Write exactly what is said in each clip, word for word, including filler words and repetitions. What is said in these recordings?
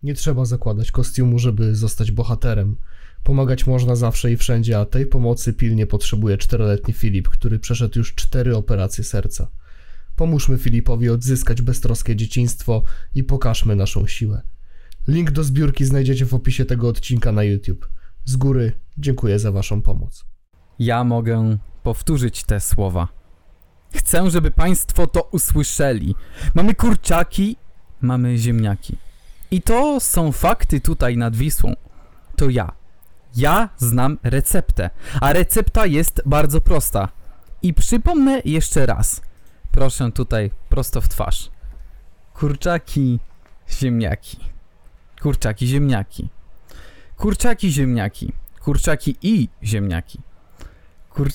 Nie trzeba zakładać kostiumu, żeby zostać bohaterem. Pomagać można zawsze i wszędzie, a tej pomocy pilnie potrzebuje czteroletni Filip, który przeszedł już cztery operacje serca. Pomóżmy Filipowi odzyskać beztroskie dzieciństwo i pokażmy naszą siłę. Link do zbiórki znajdziecie w opisie tego odcinka na YouTube. Z góry dziękuję za waszą pomoc. Ja mogę powtórzyć te słowa. Chcę, żeby państwo to usłyszeli. Mamy kurczaki, mamy ziemniaki. I to są fakty tutaj nad Wisłą. To ja. Ja znam receptę, a recepta jest bardzo prosta. I przypomnę jeszcze raz. Proszę tutaj prosto w twarz. Kurczaki, ziemniaki. Kurczaki, ziemniaki. Kurczaki, ziemniaki. Kurczaki i ziemniaki. Kurcz...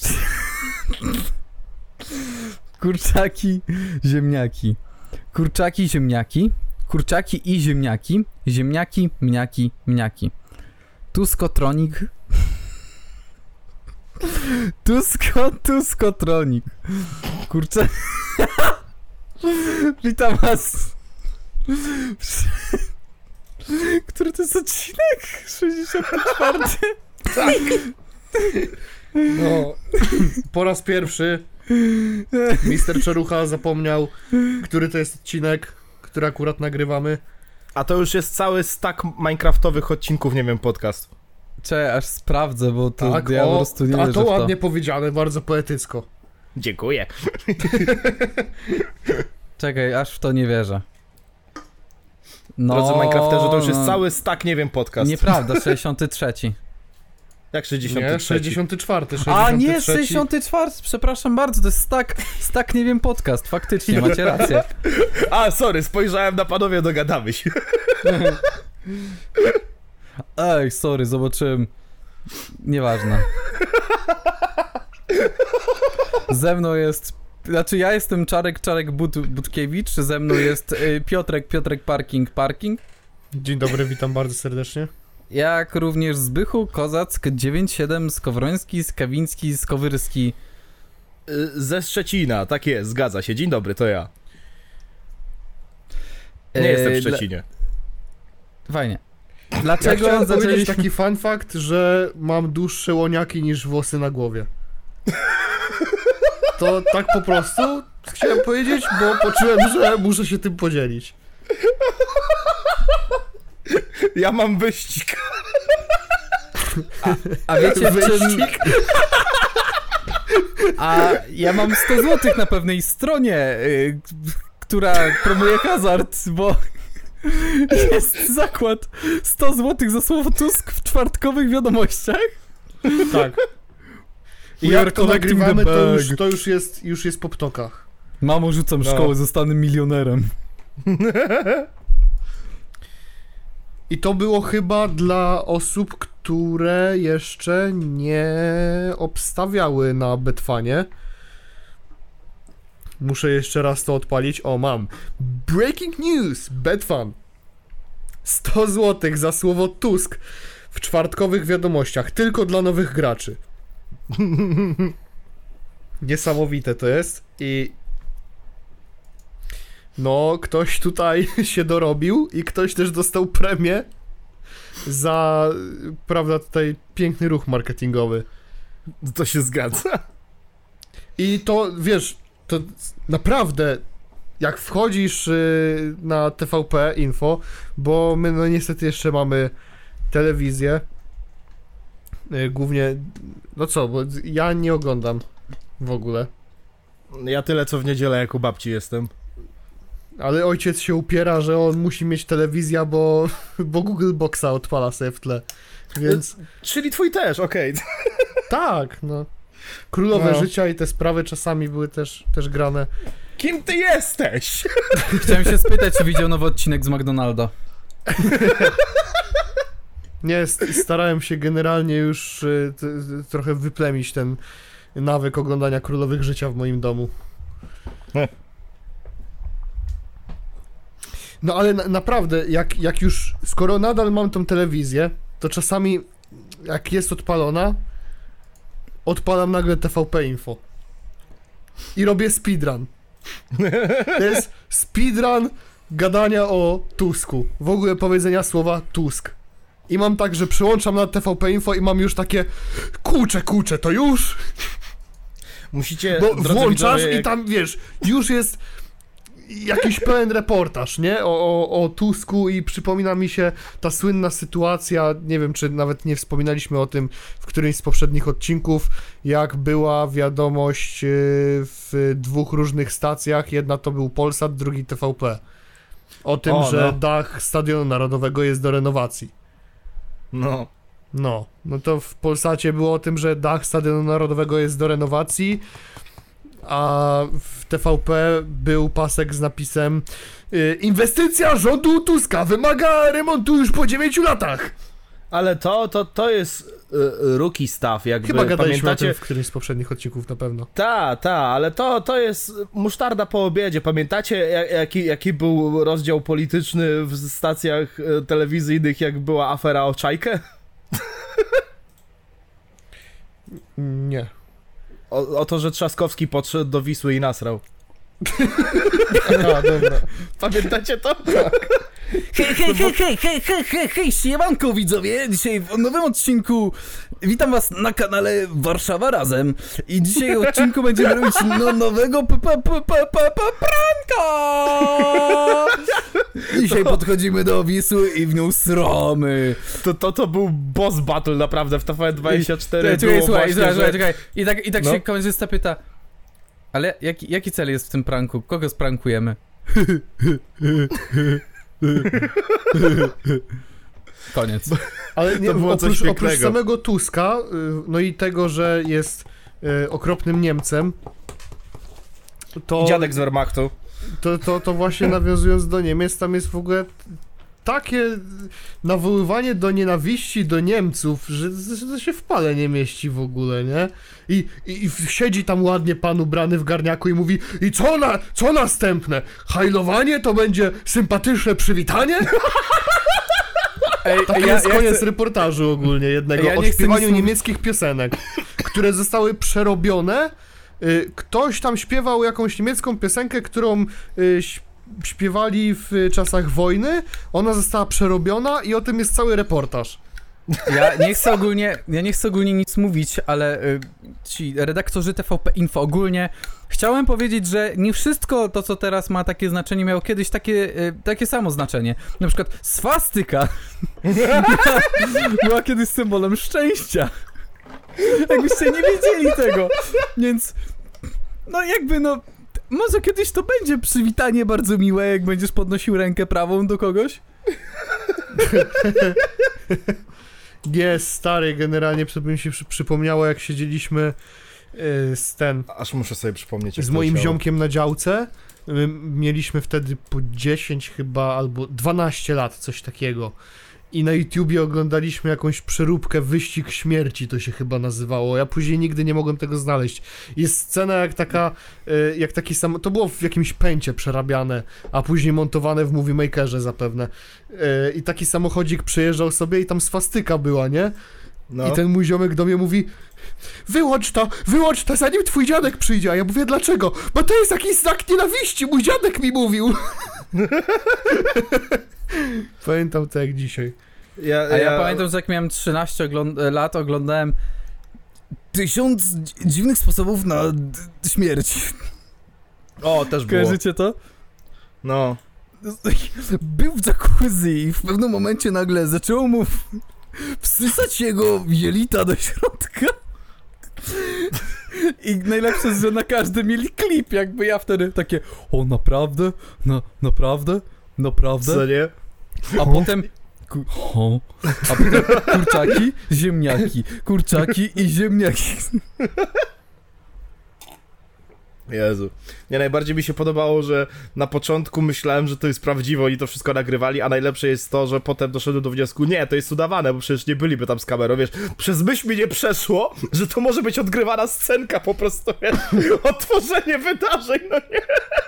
Kurczaki, ziemniaki. Kurczaki, ziemniaki. Kurczaki i ziemniaki. Ziemniaki, mniaki, mniaki. Tuskotronik. Tusko, tuskotronik. Kurczę. Witam was. Który to jest odcinek? sześćdziesiąty czwarty. Tak. No, po raz pierwszy mister Czerucha zapomniał, który to jest odcinek, który akurat nagrywamy. A to już jest cały stack minecraftowych odcinków, nie wiem, podcast. Czekaj, aż sprawdzę, bo to Tak, ja o, po prostu nie a wierzę to w to. ładnie powiedziane, bardzo poetycko. Dziękuję. Czekaj, aż w to nie wierzę. No, Drodzy Minecrafterzy, to już jest no. cały stack, nie wiem, podcast. Nieprawda, sześćdziesiąty trzeci. Jak sześćdziesiąty trzeci? Nie, sześćdziesiąty czwarty. A nie, sześćdziesiąty czwarty, przepraszam bardzo, to jest stack, stack nie wiem podcast, faktycznie, macie rację. A, sorry, spojrzałem na panowie, dogadamy się. Ej, sorry, zobaczyłem. Nieważne. Ze mną jest... Znaczy ja jestem Czarek, Czarek But, Butkiewicz, ze mną jest y, Piotrek, Piotrek Parking, Parking. Dzień dobry, witam bardzo serdecznie. Jak również Zbychu, Kozack, dziewięć siedem, Skowroński, Skawiński, Skowyrski. Ze Szczecina, tak jest, zgadza się. Dzień dobry, to ja. Nie Eee, jestem w Szczecinie. Dla... Fajnie. Ja Dlaczego chciałem powiedzieć zaczęliśmy... taki fun fact, że mam dłuższe łoniaki niż włosy na głowie. To tak po prostu chciałem powiedzieć, bo poczułem, że muszę się tym podzielić. Ja mam wyścig. A, a wiecie w czym... A ja mam sto złotych na pewnej stronie, yy, która promuje hazard, bo jest zakład sto złotych za słowo Tusk w czwartkowych wiadomościach. Tak. I jak to nagrywamy, to już, to już jest, już jest po ptokach. Mamo, rzucam No. szkołę, zostanę milionerem. I to było chyba dla osób, które jeszcze nie obstawiały na Betfanie. Muszę jeszcze raz to odpalić. O, mam. Breaking news! Betfan. sto złotych za słowo Tusk w czwartkowych wiadomościach. Tylko dla nowych graczy. Niesamowite to jest. I... No, ktoś tutaj się dorobił i ktoś też dostał premię za, prawda, tutaj piękny ruch marketingowy. To się zgadza. I to, wiesz, to naprawdę, jak wchodzisz y, na T V P Info, bo my no niestety jeszcze mamy telewizję, y, głównie, no co, bo ja nie oglądam w ogóle. Ja tyle, co w niedzielę, jak u babci jestem. Ale ojciec się upiera, że on musi mieć telewizję, bo, bo Google Boxa odpala sobie w tle, więc... Czyli twój też, okej. Okay. Tak, no. Królowe No. życia i te sprawy czasami były też, też grane. Kim ty jesteś? Chciałem się spytać, czy widział nowy odcinek z McDonalda. Nie, st- starałem się generalnie już y, t- t- trochę wyplemić ten nawyk oglądania Królowych Życia w moim domu. No ale na- naprawdę, jak, jak już, skoro nadal mam tą telewizję, to czasami jak jest odpalona, odpalam nagle T V P Info i robię speedrun. To jest speedrun gadania o Tusku. W ogóle powiedzenia słowa Tusk. I mam tak, że przyłączam na T V P Info i mam już takie kurczę, kurczę, to już? Musicie, Bo drodzy włączasz widzowie, jak... i tam, wiesz, już jest jakiś pełen reportaż, nie? O, o, o Tusku i przypomina mi się ta słynna sytuacja, nie wiem, czy nawet nie wspominaliśmy o tym w którymś z poprzednich odcinków, jak była wiadomość yy, w dwóch różnych stacjach, jedna to był Polsat, drugi T V P. O tym, O, że no. dach Stadionu Narodowego jest do renowacji. No. No, no to w Polsacie było o tym, że dach Stadionu Narodowego jest do renowacji, a w T V P był pasek z napisem y, inwestycja rządu Tuska wymaga remontu już po dziewięciu latach. Ale to, to, to jest y, rookie stuff, jakby, Chyba gadaliśmy pamiętacie? o tym w którymś z poprzednich odcinków na pewno. Ta, ta, ale to, to jest musztarda po obiedzie. Pamiętacie, jak- jaki, jaki był rozdział polityczny w stacjach e, telewizyjnych, jak była afera o Czajkę? Nie. O, o to, że Trzaskowski podszedł do Wisły i nasrał. A, dobra. Pamiętacie to? Hej, hej, hej, hej, hej, hej, hej, hej, siemanko widzowie, dzisiaj w nowym odcinku witam was na kanale Warszawa Razem i dzisiaj w odcinku będziemy robić no, nowego p p p p p p pranka! Dzisiaj podchodzimy do Wisły i w nią sromy. To, to, to był boss battle naprawdę w T V N dwadzieścia cztery. Czekaj, było słuchaj, właśnie, słuchaj, słuchaj, że... czekaj. I tak, i tak No. się kamerzysta pyta, ale jaki, jaki cel jest w tym pranku? Kogo sprankujemy? Koniec. Ale nie, To było coś oprócz, oprócz pięknego. samego Tuska, y, no i tego, że jest y, okropnym Niemcem, to... I dziadek z Wehrmachtu. To, to, to właśnie nawiązując do Niemiec, tam jest w ogóle takie nawoływanie do nienawiści do Niemców, że, że to się w pale nie mieści w ogóle, nie? I, i, i siedzi tam ładnie pan ubrany w garniaku i mówi: i co, na, co następne? Hajlowanie to będzie sympatyczne przywitanie? Ej, Tak ja- jest ja koniec chcę- reportażu ogólnie jednego, Ja o nie chcę śpiewaniu nic mówić. niemieckich piosenek, które zostały przerobione. Y, Ktoś tam śpiewał jakąś niemiecką piosenkę, którą y, ś- śpiewali w czasach wojny, ona została przerobiona i o tym jest cały reportaż. Ja nie chcę ogólnie, ja nie chcę ogólnie nic mówić, ale y, ci redaktorzy T V P Info ogólnie chciałem powiedzieć, że nie wszystko to, co teraz ma takie znaczenie, miało kiedyś takie, y, takie samo znaczenie. Na przykład swastyka była kiedyś symbolem szczęścia. Jakbyście nie wiedzieli tego. Więc no jakby no może kiedyś to będzie przywitanie bardzo miłe, jak będziesz podnosił rękę prawą do kogoś. Jest stary, generalnie przy- mi się przy, przypomniało, jak siedzieliśmy y, z ten, Aż muszę sobie przypomnieć. jak z to moim leciało. ziomkiem na działce. Y, Mieliśmy wtedy po dziesięć chyba, albo dwanaście lat, coś takiego. I na YouTubie oglądaliśmy jakąś przeróbkę Wyścig Śmierci, to się chyba nazywało. Ja później nigdy nie mogłem tego znaleźć. Jest scena jak taka, y, jak taki sam, to było w jakimś pęcie przerabiane, a później montowane w Movie Makerze zapewne. Y, I taki samochodzik przyjeżdżał sobie i tam swastyka była, nie? No. I ten mój ziomek do mnie mówi: wyłącz to, wyłącz to, zanim twój dziadek przyjdzie. A ja mówię: dlaczego? Bo to jest jakiś znak nienawiści, mój dziadek mi mówił. Pamiętam to jak dzisiaj. Ja, A ja pamiętam, że jak miałem trzynaście ogląd- lat, oglądałem tysiąc dzi- dziwnych sposobów na d- śmierć. O, też było. Kojarzycie to? No. Był w jacuzzi i w pewnym momencie nagle zaczęło mu w- wsysać jego jelita do środka. I najlepsze jest, że na każdym mieli klip, jakby ja wtedy takie: o naprawdę? Na, naprawdę? Naprawdę? Co nie? A potem... Ku, o, a potem kurczaki, ziemniaki, kurczaki i ziemniaki. Jezu. Nie, najbardziej mi się podobało, że na początku myślałem, że to jest prawdziwe, oni to wszystko nagrywali, a najlepsze jest to, że potem doszedłem do wniosku: nie, to jest udawane, bo przecież nie byliby tam z kamerą, wiesz, przez myśl mi nie przeszło, że to może być odgrywana scenka po prostu, wiesz, otworzenie wydarzeń, no nie?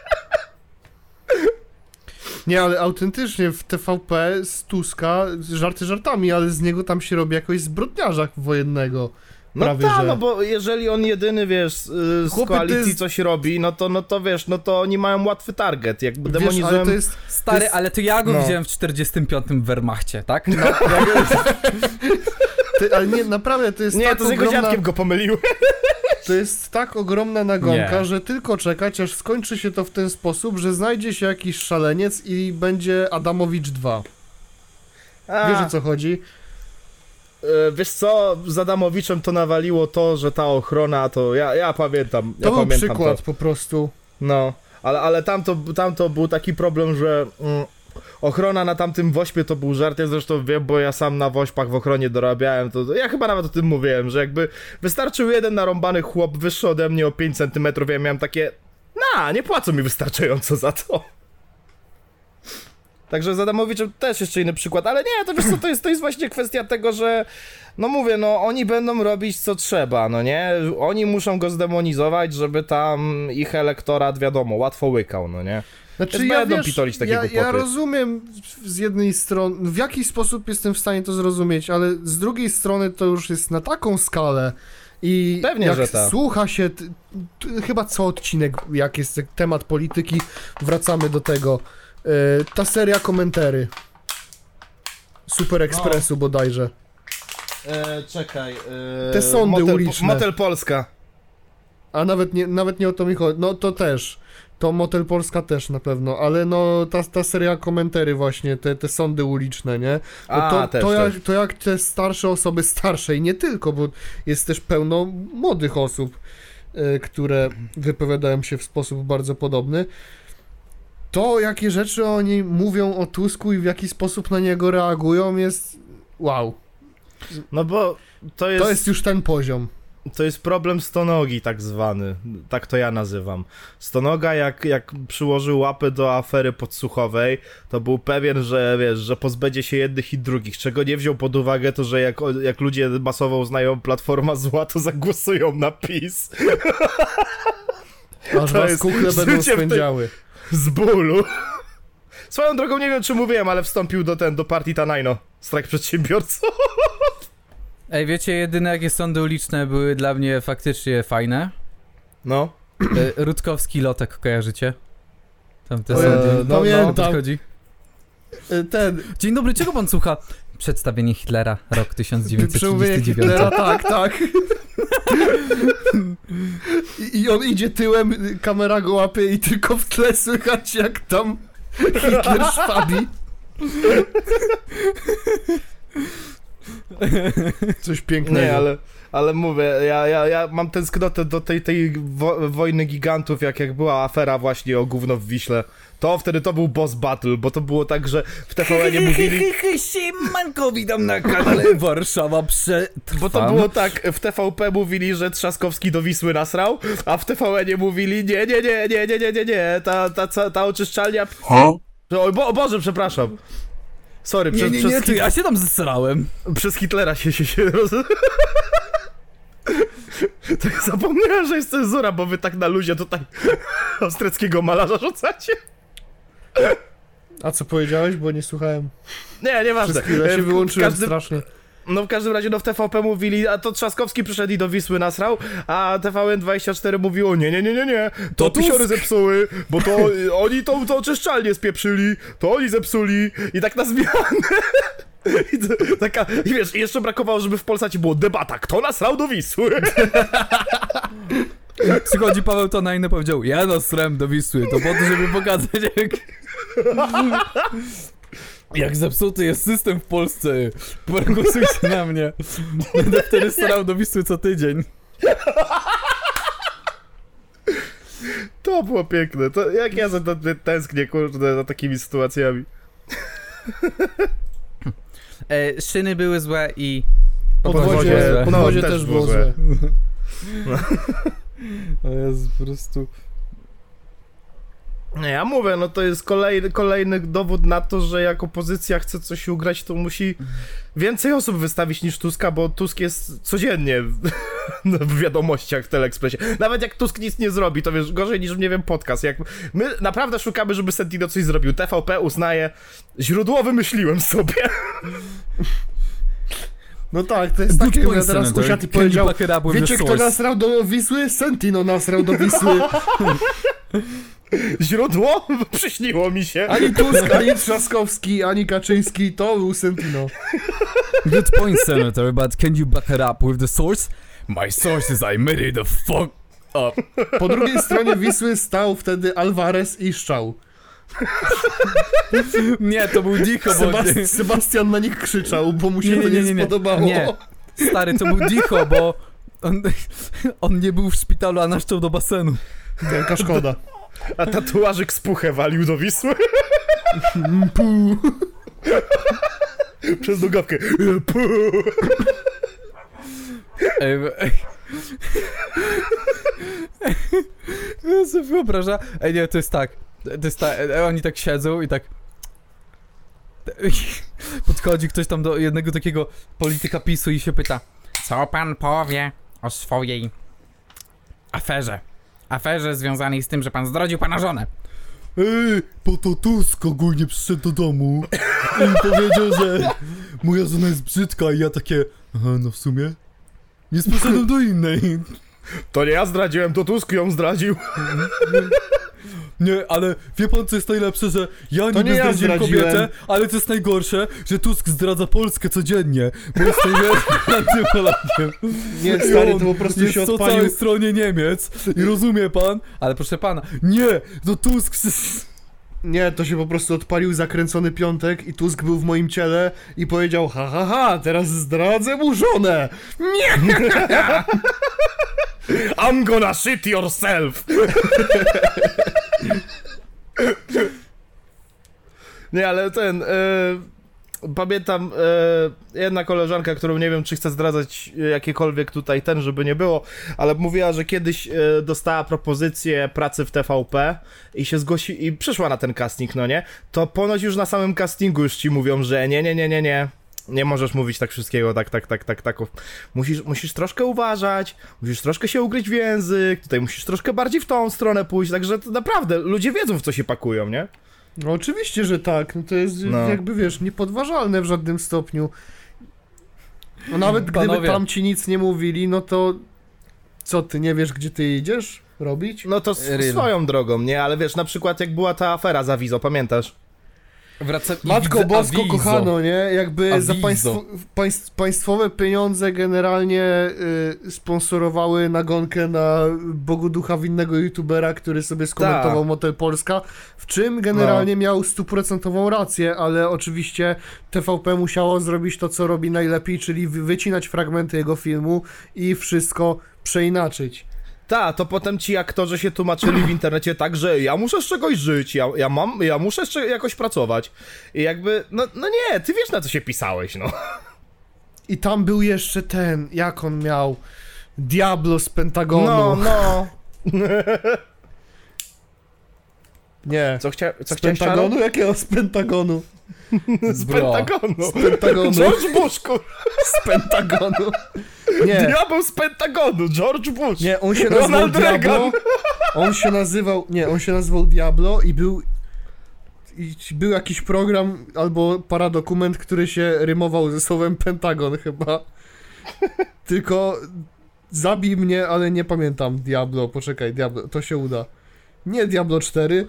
Nie, ale autentycznie w T V P z Tuska, żarty żartami, ale z niego tam się robi jakoś zbrodniarza wojennego. No prawie, tak, że... no bo jeżeli on jedyny, wiesz, z Chłopie, koalicji jest... coś robi, no to, no to wiesz, no to oni mają łatwy target, jakby Wiesz, demonizują... ale to jest... Stary, to jest... ale to ja go no. widziałem w czterdziestym piątym w Wehrmachcie, tak? No. Ty, ale nie, naprawdę, to jest Nie, tak to z jego ogromna... dziadkiem go pomyliły. To jest tak ogromna nagonka, Nie. że tylko czekać, aż skończy się to w ten sposób, że znajdzie się jakiś szaleniec i będzie Adamowicz dwa. A, Wiesz, o co chodzi? e, wiesz co, z Adamowiczem to nawaliło to, że ta ochrona, to ja, ja pamiętam. To ja był pamiętam przykład to. po prostu. No, ale, ale tamto, tamto był taki problem, że mm, ochrona na tamtym wośpie to był żart, ja zresztą wiem, bo ja sam na wośpach w ochronie dorabiałem, to, to ja chyba nawet o tym mówiłem, że jakby wystarczył jeden narąbany chłop wyższy ode mnie o pięć centymetrów, ja miałem takie, na, nie płacą mi wystarczająco za to. Także z Adamowiczem też jeszcze inny przykład, ale nie, to wiesz co, to jest, to jest właśnie kwestia tego, że no mówię, no oni będą robić co trzeba, no nie? Oni muszą go zdemonizować, żeby tam ich elektorat, wiadomo, łatwo łykał, no nie? Znaczy, Więc ja, będą wiesz, pitolić takie ja, głupoty. ja rozumiem z jednej strony, w jakiś sposób jestem w stanie to zrozumieć, ale z drugiej strony to już jest na taką skalę i Pewnie, jak że tak. słucha się, t, t, chyba co odcinek, jak jest temat polityki, wracamy do tego. E, ta seria komentary Super Expressu bodajże. E, czekaj. E, Te sądy motel, uliczne. Motel Polska. A nawet nie, nawet nie o to mi chodzi. No to też. To Motel Polska też na pewno, ale no ta, ta seria komentary właśnie, te, te sądy uliczne, nie? No A, to, też, to, jak, też. to jak te starsze osoby, starsze i nie tylko, bo jest też pełno młodych osób, y, które wypowiadają się w sposób bardzo podobny, to jakie rzeczy oni mówią o Tusku i w jaki sposób na niego reagują jest wow. No bo to jest... To jest już ten poziom. To jest problem stonogi tak zwany, tak to ja nazywam. Stonoga jak, jak przyłożył łapy do afery podsłuchowej, to był pewien, że wiesz, że pozbędzie się jednych i drugich, czego nie wziął pod uwagę to, że jak, jak ludzie masowo uznają Platforma zła, to zagłosują na PiS. Aż To was jest kuchle będą życie w tej- spędziały. Z bólu. Swoją drogą nie wiem, czy mówiłem, ale wstąpił do ten, do partii Tanajno, strajk przedsiębiorców. Ej, wiecie, jedyne jakie sądy uliczne były dla mnie faktycznie fajne? No. E, Rutkowski Lotek, kojarzycie? Tam te E, sądy. no, pamiętam. O co chodzi? Y, Ten, Dzień dobry, czego pan słucha? Przedstawienie Hitlera, rok tysiąc dziewięćset trzydziesty dziewiąty. Hitlera, tak, tak. I, I on idzie tyłem, kamera go łapie i tylko w tle słychać jak tam Hitler szwabi. Coś pięknego. Nie, ale, ale mówię, ja, ja, ja mam tęsknotę do tej, tej wo wojny gigantów, jak, jak była afera właśnie o gówno w Wiśle. To wtedy to był boss battle, bo to było tak, że w T V N-ie mówili... Siemanko, witam na kanale Warszawa Przetrwam. Bo to było tak, w T V P mówili, że Trzaskowski do Wisły nasrał, a w T V N-ie mówili nie, nie, nie, nie, nie, nie, nie, nie, ta, ta, ta, ta oczyszczalnia... Huh? O, bo, o Boże, przepraszam. Sorry, Nie, przez, nie, przez, nie, to Hit- ja się tam zesrałem. przez Hitlera się się, się roz... To ja zapomniałem, że jest cenzura, bo wy tak na luzie tutaj austriackiego malarza rzucacie. A co powiedziałeś, bo nie słuchałem. Nie, nieważne. Przez chwilę E, się w wyłączyłem każdym- strasznie. No w każdym razie, no w T V P mówili, a to Trzaskowski przyszedł i do Wisły nasrał, a T V N dwadzieścia cztery mówiło, nie, nie, nie, nie, nie, to, To pisiory Tusk. zepsuły, bo to y, oni tą to oczyszczalnię spieprzyli, to oni zepsuli i tak na zmianę. I, to, taka, I wiesz, i jeszcze brakowało, żeby w Polsacie było debata, kto nasrał do Wisły. Przychodzi Paweł Tonajny, powiedział, ja nasrałem do Wisły, to po to, żeby pokazać jak... Jak zepsuty jest system w Polsce. Głosujcie na mnie. Będę wtedy starał do Wisły co tydzień. To było piękne, to jak ja za to tęsknię, kurde, za takimi sytuacjami. E, szyny były złe i... Podwozie, Podwozie złe. podwozie No, też też było było złe. To jest po prostu... Nie, ja mówię, no to jest kolejny, kolejny dowód na to, że jak opozycja chce coś ugrać, to musi więcej osób wystawić niż Tuska, bo Tusk jest codziennie w wiadomościach w Teleekspresie. Nawet jak Tusk nic nie zrobi, to wiesz, gorzej niż, nie wiem, podcast. Jak my naprawdę szukamy, żeby Sentino coś zrobił, T V P uznaje, źródło wymyśliłem sobie. No tak, to jest Good takie, point, ja teraz Senator. usiadł i Can you powiedział, back it up with the wiecie kto source? nasrał do Wisły? Sentino nasrał do Wisły. Źródło? Przyśniło mi się. Ani Tusk, ani Trzaskowski, ani Kaczyński, to był Sentino. Good point, Senator, but can you back it up with the source? My source is I made it the fuck up. Po drugiej stronie Wisły stał wtedy Alvarez i szczał. Nie, to był Dicho, bo... Sebast- Sebastian na nich krzyczał, bo mu się Nie, nie, to nie, nie, nie, nie. spodobało. Nie. Stary, to był Dicho, bo on, on nie był w szpitalu, a naszczał do basenu. Wielka szkoda. A tatuażyk z puchę walił do Wisły. Puu. Przez długawkę. Pu. Ej, ej. Ja sobie wyobraża. Ej, nie, to jest tak. To jest tak. Oni tak siedzą i tak. Podchodzi ktoś tam do jednego takiego polityka PiSu i się pyta: co pan powie o swojej aferze? Aferze związanej z tym, że pan zdradził pana żonę. Ej, bo to Tusk ogólnie przyszedł do domu i powiedział, że moja żona jest brzydka i ja takie, aha, no w sumie nie poszedłem do innej. To nie ja zdradziłem, to Tusk ją zdradził. Nie, ale wie pan co jest najlepsze, że ja To niby nie ja zdradziłem zdradziłem. kobietę, ale co jest najgorsze, że Tusk zdradza Polskę codziennie, bo jest największym antypolakiem. Nie, stary, to po prostu jest się po odpalił. całej stronie Niemiec i rozumie pan, ale proszę pana, nie, to Tusk... Nie, to się po prostu odpalił zakręcony piątek i Tusk był w moim ciele i powiedział ha ha ha, teraz zdradzę mu żonę. Nie! I'm gonna shit yourself. Nie, ale ten... E, pamiętam e, jedna koleżanka, którą nie wiem, czy chce zdradzać jakiekolwiek tutaj ten, żeby nie było, ale mówiła, że kiedyś e, dostała propozycję pracy w T V P i się zgłosi i przyszła na ten casting, no nie? To ponoć już na samym castingu już ci mówią, że nie, nie, nie, nie, nie. Nie możesz mówić tak wszystkiego, tak, tak, tak, tak, tak. Musisz, musisz troszkę uważać, musisz troszkę się ugryźć w język, tutaj musisz troszkę bardziej w tą stronę pójść, także to naprawdę ludzie wiedzą, w co się pakują, nie? No oczywiście, że tak, no to jest No. jakby, wiesz, niepodważalne w żadnym stopniu. No nawet gdyby Panowie. tam ci nic nie mówili, no to co, ty nie wiesz, gdzie ty idziesz robić? No to s- Real. swoją drogą, nie? Ale wiesz, na przykład jak była ta afera za Wizo, pamiętasz? Wraca... Matko Bosko, kochano, nie? Jakby Awizo. za państwo, państw, państwowe pieniądze generalnie y, sponsorowały nagonkę na Bogu ducha winnego youtubera, który sobie skomentował Tak. Motel Polska, w czym generalnie miał stuprocentową rację, ale oczywiście T V P musiało zrobić to, co robi najlepiej, czyli wy- wycinać fragmenty jego filmu i wszystko przeinaczyć. Ta, to potem ci aktorzy się tłumaczyli w internecie tak, że ja muszę z czegoś żyć, ja, ja mam, ja muszę jeszcze jakoś pracować. I jakby, no, no nie, ty wiesz na co się pisałeś, no. I tam był jeszcze ten, jak on miał, Diablo z Pentagonu. No, no. Nie. Co, chcia, co Z chciałeś, Pentagonu? Sharon? Jakiego z Pentagonu? Z Pentagonu. Z Pentagonu. George Bush, kur... Z Pentagonu. Nie, Diabeł z Pentagonu, George Bush. nie, on się nazywał Ronald Diablo. Reagan. On się nazywał, nie, on się nazywał Diablo i był i był jakiś program albo paradokument, który się rymował ze słowem Pentagon chyba. Tylko zabij mnie, ale nie pamiętam Diablo, poczekaj, Diablo, to się uda. Nie Diablo cztery.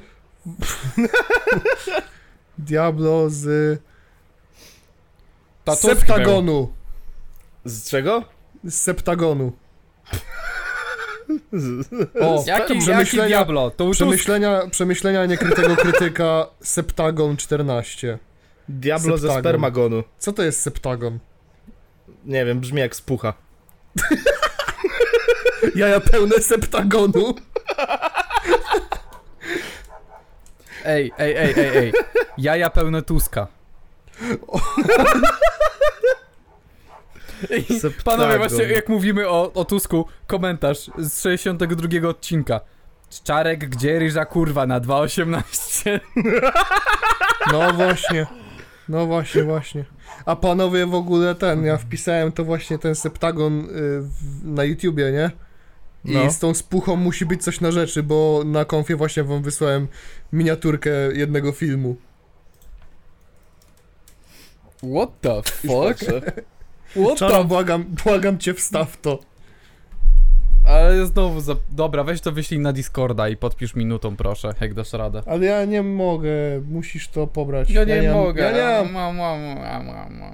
Diablo z Tatuski Septagonu. Z czego? Z Septagonu. Z... O, Jaki, jaki przemyślenia, Diablo? To już przemyślenia, przemyślenia niekrytego krytyka Septagon czternaście. Diablo ze Septagon. Spermagonu. Co to jest Septagon? Nie wiem, brzmi jak spucha. Jaja pełne Septagonu. Ej, ej, ej, ej, ej. Jaja pełne Tuska. Ej, Septagon. panowie, właśnie jak mówimy o, o Tusku, komentarz z sześćdziesiątego drugiego odcinka. Czarek, gdzie ryża kurwa na dwa osiemnaście? No właśnie. No właśnie, właśnie. A panowie w ogóle ten, ja wpisałem to właśnie ten Septagon y, w, na YouTubie, nie? I No. z tą spuchą musi być coś na rzeczy, bo na konfie właśnie wam wysłałem miniaturkę jednego filmu. What the fuck? What Czaro, the... błagam, błagam cię, wstaw to. Ale znowu, za... dobra, weź to wyślij na Discorda i podpisz minutą, proszę, jak dasz radę. Ale ja nie mogę, musisz to pobrać. Ja nie, mam- mogę. Ja nie mam. Mam, mam, mam, mam, mam.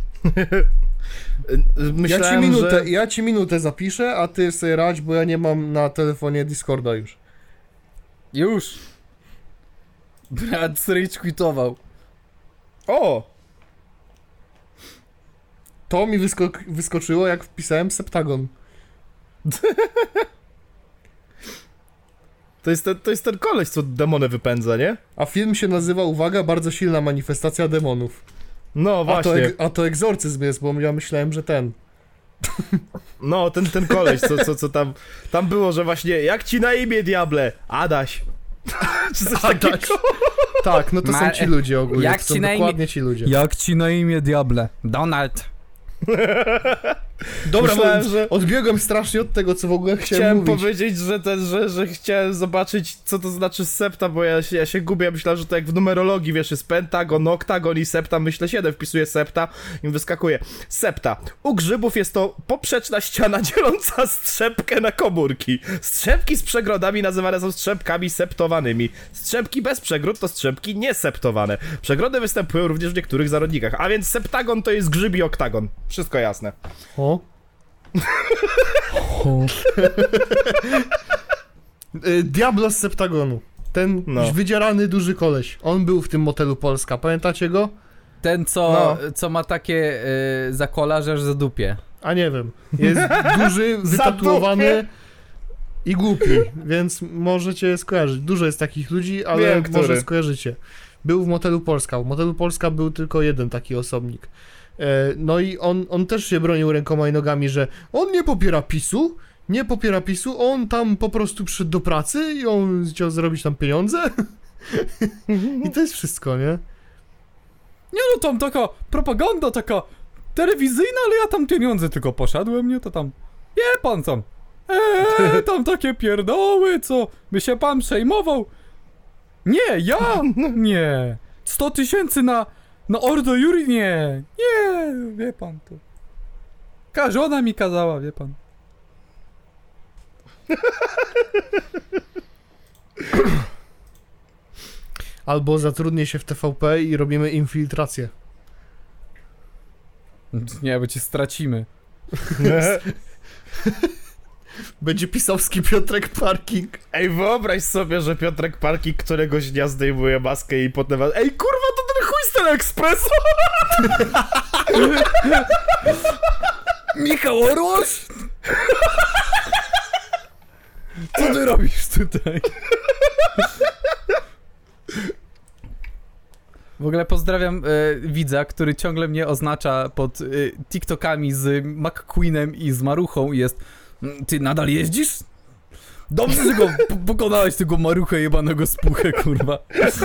Myślałem, Ja ci, minutę, że... ja ci minutę zapiszę, a ty sobie radź, bo ja nie mam na telefonie Discorda już. Już. Brat rage quitował. O! To mi wysko- wyskoczyło, jak wpisałem Septagon. To jest, ten, to jest ten koleś, co demony wypędza, nie? A film się nazywa, uwaga, bardzo silna manifestacja demonów. No A właśnie. to, eg- a to egzorcyzm jest, bo ja myślałem, że ten. No, ten, ten koleś, co, co, co tam... Tam było, że właśnie, jak ci na imię, diable? Adaś. Czy coś Adaś. takiego? Tak, no to Ma- są ci ludzie ogólnie. jak to są ci na imię- dokładnie ci ludzie. Jak ci na imię, diable? Donald. Dobra, Myślałem, bo że- odbiegłem strasznie od tego, co w ogóle chciałem, Chciałem mówić. powiedzieć, że, ten, że, że chciałem zobaczyć, co to znaczy septa, bo ja się, ja się gubię, myślałem, że to jak w numerologii, wiesz, jest pentagon, oktagon i septa, myślę siedem, wpisuję septa i mi wyskakuje. Septa. U grzybów jest to poprzeczna ściana dzieląca strzepkę na komórki. Strzepki z przegrodami nazywane są strzepkami septowanymi. Strzepki bez przegród to strzepki nieseptowane. Przegrody występują również w niektórych zarodnikach, a więc septagon to jest grzyb i oktagon. Wszystko jasne. O. Y, Diablo z Septagonu. Ten No. wydzierany duży koleś. On był w tym motelu Polska. Pamiętacie go? Ten, co, No. co ma takie y, zakola, że aż za dupie. A nie wiem. Jest duży, wytatuowany i głupi, więc możecie skojarzyć. Dużo jest takich ludzi, ale Wiem, może który. skojarzycie. Był w motelu Polska. W motelu Polska był tylko jeden taki osobnik. E, No i on, on też się bronił rękoma i nogami, że on nie popiera PiSu, nie popiera PiSu, on tam po prostu przyszedł do pracy i on chciał zrobić tam pieniądze. I to jest wszystko, nie? Nie no, tam taka propaganda, taka telewizyjna, ale ja tam pieniądze tylko poszedłem, nie? To tam, wie pan tam, eee, tam takie pierdoły, co by się pan przejmował. Nie, ja, nie. sto tysięcy na, na Ordo Juri, nie, nie, wie pan to. Ka- żona mi kazała, wie pan. Albo zatrudnię się w T V P i robimy infiltrację. Nie, bo cię stracimy. Będzie pisowski Piotrek Parking. Ej, wyobraź sobie, że Piotrek Parki któregoś dnia zdejmuje maskę i potem... Ej, kurwa, to ten chuj z Teleexpressu! Michał Orłoś? Co ty robisz tutaj? W ogóle pozdrawiam e, widza, który ciągle mnie oznacza pod e, TikTokami z McQueenem i z Maruchą i jest: ty nadal jeździsz? Dobrze, że go po- pokonałeś, tego Maruchę jebanego spuchę, kurwa.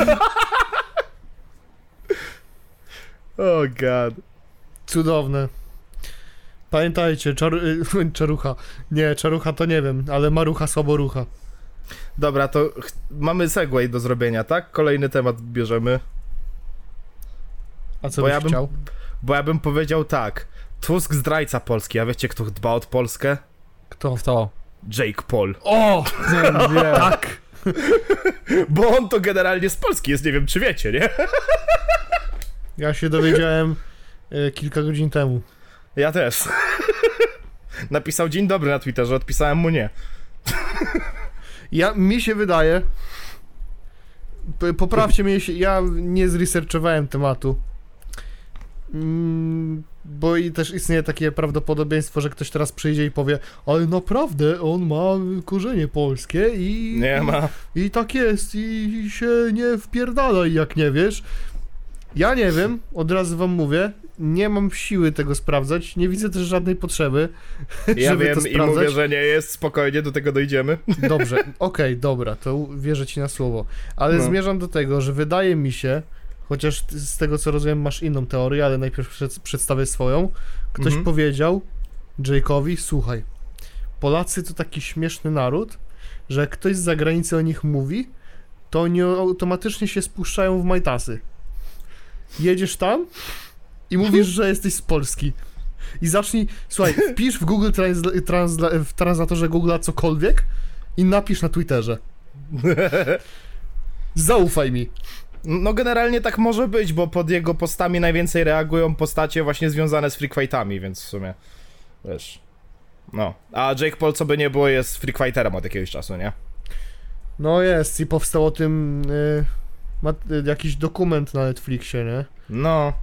Oh god. Cudowne. Pamiętajcie, czar... y, czarucha. Nie, czarucha to nie wiem, ale marucha słabo rucha. Dobra, to ch- mamy segway do zrobienia, tak? Kolejny temat bierzemy. A co Bo byś ja bym- chciał? Bo ja bym powiedział tak. Tusk zdrajca Polski, a wiecie kto dba o Polskę? Kto? Kto? Jake Paul. O! Nie, nie. Tak! Bo on to generalnie z Polski jest, nie wiem czy wiecie, nie? Ja się dowiedziałem y, kilka godzin temu. Ja też. Napisał dzień dobry na Twitterze, odpisałem mu nie. Ja, mi się wydaje... p- Poprawcie mnie, jeśli- ja nie zresearchowałem tematu. Mm, bo i też istnieje takie prawdopodobieństwo, że ktoś teraz przyjdzie i powie: ale naprawdę on ma korzenie polskie i... Nie ma. I tak jest, i się nie wpierdalaj, jak nie wiesz. Ja nie wiem, od razu wam mówię, nie mam siły tego sprawdzać, nie widzę też żadnej potrzeby, Ja żeby wiem to i sprawdzać. mówię, że nie jest, spokojnie, do tego dojdziemy. Dobrze, okej, dobra, to wierzę ci na słowo. Ale No. zmierzam do tego, że wydaje mi się, chociaż ty z tego co rozumiem masz inną teorię, ale najpierw przed, przedstawię swoją. Ktoś Mhm. powiedział Jake'owi: słuchaj, Polacy to taki śmieszny naród, że jak ktoś z zagranicy o nich mówi, to oni automatycznie się spuszczają w majtasy. Jedziesz tam i mówisz, że jesteś z Polski. i zacznij, słuchaj, wpisz w Google transla, transla, w translatorze Google'a cokolwiek i napisz na Twitterze. Zaufaj mi. No generalnie tak może być, bo pod jego postami najwięcej reagują postacie właśnie związane z Freak Fightami, więc w sumie, wiesz, no. A Jake Paul, co by nie było, jest Freak Fighterem od jakiegoś czasu, nie? No jest i powstał o tym y, ma, y, jakiś dokument na Netflixie, nie? No.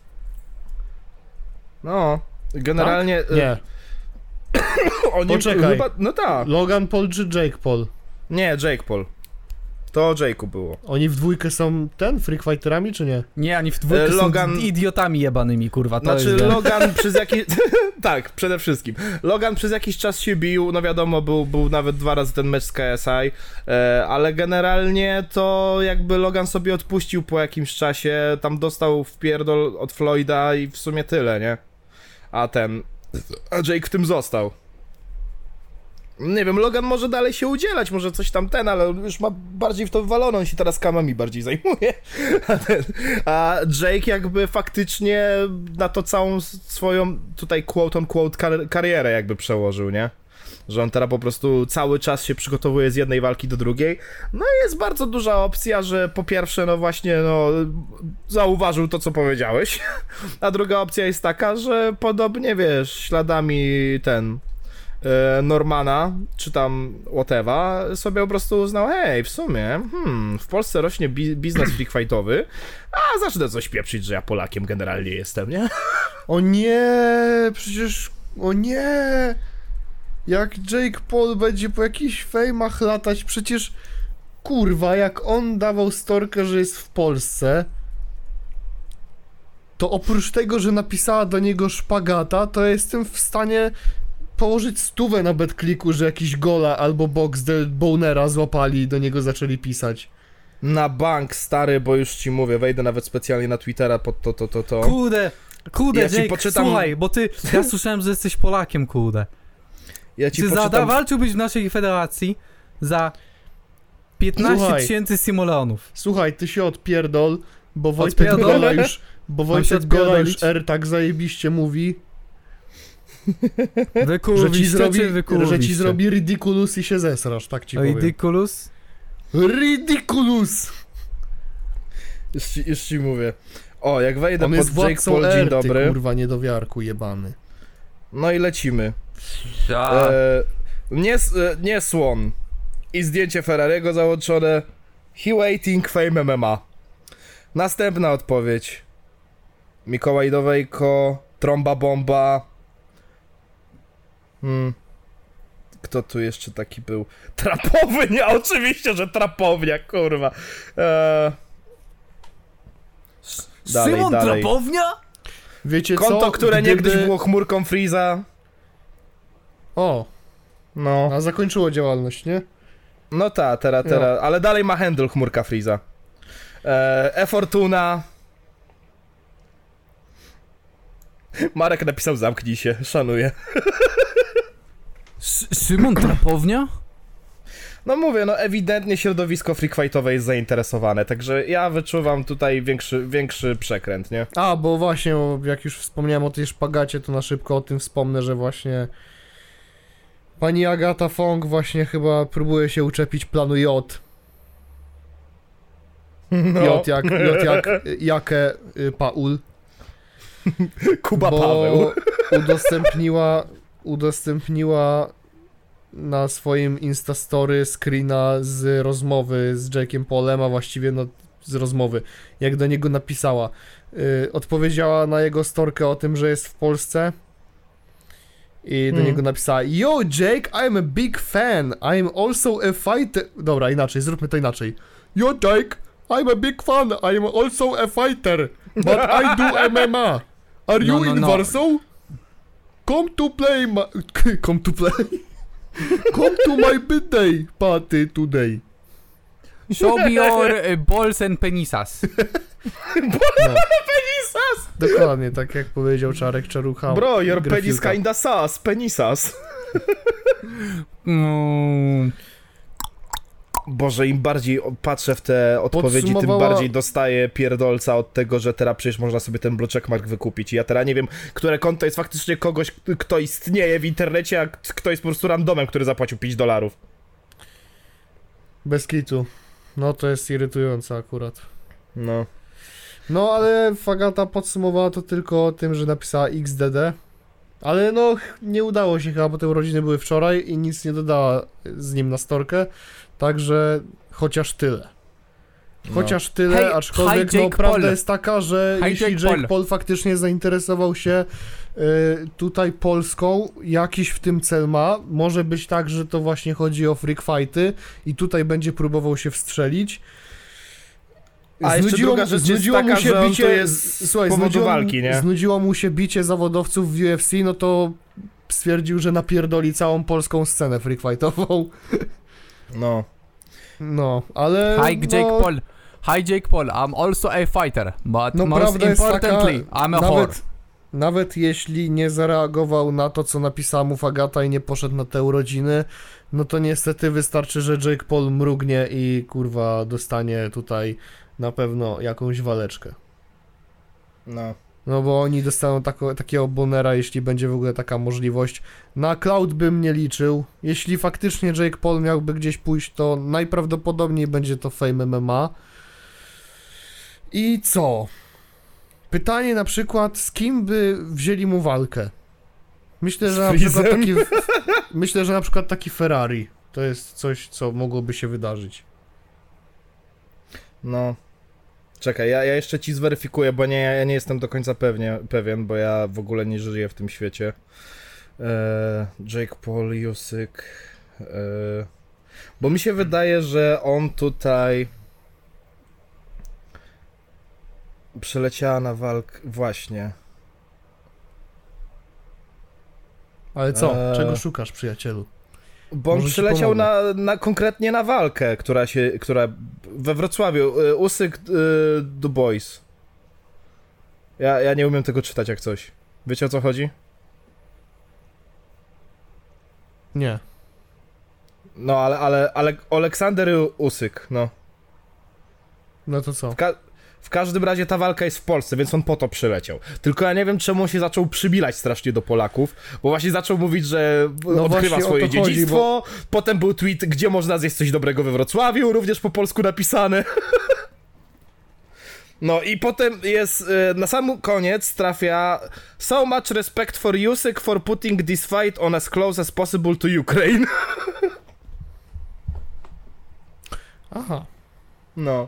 No. Generalnie... Tak? Nie. Oni Poczekaj. Chyba, no tak. Logan Paul czy Jake Paul? Nie, Jake Paul. To o Jake'u było. Oni w dwójkę są ten, Freak Fighterami, czy nie? Nie, ani w dwójkę E, Logan- są idiotami jebanymi, kurwa, to Znaczy jest... Logan przez jakiś... tak, przede wszystkim. Logan przez jakiś czas się bił, no wiadomo, był, był nawet dwa razy ten mecz z K S I, e, ale generalnie to jakby Logan sobie odpuścił po jakimś czasie, tam dostał wpierdol od Floyda i w sumie tyle, nie? A ten... A Jake w tym został. Nie wiem, Logan może dalej się udzielać, może coś tam ten, ale on już ma bardziej w to wywalone, on się teraz kamami bardziej zajmuje. A, ten, a Jake jakby faktycznie na to całą swoją tutaj quote on quote kar- karierę jakby przełożył, nie? Że on teraz po prostu cały czas się przygotowuje z jednej walki do drugiej. No i jest bardzo duża opcja, że po pierwsze, no właśnie, no zauważył to, co powiedziałeś, a druga opcja jest taka, że podobnie, wiesz, śladami ten... Normana, czy tam whatever, sobie po prostu uznał, hej, w sumie, hmm, w Polsce rośnie bi- biznes freak fightowy, a zacznę coś pieprzyć, że ja Polakiem generalnie jestem, nie? O nie, przecież, o nie, jak Jake Paul będzie po jakichś fejmach latać, przecież, kurwa, jak on dawał storkę, że jest w Polsce, to oprócz tego, że napisała do niego szpagata, to jestem w stanie położyć stówę na BetClicku, że jakiś gola albo box del Bonera złapali i do niego zaczęli pisać. Na bank, stary, bo już ci mówię, wejdę nawet specjalnie na Twittera pod to, to, to, to. Kude, kude, Ja ci Jake, poczytam- słuchaj, bo ty, ja słyszałem, że jesteś Polakiem, kude. Ja ci Czy poczytam... zada walczyłbyś w naszej federacji za piętnaście Słuchaj. tysięcy simoleonów? Słuchaj, ty się odpierdol, bo Wojtek Odpierdol? Gola już, bo się Wojtek Gola odpierdolić? już R tak zajebiście mówi, że ci Wykurwiście zrobi, czy wykurwiście? że ci zrobi ridiculous i się zesrasz, tak ci powiem. Ridiculous? Ridiculous! Już ci, już ci mówię. O, jak wejdę On pod jest Jake władcą Paul, dzień R, ty dobry. kurwa niedowiarku jebany. No i lecimy. E, nie, s- e, nie Słon. I zdjęcie Ferrariego załączone. He waiting fame M M A. Następna odpowiedź. Mikołaj Dowejko, Tromba Bomba. Hmm. Kto tu jeszcze taki był? Trapownia, oczywiście, że trapownia, kurwa. E, dalej, Szymon dalej. Trapownia? Wiecie Konto, co? które Gdyby... niegdyś było chmurką Freeza. O, No. a zakończyło działalność, nie? No ta, teraz, teraz, ale dalej ma handle chmurka Freeza. Eee, E-Fortuna. Marek napisał zamknij się, szanuję. Sz Szymon Trapownia? No mówię, no ewidentnie środowisko freak fightowe jest zainteresowane, także ja wyczuwam tutaj większy, większy przekręt, nie? A, bo właśnie, o, jak już wspomniałem o tej szpagacie, to na szybko o tym wspomnę, że właśnie pani Agata Fong właśnie chyba próbuje się uczepić planu J. No. J jak, J jak Jakę y, Paul. Kuba bo Paweł. udostępniła, udostępniła na swoim Instastory screena z rozmowy z Jake'em Paulem, a właściwie no, z rozmowy, jak do niego napisała. Yy, odpowiedziała na jego storkę o tym, że jest w Polsce i do Hmm. niego napisała: Yo Jake, I'm a big fan, I'm also a fighter. Dobra, inaczej, zróbmy to inaczej. Yo Jake, I'm a big fan, I'm also a fighter, but I do M M A. Are you No, no, in no. Warsaw? Come to play my... Come to play? Come to my birthday party today. Show me your uh, balls and penisas. No. Penisas! Dokładnie, tak jak powiedział Czarek Czarucha. Bro, your penis Grafiłka. kinda sus, penisas. Mm. Boże, im bardziej patrzę w te odpowiedzi, tym Podsumowała- bardziej dostaję pierdolca od tego, że teraz przecież można sobie ten blue checkmark wykupić. I ja teraz nie wiem, które konto jest faktycznie kogoś, kto istnieje w internecie, a kto jest po prostu randomem, który zapłacił pięć dolarów. Bez kitu. No to jest irytujące akurat. No. No ale Fagata podsumowała to tylko tym, że napisała X D D. Ale no ch- nie udało się chyba, bo te urodziny były wczoraj i nic nie dodała z nim na storkę. Także chociaż tyle. Chociaż tyle, Hej, aczkolwiek hi, no Jake prawda Paul. jest taka, że Hi, jeśli Jake Jake Paul. Paul faktycznie zainteresował się y, tutaj Polską, jakiś w tym cel ma, może być tak, że to właśnie chodzi o freak fighty i tutaj będzie próbował się wstrzelić. A jeszcze druga rzecz jest znudziło taka, mu się że on bicie, to jest z słuchaj, powodu znudziło, walki, nie? znudziło mu się bicie zawodowców w U F C, no to stwierdził, że napierdoli całą polską scenę freak fightową. No. No, ale Hi Jake no, Paul. Hi Jake Paul, I'm also a fighter, but No, most prawda jest importantly, taka, I'm a nawet- whore. Nawet jeśli nie zareagował na to, co napisała mu Fagata i nie poszedł na te urodziny, no to niestety wystarczy, że Jake Paul mrugnie i kurwa dostanie tutaj na pewno jakąś waleczkę. No. No bo oni dostaną tako, takiego bonera, jeśli będzie w ogóle taka możliwość. Na Cloud bym nie liczył. Jeśli faktycznie Jake Paul miałby gdzieś pójść, to najprawdopodobniej będzie to Fame M M A. I co? Pytanie na przykład, z kim by wzięli mu walkę? Myślę, że na przykład taki, myślę, że na przykład taki Ferrari. To jest coś, co mogłoby się wydarzyć. No. Czekaj, ja, ja jeszcze ci zweryfikuję, bo nie, ja nie jestem do końca pewnie, pewien, bo ja w ogóle nie żyję w tym świecie. Eee, Jake Paul, Usyk. Eee, bo mi się wydaje, że on tutaj przyleciała na walkę. Właśnie. Ale co? Eee. Czego szukasz, przyjacielu? Bo on Może ci przyleciał pomogę. na, na konkretnie na walkę, która się, która we Wrocławiu, y, Usyk, y, Du Bois. Ja, ja nie umiem tego czytać jak coś. Wiecie o co chodzi? Nie. No, ale, ale, ale Aleksander Usyk, no. No to co? W, ka- w każdym razie ta walka jest w Polsce, więc on po to przyleciał. Tylko ja nie wiem, czemu on się zaczął przybilać strasznie do Polaków, bo właśnie zaczął mówić, że No odkrywa właśnie o swoje to chodzi, dziedzictwo, bo- potem był tweet, gdzie można zjeść coś dobrego we Wrocławiu, również po polsku napisane. No i potem jest, y, na sam koniec trafia so much respect for Usyk for putting this fight on as close as possible to Ukraine. Aha. No.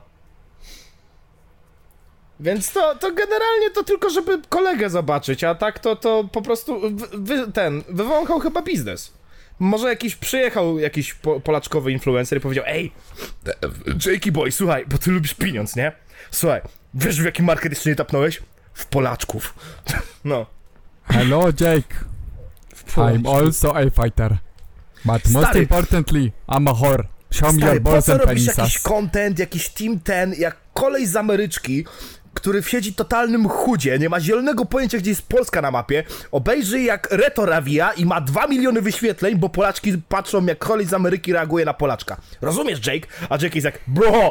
Więc to, to generalnie to tylko, żeby kolegę zobaczyć, a tak to, to po prostu wy, wy, ten, wywąchał chyba biznes. Może jakiś, przyjechał jakiś po, polaczkowy influencer i powiedział: ej, Jakey boy, słuchaj, bo ty lubisz pieniądz, nie? Słuchaj, wiesz w jaki market jeszcze nie tapnąłeś? W Polaczków. No. Hello Jake, I'm also a fighter, but most Stary. importantly, I'm a whore. Show me Stary, your po balls co and robisz jakiś penisas. content, jakiś team ten, jak kolej z Ameryczki, który siedzi w totalnym chudzie, nie ma zielonego pojęcia, gdzie jest Polska na mapie, obejrzy jak Reto Rawija i ma dwa miliony wyświetleń, bo Polaczki patrzą, jak kolej z Ameryki reaguje na Polaczka. Rozumiesz, Jake? A Jake jest jak, bro!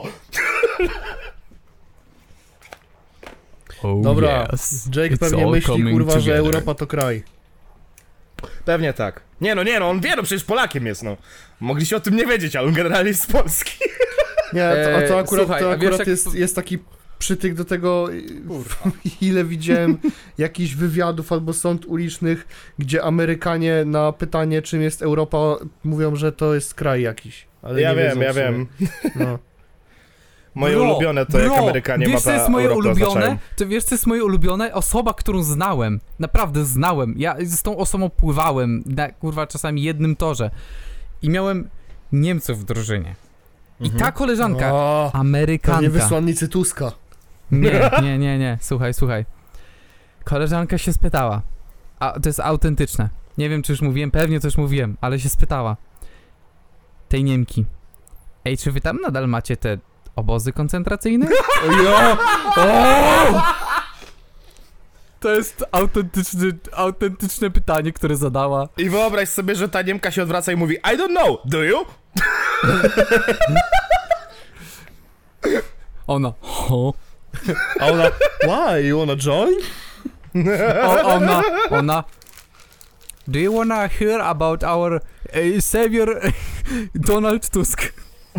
Oh, Dobra, yes. Jake It's pewnie all myśli, coming kurwa, że together. Europa to kraj. Pewnie tak. Nie no, nie no, on wie, no przecież Polakiem jest, no. Mogliście o tym nie wiedzieć, ale on generalnie jest z Polski. Nie, to, a to Eee, akurat, słuchaj, to a wiesz, akurat jak- jest, jest taki przytyk do tego, ile widziałem jakichś wywiadów albo sąd ulicznych, gdzie Amerykanie na pytanie, czym jest Europa, mówią, że to jest kraj jakiś. Ale Ja nie wiem, wiedzą ja w sumie. wiem. No. Moje Bro, ulubione to bro, jak Amerykanie wiesz, co mapę jest moje Europy ulubione? oznaczają. To wiesz, co jest moje ulubione? Osoba, którą znałem. Naprawdę znałem. Ja z tą osobą pływałem na, kurwa, czasami jednym torze. I miałem Niemców w drużynie. I Mhm. ta koleżanka, O, pewnie Amerykanka. wysłannicy Tuska. Nie, nie, nie, nie. Słuchaj, słuchaj. Koleżanka się spytała. A to jest autentyczne. Nie wiem, czy już mówiłem, pewnie to już mówiłem, ale się spytała. Tej Niemki. Ej, czy wy tam nadal macie te obozy koncentracyjne? Ojo! O! To jest autentyczny, autentyczne pytanie, które zadała. I wyobraź sobie, że ta Niemka się odwraca i mówi: I don't know, do you? Ona, ho. A ona, why, you wanna join? O, ona, ona. Do you wanna hear about our uh, savior Donald Tusk?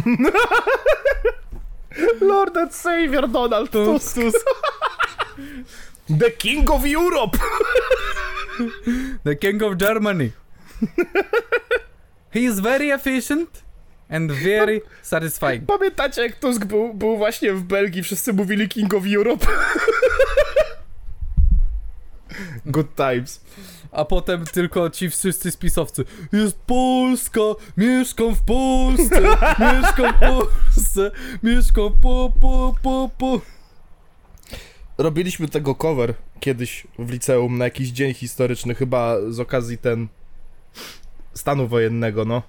Lord and Savior Donald Tusk. Tusk. The King of Europe. The King of Germany. He is very efficient and very satisfying. Pamiętacie, jak Tusk był, był właśnie w Belgii, wszyscy mówili King of Europe? Good times. A potem tylko ci wszyscy spisowcy. Jest Polska, mieszkam w Polsce, mieszkam w Polsce, mieszkam po, po, po, po. Robiliśmy tego cover kiedyś w liceum na jakiś dzień historyczny, chyba z okazji ten stanu wojennego, no.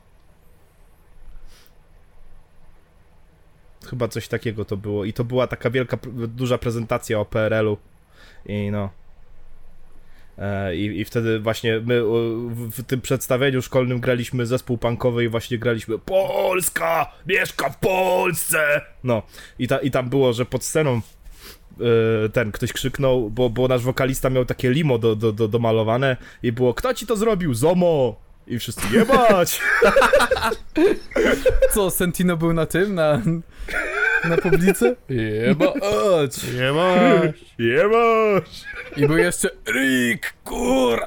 Chyba coś takiego to było i to była taka wielka, duża prezentacja o P R L-u i no. I, I wtedy właśnie my w, w tym przedstawieniu szkolnym graliśmy zespół punkowy i właśnie graliśmy Polska, mieszka w Polsce! No, i, ta, i tam było, że pod sceną yy, ten ktoś krzyknął, bo, bo nasz wokalista miał takie limo do, do, do, domalowane i było, kto ci to zrobił? Zomo! I wszyscy, jebać! Co, Sentino był na tym, na, na publicy? Jebać! Jebać! Jebać! I był jeszcze Rick, kur...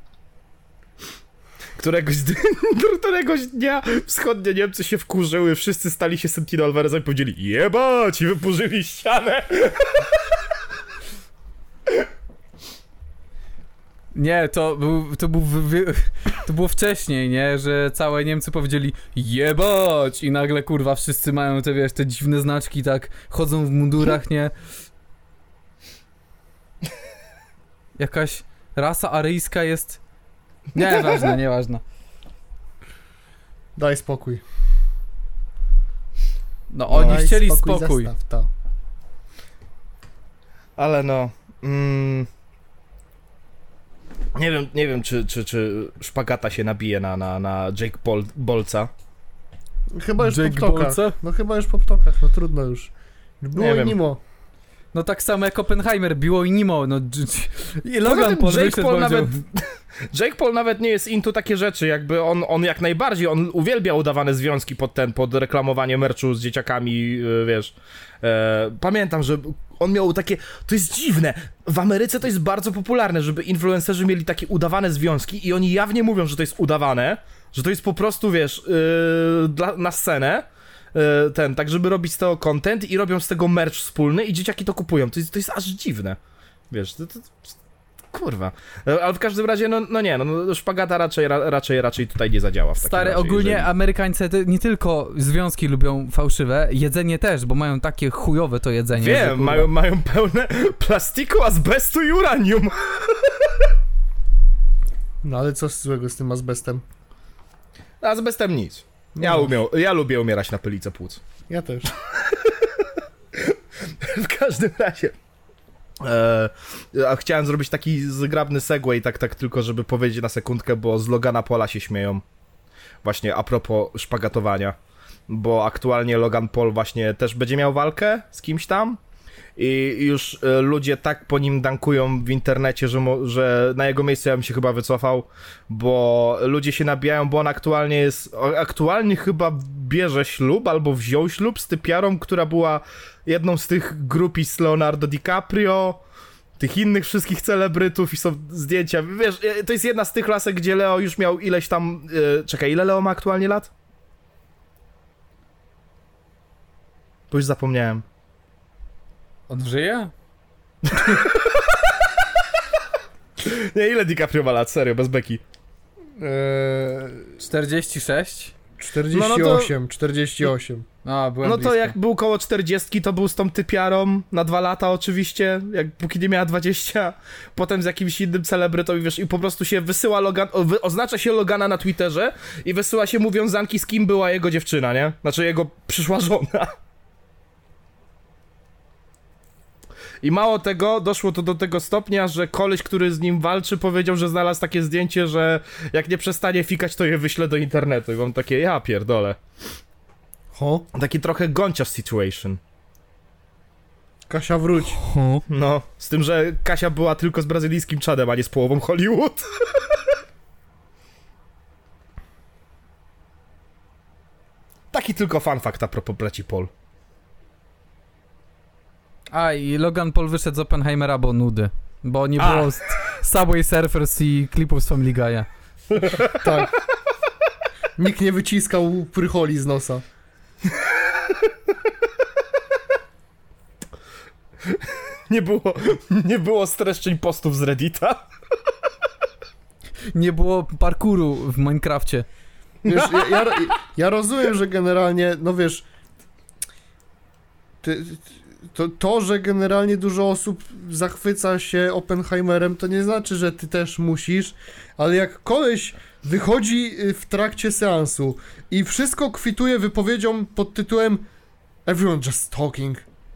Któregoś, któregoś dnia wschodnie Niemcy się wkurzyły, wszyscy stali się Sentino Alvarezem i powiedzieli jebać! I wyburzyli ścianę! Nie, to był, to był, to było wcześniej, nie, że całe Niemcy powiedzieli jebać i nagle, kurwa, wszyscy mają te, wiesz, te dziwne znaczki, tak, chodzą w mundurach, nie. Jakaś rasa aryjska jest... Nieważne, nieważne. Daj spokój. No, oni Daj chcieli spokój. spokój. Zastaw to. Ale no... Mm, nie wiem, nie wiem czy, czy, czy szpagata się nabije na, na, na Jake Paul, Bolca. Chyba już Jake po ptokach. Bolca? No chyba już po ptokach, no trudno już. Było Nie i wiem. mimo. No tak samo jak Oppenheimer, biło i Nimo, no... I Logan Paul Jake Paul nawet... powiedział... Jake Paul nawet nie jest into takie rzeczy, jakby on, on jak najbardziej, on uwielbia udawane związki pod ten, pod reklamowanie merchu z dzieciakami, wiesz. E, pamiętam, że on miał takie, to jest dziwne, w Ameryce to jest bardzo popularne, żeby influencerzy mieli takie udawane związki i oni jawnie mówią, że to jest udawane, że to jest po prostu, wiesz, yy, dla, na scenę, yy, ten, tak żeby robić z tego content i robią z tego merch wspólny i dzieciaki to kupują, to jest, to jest aż dziwne, wiesz, to, to, kurwa, ale w każdym razie, no, no nie, no, no szpagata raczej, ra, raczej, raczej tutaj nie zadziała w takim Stary, razie, ogólnie jeżeli... Amerykańcy te, nie tylko związki lubią fałszywe, jedzenie też, bo mają takie chujowe to jedzenie. Wiem, że, mają, mają pełne plastiku, azbestu i uranium. No ale co złego z tym azbestem? Azbestem nic. Ja, No. umiał, ja lubię umierać na pylicę płuc. Ja też. W każdym razie. E, a chciałem zrobić taki zgrabny segway, tak, tak tylko, żeby powiedzieć na sekundkę, bo z Logana Paula się śmieją. Właśnie a propos szpagatowania. Bo aktualnie Logan Paul właśnie też będzie miał walkę z kimś tam. I już e, ludzie tak po nim dankują w internecie, że, mo, że na jego miejscu ja bym się chyba wycofał, bo ludzie się nabijają, bo on aktualnie jest, aktualnie chyba bierze ślub, albo wziął ślub z typiarą, która była jedną z tych grupi z Leonardo DiCaprio, tych innych wszystkich celebrytów i są zdjęcia, wiesz, to jest jedna z tych lasek, gdzie Leo już miał ileś tam, e, czekaj, ile Leo ma aktualnie lat? Bo już zapomniałem. On żyje? Nie, ile DiCaprio ma lat? Serio, bez beki. Eee, czterdzieści sześć? czterdzieści osiem, czterdzieści osiem. A, byłem No to blisko. jak był koło czterdziestki, to był z tą typiarą na dwa lata oczywiście, jak póki nie miała dwadzieścia, potem z jakimś innym celebrytą i wiesz, i po prostu się wysyła Logan, o, wy, oznacza się Logana na Twitterze i wysyła się mu wiązanki, z kim była jego dziewczyna, nie? Znaczy jego przyszła żona. I mało tego, doszło to do tego stopnia, że koleś, który z nim walczy, powiedział, że znalazł takie zdjęcie, że jak nie przestanie fikać, to je wyślę do internetu. I mam takie, ja pierdolę. Ho? Taki trochę gąciarz situation. Kasia wróć. Ho. No, z tym, że Kasia była tylko z brazylijskim czadem, a nie z połową Hollywood. Taki tylko fun fact a propos braci Paul. A i Logan Paul wyszedł z Oppenheimera, bo nudy. Bo nie A. było s- Subway Surfers i klipów z Family Guy'a. Tak. Nikt nie wyciskał prycholi z nosa. Nie było, nie było streszczeń postów z Reddita. Nie było parkouru w Minecrafcie. Wiesz, ja, ja, ja rozumiem, że generalnie, no wiesz, ty, to, to, że generalnie dużo osób zachwyca się Oppenheimerem, to nie znaczy, że ty też musisz, ale jak koleś wychodzi w trakcie seansu i wszystko kwituje wypowiedzią pod tytułem Everyone just talking.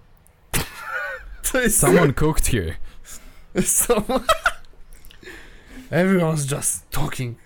To jest... Someone cooked here. Someone... Everyone's just talking.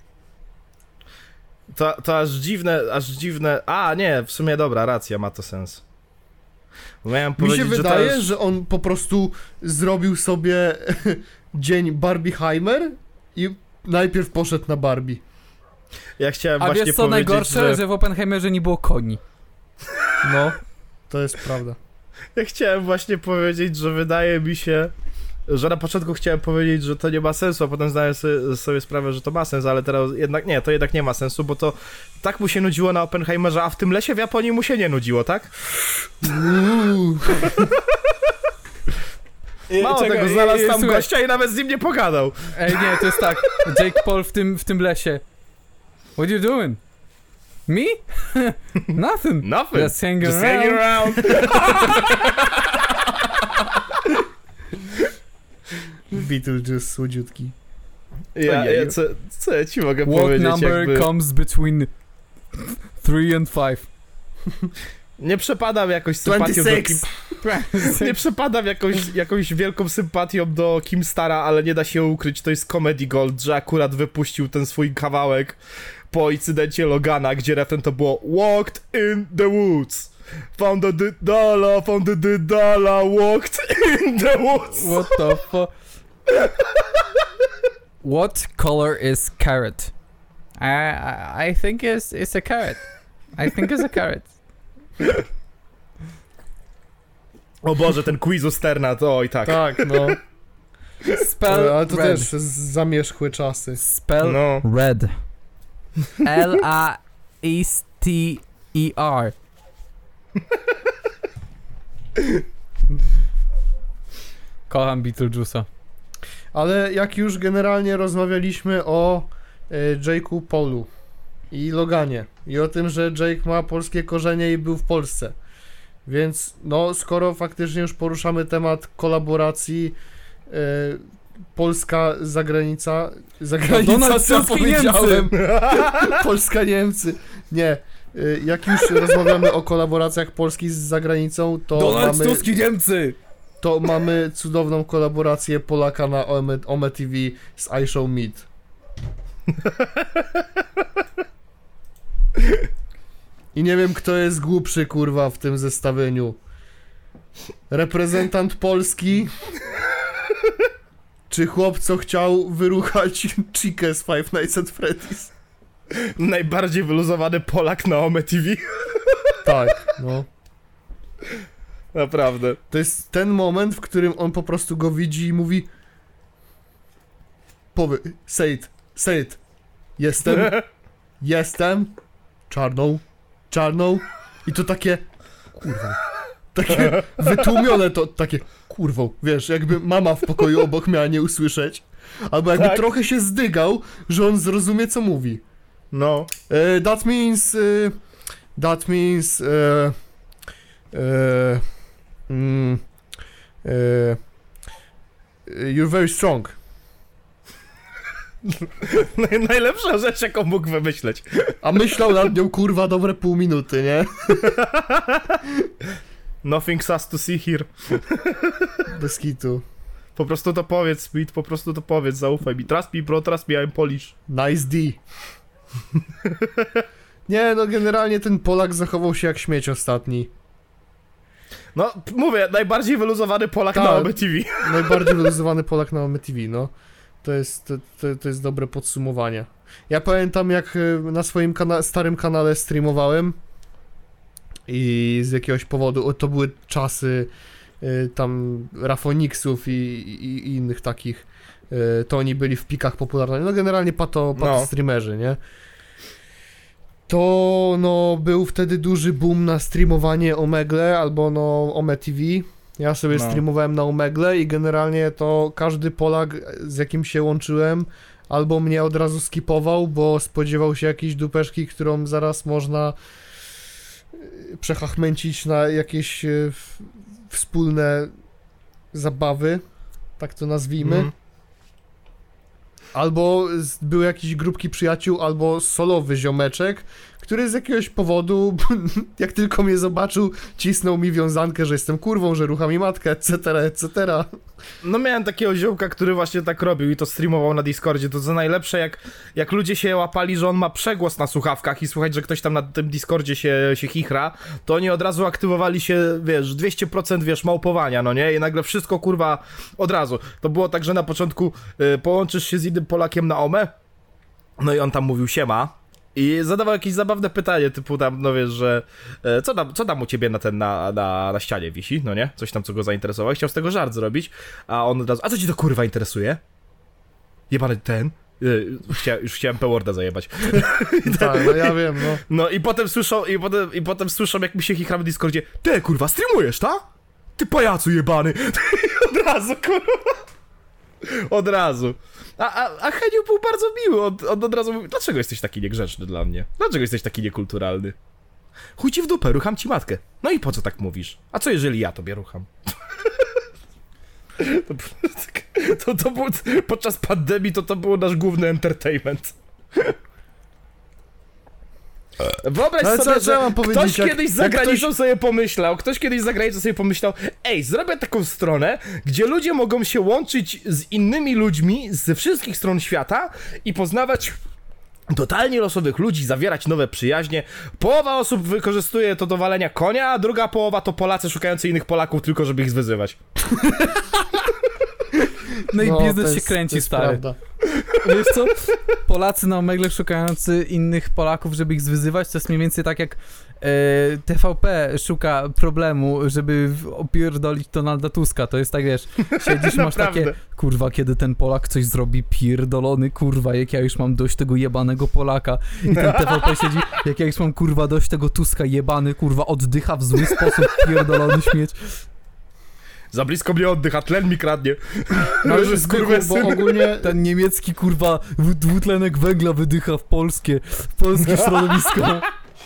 To, to aż dziwne, aż dziwne... A, nie, w sumie dobra, racja, ma to sens. Miałem Mi się powiedzieć, wydaje, że, to jest... że on po prostu zrobił sobie dzień Barbieheimer i najpierw poszedł na Barbie. Ja chciałem A właśnie wiesz co powiedzieć, najgorsze? że... Że w Oppenheimerze nie było koni. No, to jest prawda. Ja chciałem właśnie powiedzieć, że wydaje mi się, że na początku chciałem powiedzieć, że to nie ma sensu, a potem zdałem sobie, sobie sprawę, że to ma sens, ale teraz jednak nie, to jednak nie ma sensu, bo to tak mu się nudziło na Oppenheimerze, a w tym lesie w Japonii mu się nie nudziło, tak? Uuu. Mało Czekaj, tego, znalazł i- i- tam słuchaj. gościa i nawet z nim nie pogadał. Ej, nie, to jest tak. Jake Paul w tym, w tym lesie. What you doing? Me? Nothing. Nothing. Just hanging Just around. hanging around. Beetlejuice słodziutki. Ja, Ojeju. ja, co, co ja ci mogę What powiedzieć, number jakby... comes between three and five? Nie przepadam jakoś sympatią do Kim... Nie przepadam jakąś, jakąś wielką sympatią do Kim Stara, ale nie da się ukryć, to jest Comedy Gold, że akurat wypuścił ten swój kawałek po incydencie Logana, gdzie refren to było Walked in the woods. Found the d- dollar, found the d- dollar, walked in the woods. What the fuck? What color is carrot? I I, I think it's it's a carrot. I think it's a carrot. O Boże, ten quiz u Sterna, to oj tak. Tak, no. Spell Ale to red. też z- zamierzchłe czasy. Spell No. red. L A S T E R. Kocham Beetlejuice'a. Ale jak już generalnie rozmawialiśmy o y, Jake'u Paulu i Loganie i o tym, że Jake ma polskie korzenie i był w Polsce. Więc no, skoro faktycznie już poruszamy temat kolaboracji y, Polska zagranica, zagranica Donald co Tusk i powiedziałem? Polska-Niemcy. Nie. Y, jak już rozmawiamy o kolaboracjach Polski z zagranicą, to mamy... i Niemcy! To mamy cudowną kolaborację Polaka na Ome, Ome T V z iShow Meet. I nie wiem, kto jest głupszy, kurwa, w tym zestawieniu. Reprezentant Polski, czy chłop, co chciał wyruchać Chikę z Five Nights at Freddy's? Najbardziej wyluzowany Polak na Ome T V. Tak, no. Naprawdę. To jest ten moment, w którym on po prostu go widzi i mówi: Powie, say it, say it. Jestem, jestem czarną, czarną. I to takie, kurwa, takie wytłumione to, takie, kurwą, wiesz, jakby mama w pokoju obok miała nie usłyszeć. Albo jakby Tak. trochę się zdygał, że on zrozumie, co mówi. No. Uh, that means, uh, that means, uh, uh, mm, uh, you're very strong. Naj- Najlepsza rzecz, jaką mógł wymyśleć. A myślał nad nią, kurwa, dobre pół minuty, nie? Nothing sus to see here. Bez kitu. Po prostu to powiedz, Smith, po prostu to powiedz, zaufaj mi. Trust me, bro, trust me, I'm Polish. Nice D. Nie, no generalnie ten Polak zachował się jak śmieć ostatni. No, mówię, najbardziej wyluzowany Polak Ta, na O M T V. Najbardziej wyluzowany Polak na O M T V, no. To jest, to, to, to jest dobre podsumowanie. Ja pamiętam, jak na swoim kana- starym kanale streamowałem i z jakiegoś powodu, to były czasy y, tam Rafoniksów i, i, i innych takich, y, to oni byli w pikach popularności, no generalnie pato, pato No. streamerzy, nie? To no był wtedy duży boom na streamowanie Omegle albo no Ome T V. Ja sobie No. streamowałem na Omegle i generalnie to każdy Polak, z jakim się łączyłem, albo mnie od razu skipował, bo spodziewał się jakiejś dupeszki, którą zaraz można y, przechachmęcić na jakieś y, w, wspólne zabawy, tak to nazwijmy. Mm. Albo z, były jakieś grupki przyjaciół, albo solowy ziomeczek, który z jakiegoś powodu, jak tylko mnie zobaczył, cisnął mi wiązankę, że jestem kurwą, że rucha mi matkę, et cetera, et cetera. No miałem takiego ziomka, który właśnie tak robił i to streamował na Discordzie. To co najlepsze, jak, jak ludzie się łapali, że on ma przegłos na słuchawkach i słuchać, że ktoś tam na tym Discordzie się, się chichra, to oni od razu aktywowali się, wiesz, dwieście procent, wiesz, małpowania, no nie? I nagle wszystko, kurwa, od razu. To było tak, że na początku y, połączysz się z innym Polakiem na Omę, no i on tam mówił siema. I zadawał jakieś zabawne pytanie, typu tam, no wiesz, że e, co tam, co tam u ciebie na ten, na, na, na ścianie wisi, no nie? Coś tam, co go zainteresowało. Chciał z tego żart zrobić, a on od razu, a co ci to kurwa interesuje? Jebany ten? E, chcia, już chciałem P-Worda zajebać. Tak, no ja wiem, no. No i potem słyszą, i potem, i potem słyszą, jak mi się chichram w Discordzie, ty kurwa, streamujesz, ta? Ty pajacu jebany. Od razu, kurwa. Od razu. A, a, a Heniu był bardzo miły, on, on od razu mówił, dlaczego jesteś taki niegrzeczny dla mnie? Dlaczego jesteś taki niekulturalny? Chuj ci w dupę, rucham ci matkę. No i po co tak mówisz? A co jeżeli ja tobie rucham? to, to, to było, podczas pandemii to to było nasz główny entertainment. Wyobraź Ale sobie, co, co ja mam że powiedzieć, ktoś jak- kiedyś za jak granicą ktoś- sobie pomyślał, ktoś kiedyś za granicą sobie pomyślał, ej, zrobię taką stronę, gdzie ludzie mogą się łączyć z innymi ludźmi ze wszystkich stron świata i poznawać totalnie losowych ludzi, zawierać nowe przyjaźnie. Połowa osób wykorzystuje to do walenia konia, a druga połowa to Polacy szukający innych Polaków tylko, żeby ich zwyzywać. No i No, to biznes się jest- kręci, to jest stary. prawda. Wiesz co? Polacy na Omegle szukający innych Polaków, żeby ich zwyzywać, to jest mniej więcej tak jak e, T V P szuka problemu, żeby w- opierdolić Donalda Tuska. To jest tak, wiesz, siedzisz, masz takie, Naprawdę. kurwa, kiedy ten Polak coś zrobi, pierdolony, kurwa, jak ja już mam dość tego jebanego Polaka. I ten T V P siedzi, jak ja już mam, kurwa, dość tego Tuska, jebany, kurwa, oddycha w zły sposób, pierdolony śmieć. Za blisko mnie oddycha, tlen mi kradnie. No ale Że Zbychu, skurwysyn. bo ogólnie Ten niemiecki, kurwa, dwu- dwutlenek węgla wydycha w polskie, w polskie środowisko.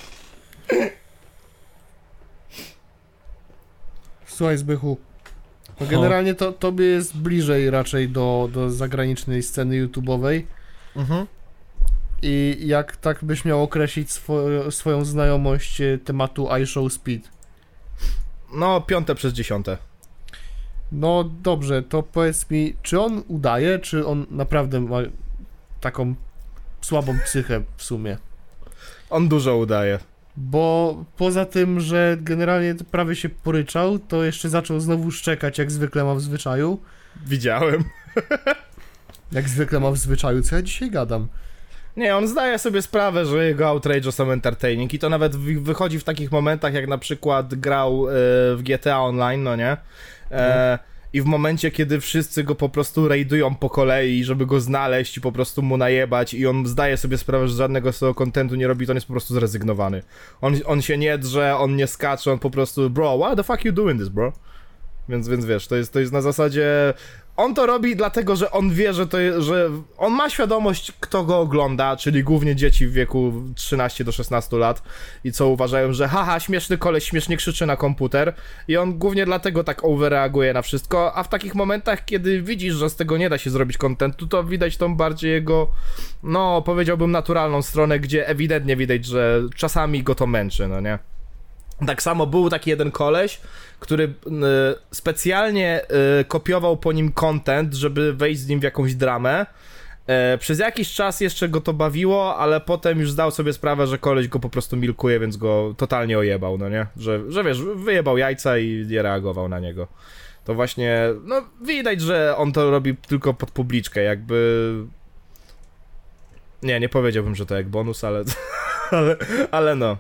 Słuchaj, Zbychu, no generalnie to tobie jest bliżej raczej do, do zagranicznej sceny YouTube'owej Mhm. i jak tak byś miał określić swo- swoją znajomość e, tematu iShow Speed? No, piąte przez dziesiąte. No dobrze, to powiedz mi, czy on udaje, czy on naprawdę ma taką słabą psychę w sumie? On dużo udaje. Bo poza tym, że generalnie prawie się poryczał, to jeszcze zaczął znowu szczekać, jak zwykle ma w zwyczaju. Widziałem. Jak zwykle ma w zwyczaju, co ja dzisiaj gadam? Nie, on zdaje sobie sprawę, że jego outrage są entertaining i to nawet wy- wychodzi w takich momentach, jak na przykład grał e, w G T A Online, no nie? E, I w momencie, kiedy wszyscy go po prostu rajdują po kolei, żeby go znaleźć i po prostu mu najebać i on zdaje sobie sprawę, że żadnego z tego kontentu nie robi, to on jest po prostu zrezygnowany. On, on się nie drze, on nie skacze, on po prostu, bro, what the fuck you doing this, bro? Więc, więc wiesz, to jest, to jest na zasadzie... On to robi dlatego, że on wie, że to jest, że on ma świadomość, kto go ogląda, czyli głównie dzieci w wieku trzynaście do szesnastu lat i co uważają, że haha, śmieszny koleś śmiesznie krzyczy na komputer i on głównie dlatego tak overreaguje na wszystko, a w takich momentach, kiedy widzisz, że z tego nie da się zrobić kontentu, to widać tą bardziej jego, no, powiedziałbym naturalną stronę, gdzie ewidentnie widać, że czasami go to męczy, no nie? Tak samo był taki jeden koleś, który y, specjalnie y, kopiował po nim content, żeby wejść z nim w jakąś dramę, E, przez jakiś czas jeszcze go to bawiło, ale potem już zdał sobie sprawę, że koleś go po prostu milkuje, więc go totalnie ojebał, no nie? Że, że wiesz, wyjebał jajca i nie reagował na niego. To właśnie, no widać, że on to robi tylko pod publiczkę, jakby... Nie, nie powiedziałbym, że to jak bonus, ale... ale, ale no.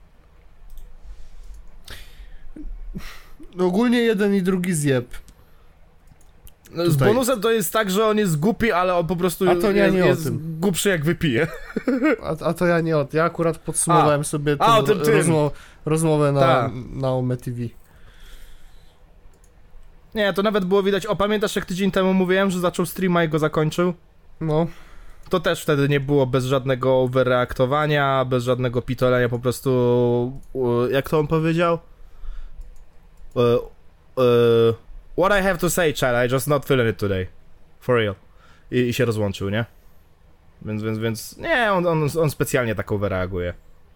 Ogólnie jeden i drugi zjeb. No, z Tutaj. bonusem to jest tak, że on jest głupi, ale on po prostu A to nie, jest, nie o jest tym. głupszy jak wypije. A, a to ja nie od. Ja akurat podsumowałem A. sobie A, o tę tym, tym. rozmo- rozmowę na, Ta. na Ome T V. Nie, to nawet było widać. O, pamiętasz jak tydzień temu mówiłem, że zaczął streama i go zakończył? No. To też wtedy nie było bez żadnego overreaktowania, bez żadnego pitolenia, po prostu... u, Jak to on powiedział? Uh, uh, what I have to say, child, I just not feeling it today. For real. I, i się rozłączył, nie? Więc, więc, więc... Nie, on, on, on specjalnie tak overreaguje.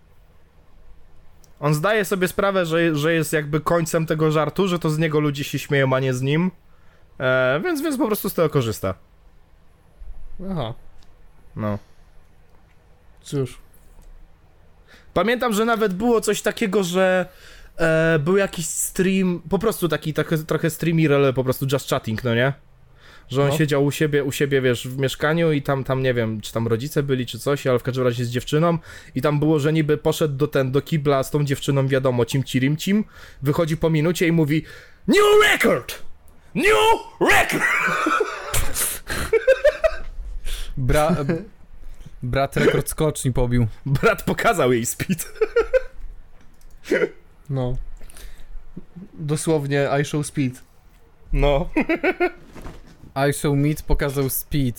On zdaje sobie sprawę, że, że jest jakby końcem tego żartu, że to z niego ludzie się śmieją, a nie z nim. E, więc, więc po prostu z tego korzysta. Aha. No. Cóż. Pamiętam, że nawet było coś takiego, że e, był jakiś stream, po prostu taki trochę, trochę streamer, ale po prostu just chatting, no nie? Że on No. siedział u siebie, u siebie, wiesz, w mieszkaniu i tam, tam nie wiem, czy tam rodzice byli, czy coś, ale w każdym razie z dziewczyną i tam było, że niby poszedł do ten, do kibla z tą dziewczyną, wiadomo, cimci rimcim, wychodzi po minucie i mówi New record! New record! Bra... Brat rekord skoczni pobił. Brat pokazał jej speed. No. Dosłownie I show speed. No. I show meat pokazał speed.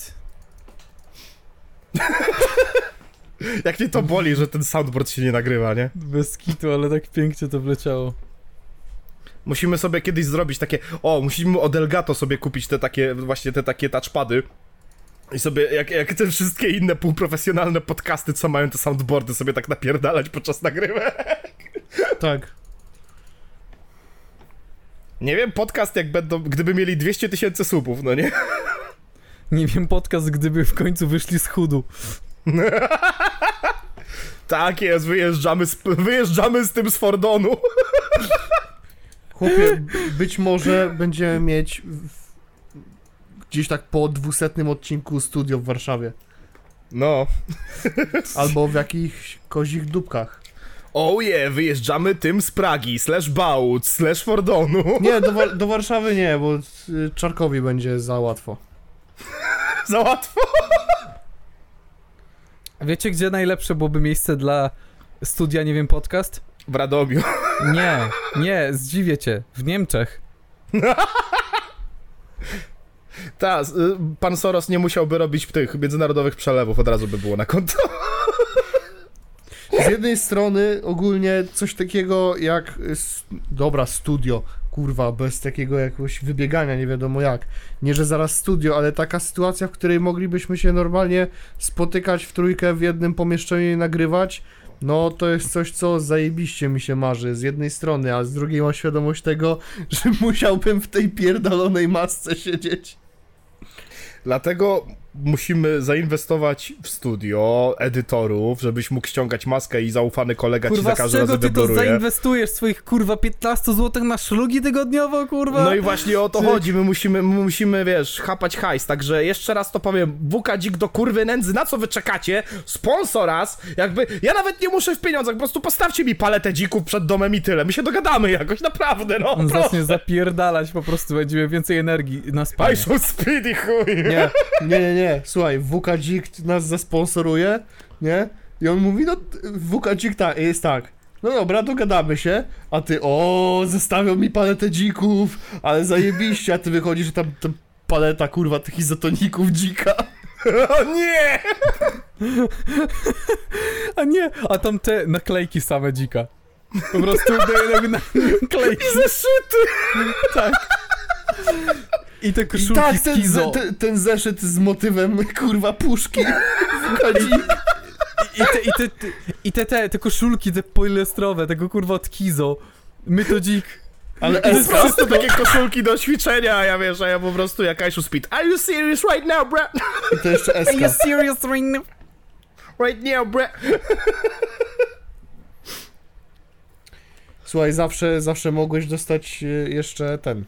Jak mnie to boli, że ten soundboard się nie nagrywa, nie? Bez kitu, ale tak pięknie to wleciało. Musimy sobie kiedyś zrobić takie, o, musimy od Elgato sobie kupić te takie, właśnie te takie touchpady i sobie, jak, jak te wszystkie inne półprofesjonalne podcasty, co mają te soundboardy, sobie tak napierdalać podczas nagrywek. Tak. Nie wiem, podcast jak będą, gdyby mieli dwieście tysięcy subów, no nie? Nie wiem, podcast, gdyby w końcu wyszli z chudu. Tak jest, wyjeżdżamy z, wyjeżdżamy z tym z Fordonu. Chłopie, być może będziemy mieć w, gdzieś tak po dwusetnym odcinku studio w Warszawie. No. Albo w jakichś kozich dupkach. Oh yeah, wyjeżdżamy tym z Pragi, slash Bałut, slash Fordonu. Nie, do, Wa- do Warszawy nie, bo y, Czarkowi będzie za łatwo. Za łatwo. A wiecie, gdzie najlepsze byłoby miejsce dla studia, nie wiem, podcast? W Radomiu. Nie, nie, zdziwię cię. W Niemczech. Ta, y, pan Soros nie musiałby robić tych międzynarodowych przelewów, od razu by było na konto. Z jednej strony ogólnie coś takiego jak, s- dobra, studio, kurwa, bez takiego jakiegoś wybiegania, nie wiadomo jak. Nie, że zaraz studio, ale taka sytuacja, w której moglibyśmy się normalnie spotykać w trójkę w jednym pomieszczeniu i nagrywać, no to jest coś, co zajebiście mi się marzy z jednej strony, a z drugiej mam świadomość tego, że musiałbym w tej pierdolonej masce siedzieć. Dlatego musimy zainwestować w studio, edytorów, żebyś mógł ściągać maskę i zaufany kolega Kurwa, ci za z każdym czego razem ty to wybluruje. zainwestujesz? Swoich, kurwa, piętnaście złotych na szlugi tygodniowo, kurwa? No i właśnie o to Ty- chodzi, my musimy, my musimy, wiesz, chapać hajs, także jeszcze raz to powiem, W K Dzik do kurwy nędzy, na co wy czekacie? Sponsor raz, jakby, ja nawet nie muszę w pieniądzach, po prostu postawcie mi paletę dzików przed domem i tyle, my się dogadamy jakoś, naprawdę, no, On proszę. zacznie zapierdalać, po prostu będzie miał więcej energii na spanie. I show speedy, chuj. Nie, nie, nie, nie, słuchaj, W K Dzik nas zasponsoruje, nie? I on mówi, no W K Dzik tak, jest tak. No dobra, dogadamy się, a ty, o, zostawią mi paletę dzików, ale zajebiście, a ty wychodzisz, że tam, tam paleta, kurwa, tych izotoników dzika. O nie! A nie, a tam te naklejki same dzika. Po prostu na, na, naklejki. I zeszyty! Tak. I te I koszulki tak, z ten, Kizo. ze- ten, ten zeszyt z motywem, kurwa, puszki. W K Dzik. I te, i te, i te, te, te koszulki, te poliestrowe, tego kurwa od Kizo. My to dzik. Ale to jest po prostu takie koszulki do ćwiczenia, a ja wiesz, a ja po prostu jak I should speed. Are you serious right now, bro? I to jeszcze Are you eska. serious right now? Right now, bro? Słuchaj, zawsze, zawsze mogłeś dostać e, jeszcze ten...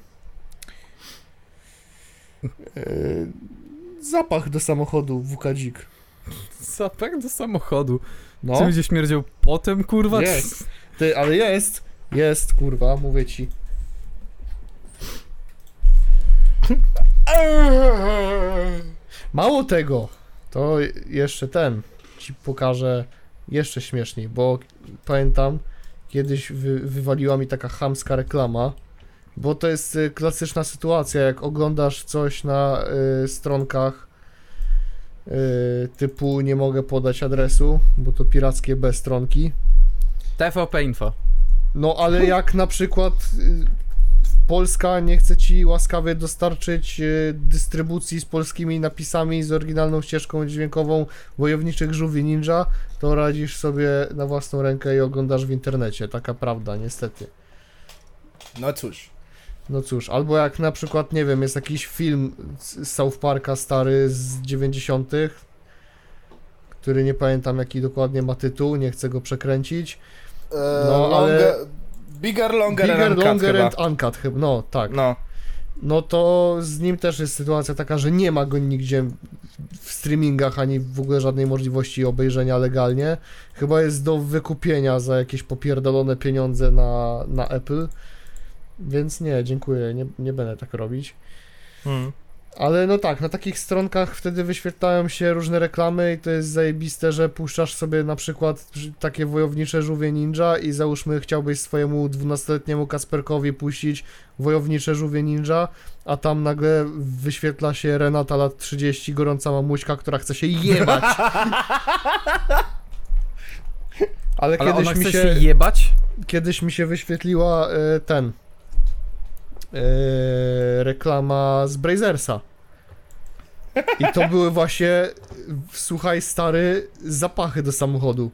E, zapach do samochodu w Kadzik. Zapach do samochodu. No, Co będzie śmierdział potem, kurwa? jest. Ty, ale jest. Jest, kurwa, mówię ci. Mało tego, to jeszcze ten ci pokażę jeszcze śmieszniej, bo pamiętam, kiedyś wy, wywaliła mi taka chamska reklama, bo to jest y, klasyczna sytuacja, jak oglądasz coś na y, stronkach y, typu nie mogę podać adresu, bo to pirackie B stronki. T V P Info. No ale jak na przykład y, Polska nie chce ci łaskawie dostarczyć y, dystrybucji z polskimi napisami, z oryginalną ścieżką dźwiękową Wojowniczych Żółwi Ninja, to radzisz sobie na własną rękę i oglądasz w internecie. Taka prawda, niestety. No cóż. No cóż, albo jak na przykład, nie wiem, jest jakiś film z South Parka stary z dziewięćdziesiątych, który nie pamiętam jaki dokładnie ma tytuł, nie chcę go przekręcić. No, ale... Bigger, longer, Bigger, and uncut Longer chyba. and Uncut chyba, no tak. No. No to z nim też jest sytuacja taka, że nie ma go nigdzie w streamingach, ani w ogóle żadnej możliwości obejrzenia legalnie. Chyba jest do wykupienia za jakieś popierdolone pieniądze na, na Apple. Więc nie, dziękuję, nie, nie będę tak robić. Hmm. Ale no tak, na takich stronkach wtedy wyświetlają się różne reklamy i to jest zajebiste, że puszczasz sobie na przykład takie Wojownicze Żółwie Ninja i załóżmy chciałbyś swojemu dwunastoletniemu Kasperkowi puścić Wojownicze Żółwie Ninja, a tam nagle wyświetla się Renata lat trzydzieści, gorąca mamuśka, która chce się jebać. Ale, Ale kiedyś ona mi chce się, się jebać? kiedyś mi się wyświetliła y, ten y, reklama z Brazersa. I to były właśnie, słuchaj stary, zapachy do samochodu.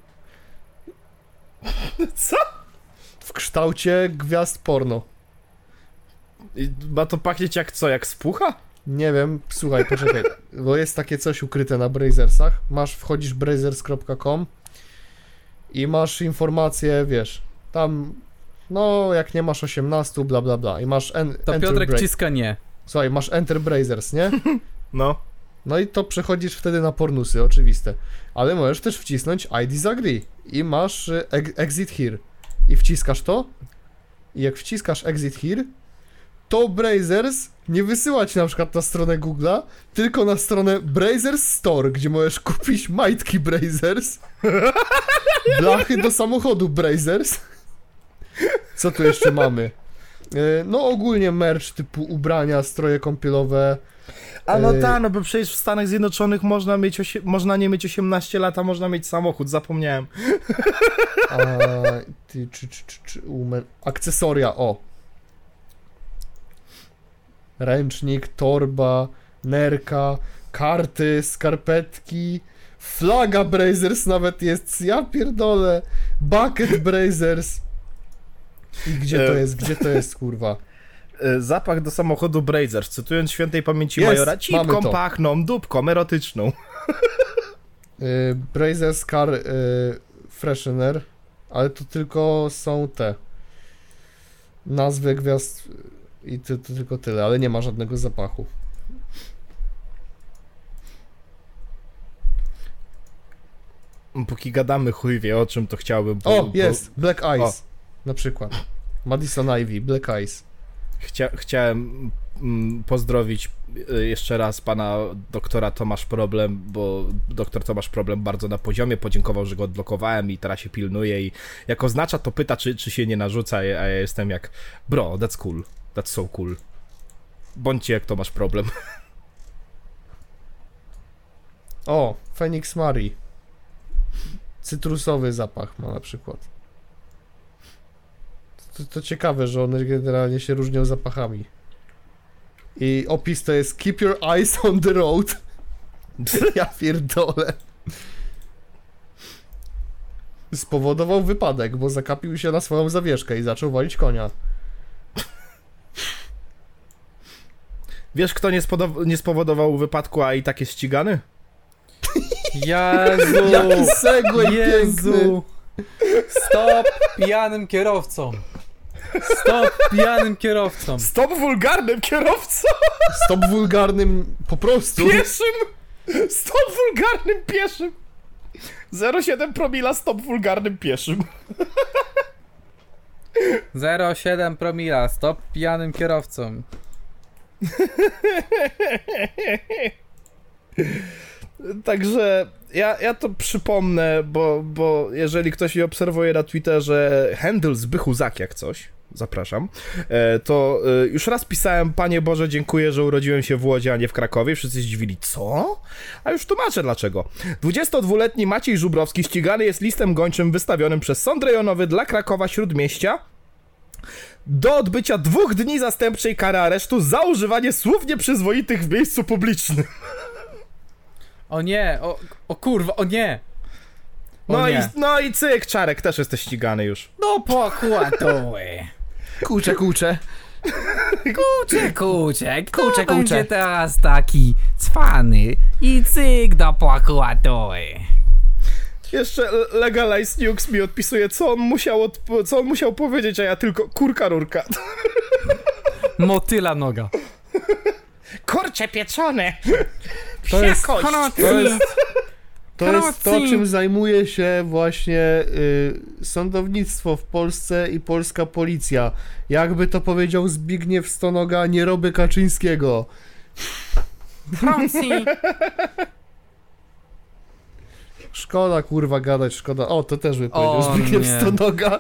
Co? W kształcie gwiazd porno. I ma to pachnieć jak co, jak spucha? Nie wiem, słuchaj, poczekaj, bo jest takie coś ukryte na Brazersach. Masz, wchodzisz brazers kropka com i masz informacje, wiesz, tam, no jak nie masz osiemnastu, bla bla bla i masz en, To enter Piotrek Bra- wciska nie. Słuchaj, masz Enter Brazers, nie? No. No i to przechodzisz wtedy na pornusy, oczywiste. Ale możesz też wcisnąć I disagree i masz y, ex- exit here. I wciskasz to i jak wciskasz exit here, to Brazers nie wysyła ci na przykład na stronę Google'a, tylko na stronę Brazers Store, gdzie możesz kupić majtki Brazers, blachy do samochodu Brazers. Co tu jeszcze mamy? Y, No ogólnie merch typu ubrania, stroje kąpielowe. A no Yy. tak, no bo przecież w Stanach Zjednoczonych można mieć osie- można nie mieć osiemnaście lat, a można mieć samochód, zapomniałem. A, ty, czy, czy, czy, czy, ume... Akcesoria, o. Ręcznik, torba, nerka, karty, skarpetki, flaga Brazers nawet jest, ja pierdolę, bucket Brazers. I gdzie to E. jest, gdzie to jest, kurwa? E, Zapach do samochodu Brazers, cytując świętej pamięci Jest, Majora, mamy cipką to. pachną, dupką erotyczną. Y, Brazers Car y, Freshener, ale to tylko są te nazwy gwiazd i to, to tylko tyle, ale nie ma żadnego zapachu. Póki gadamy, chuj wie o czym, to chciałbym... O, bo- jest! Black Eyes, O. na przykład. Madison Ivy, Black Eyes. Chcia, chciałem mm, pozdrowić y, jeszcze raz pana doktora Tomasz Problem, bo doktor Tomasz Problem bardzo na poziomie podziękował, że go odblokowałem i teraz się pilnuje i jak oznacza, to pyta, czy, czy się nie narzuca, a ja jestem jak bro, that's cool, that's so cool. Bądźcie jak Tomasz Problem. O, Phoenix Marie. Cytrusowy zapach ma na przykład. To, to ciekawe, że one generalnie się różnią zapachami. I opis to jest Keep your eyes on the road. Ja pierdolę. Spowodował wypadek, bo zakapił się na swoją zawieszkę i zaczął walić konia. Wiesz, kto nie, spodow- nie spowodował wypadku, a i tak jest ścigany? Jezu! Jaki segway Jezu! Stop pijanym kierowcą! Stop pijanym kierowcą! Stop wulgarnym kierowcą! Stop wulgarnym po prostu. Pieszym! Stop wulgarnym pieszym! zero przecinek siedem promila stop wulgarnym pieszym. zero przecinek siedem promila, stop pijanym kierowcą. Także ja, ja to przypomnę, bo, bo jeżeli ktoś mnie obserwuje na Twitterze, handle Zbychu Zak jak coś, zapraszam, to już raz pisałem: Panie Boże, dziękuję, że urodziłem się w Łodzi, a nie w Krakowie. Wszyscy zdziwili, co? A już tłumaczę dlaczego. dwudziestodwuletni Maciej Żubrowski ścigany jest listem gończym wystawionym przez Sąd Rejonowy dla Krakowa Śródmieścia do odbycia dwóch dni zastępczej kary aresztu za używanie słów nieprzyzwoitych w miejscu publicznym. O nie, o, o kurwa, o nie! O No, nie. i, no i cyk, Czarek, też jesteś ścigany już. No pokłatuj! Kucze, kucze. Kucze, kucze, kto Kucze, kucze. będzie teraz taki cwany i cyk do pokłatuj. Jeszcze Legalize Nukes mi odpisuje, co on musiał, odp- co on musiał powiedzieć, a ja tylko kurka rurka. Motyla noga. Kurcze pieczone! To jest, Psia kość. to jest, to jest to, Krocy. czym zajmuje się właśnie y, sądownictwo w Polsce i polska policja. Jakby to powiedział Zbigniew Stonoga, nie robię Kaczyńskiego. Francji. Szkoda, kurwa, gadać, szkoda. O, to też by powiedział O, Zbigniew nie. Stonoga.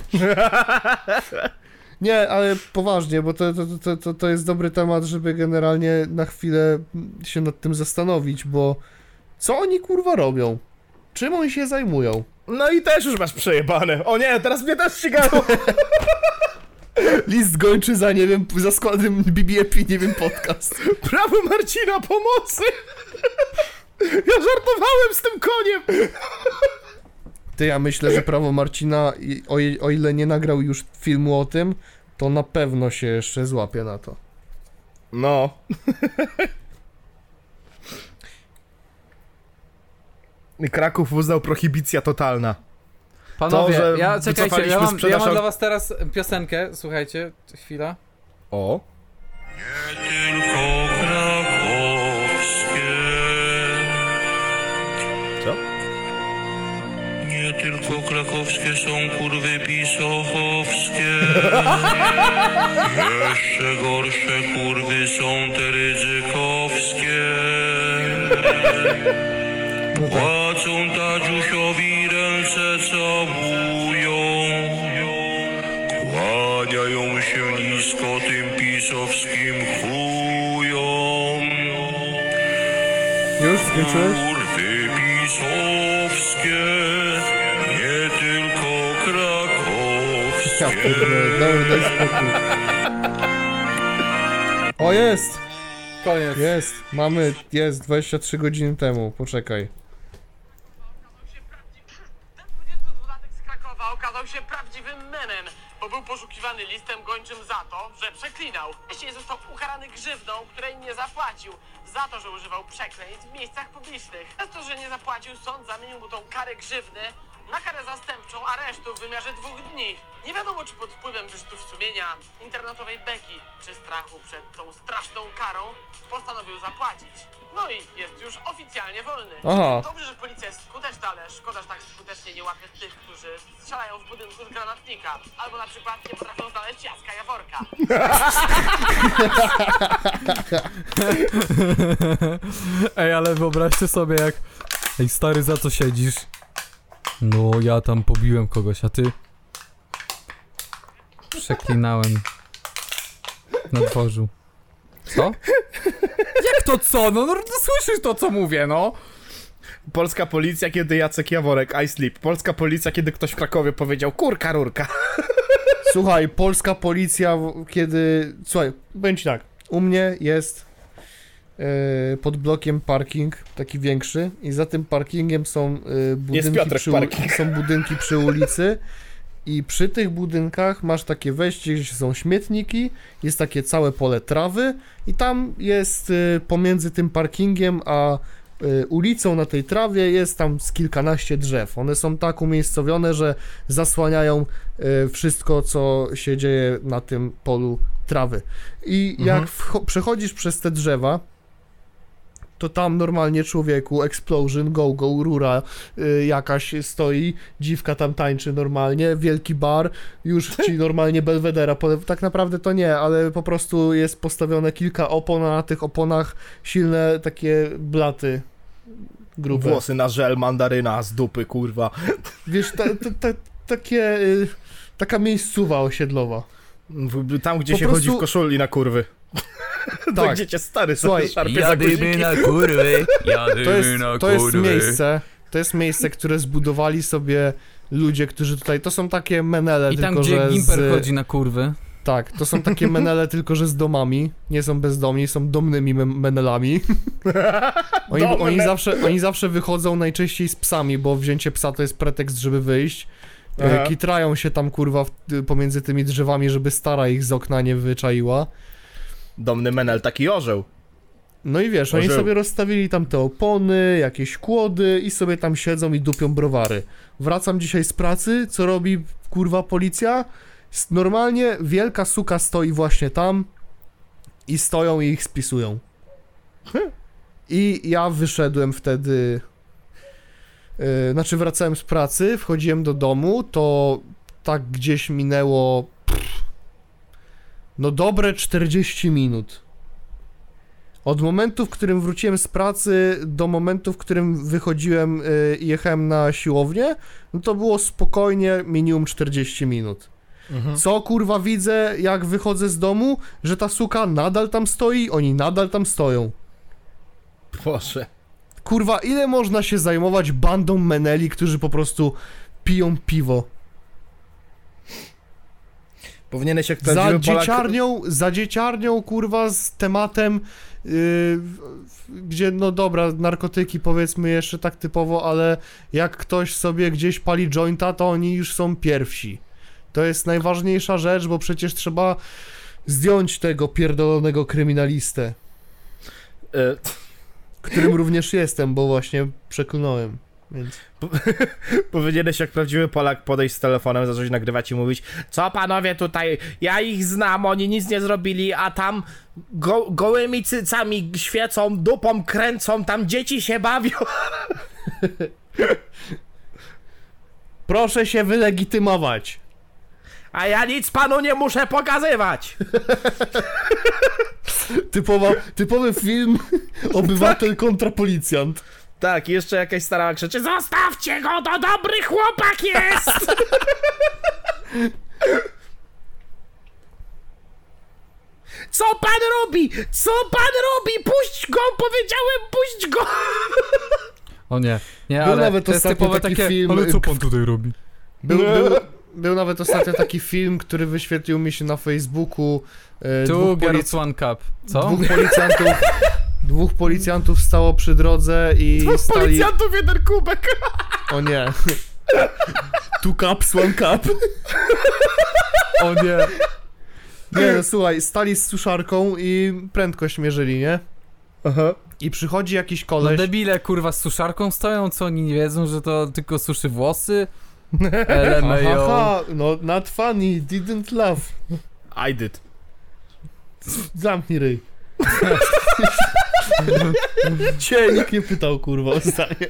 Nie, ale poważnie, bo to, to, to, to, to jest dobry temat, żeby generalnie na chwilę się nad tym zastanowić, bo co oni, kurwa, robią? Czym oni się zajmują? No i też już masz przejebane. O nie, teraz mnie też ścigają. List gończy za, nie wiem, za składem B B E P, nie wiem, podcast. Prawo Marcina, pomocy! Ja żartowałem z tym koniem! Ty, ja myślę, że prawo Marcina, i- o, i- o ile nie nagrał już filmu o tym, to na pewno się jeszcze złapie na to. No. I Kraków uznał prohibicja totalna. Panowie, To, że ja czekajcie, wycofaliśmy ja mam, sprzedaż ja mam al- dla was teraz piosenkę, słuchajcie, chwila. O. Tylko krakowskie, Co? nie tylko krakowskie są kurwy pisowskie. Jeszcze gorsze kurwy są te rydzykowskie. Płacą Tadziusiowi, ręce całują, kłaniają się nisko tym pisowskim chujom. Już skończyłeś? Kurwy pisowskie, nie tylko krakowskie. Ja pierdolę, dobra, daj spokój. O, jest! Koniec. Jest, mamy, jest, dwadzieścia trzy godziny temu, poczekaj. Ten dwudziestodwulatek z Krakowa okazał się prawdziwym menem, bo był poszukiwany listem gończym za to, że przeklinał. Wcześniej został ukarany grzywną, której nie zapłacił, za to, że używał przekleństw w miejscach publicznych. Przez to, że nie zapłacił, sąd zamienił mu tą karę grzywny na karę zastępczą aresztu w wymiarze dwóch dni. Nie wiadomo, czy pod wpływem wyrzutów sumienia, internetowej beki, czy strachu przed tą straszną karą postanowił zapłacić. No i jest już oficjalnie wolny. Aha. Dobrze, że policja jest skuteczna, ale szkoda, że tak skutecznie nie łapie tych, którzy strzelają w budynku z granatnika. Albo na przykład nie potrafią znaleźć Jacka Jaworka. Ej, ale wyobraźcie sobie jak... Ej, stary, za co siedzisz? No, ja tam pobiłem kogoś, a ty? Przeklinałem. Na dworzu. Co? Jak to co? No, no słyszysz to, co mówię, no? Polska policja, kiedy Jacek Jaworek, I sleep. Polska policja, kiedy ktoś w Krakowie powiedział kurka rurka. Słuchaj, polska policja, w- kiedy... Słuchaj, będzie tak, u mnie jest e, pod blokiem parking, taki większy, i za tym parkingiem są e, budynki, Piotrek przy, parking. są budynki przy ulicy I przy tych budynkach masz takie wejście, gdzie są śmietniki, jest takie całe pole trawy i tam jest y, pomiędzy tym parkingiem a y, ulicą na tej trawie jest tam z kilkanaście drzew. One są tak umiejscowione, że zasłaniają y, wszystko, co się dzieje na tym polu trawy. I Mhm. jak wcho- przechodzisz przez te drzewa, to tam normalnie człowieku, explosion, go, go, rura y, jakaś stoi, dziwka tam tańczy normalnie, wielki bar, już ci normalnie belwedera, pole- tak naprawdę to nie, ale po prostu jest postawione kilka opon, a na tych oponach silne takie blaty grube. Włosy na żel mandaryna z dupy, kurwa. Wiesz, ta, ta, ta, takie, y, taka miejscowa osiedlowa. W- Tam, gdzie Po się prostu- chodzi w koszuli na kurwy. Tak. Tak. Gdzie cię stary Słuchaj, sobie szarpie za guziki. na kurwy, jadymy To jest, na to jest kurwy. miejsce, to jest miejsce, które zbudowali sobie ludzie, którzy tutaj, to są takie menele, I tam, tylko gdzie że Gimper z, chodzi na kurwy. tak, to są takie menele, tylko że z domami, nie są bezdomni, są domnymi me- menelami. Oni, Domne. oni, zawsze, oni zawsze wychodzą najczęściej z psami, bo wzięcie psa to jest pretekst, żeby wyjść. Aha. E, Kitrają się tam, kurwa, w, pomiędzy tymi drzewami, żeby stara ich z okna nie wyczaiła. Domny menel, taki orzeł. No i wiesz, oni Orzeł. sobie rozstawili tam te opony, jakieś kłody i sobie tam siedzą i dupią browary. Wracam dzisiaj z pracy, co robi kurwa policja? S- Normalnie wielka suka stoi właśnie tam i stoją i ich spisują. I ja wyszedłem wtedy, yy, znaczy wracałem z pracy, wchodziłem do domu, to tak gdzieś minęło pff, no dobre czterdzieści minut. Od momentu, w którym wróciłem z pracy, do momentu, w którym wychodziłem y, i jechałem na siłownię, no to było spokojnie minimum czterdzieści minut. Co kurwa widzę, jak wychodzę z domu, że ta suka nadal tam stoi, oni nadal tam stoją. Boże. Kurwa, ile można się zajmować bandą meneli, którzy po prostu piją piwo? Powinieneś jak Za prawdziwy Polak... dzieciarnią, za dzieciarnią, kurwa, z tematem, yy, w- w- gdzie, no dobra, narkotyki powiedzmy jeszcze tak typowo, ale jak ktoś sobie gdzieś pali jointa, to oni już są pierwsi. To jest najważniejsza rzecz, bo przecież trzeba zdjąć tego pierdolonego kryminalistę, E, którym również jestem, bo właśnie przeklnąłem, więc... Powinieneś jak prawdziwy Polak podejść z telefonem, zacząć nagrywać i mówić: co panowie tutaj, ja ich znam, oni nic nie zrobili, a tam go, gołymi cycami świecą, dupą kręcą, tam dzieci się bawią. Proszę się wylegitymować. A ja nic panu nie muszę pokazywać. Typowa, typowy film obywatel kontra policjant. Tak, i jeszcze jakaś stara krzyczy: zostawcie go, to dobry chłopak jest. Co pan robi? Co pan robi? Puść go, powiedziałem, puść go. O nie, nie, Był ale nawet to jest ostatnio typowe taki takie, film, ale co y, pan tutaj robi? Był, był, był nawet ostatnio taki film, który wyświetlił mi się na Facebooku. E, Tu dwóch, polic- Girls One Cup, co? dwóch policjantów dwóch policjantów stało przy drodze i stali... Policjantów, jeden kubek. O nie. Two cups, one cup. O nie. Nie no, słuchaj, stali z suszarką i prędkość mierzyli, nie? Aha. I przychodzi jakiś No koleś... debile kurwa z suszarką stoją, co oni nie wiedzą, że to tylko suszy włosy? L M A O. Aha, no not funny, didn't laugh. I did. Zamknij ryj. Cię nikt nie pytał, kurwa, o zdanie.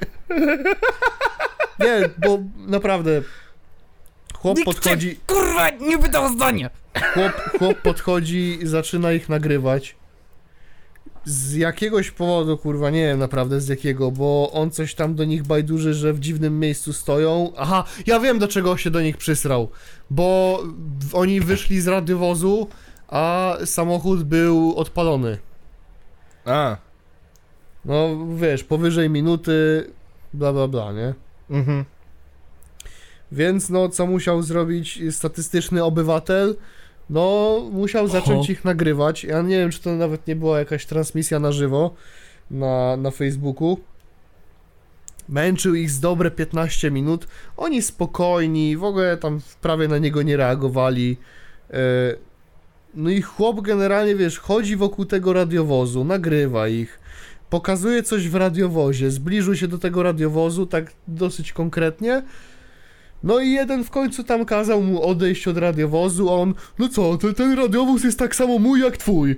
Nie, bo naprawdę chłop podchodzi, Kurwa, nie pytał o zdanie! chłop, chłop podchodzi i zaczyna ich nagrywać. Z jakiegoś powodu, kurwa, nie wiem naprawdę z jakiego, bo on coś tam do nich bajduży, że w dziwnym miejscu stoją. Aha, ja wiem do czego się do nich przysrał, bo oni wyszli z radiowozu, a samochód był odpalony. A. No wiesz, powyżej minuty, bla bla bla, nie? Mhm. Więc no, co musiał zrobić statystyczny obywatel? No, musiał zacząć ich nagrywać. Ja nie wiem, czy to nawet nie była jakaś transmisja na żywo na, na Facebooku. Męczył ich z dobre piętnaście minut, oni spokojni, w ogóle tam prawie na niego nie reagowali. E, no i chłop generalnie, wiesz, chodzi wokół tego radiowozu, nagrywa ich, pokazuje coś w radiowozie, zbliżył się do tego radiowozu tak dosyć konkretnie. No i jeden w końcu tam kazał mu odejść od radiowozu, a on, no co, ten, ten radiowóz jest tak samo mój jak twój.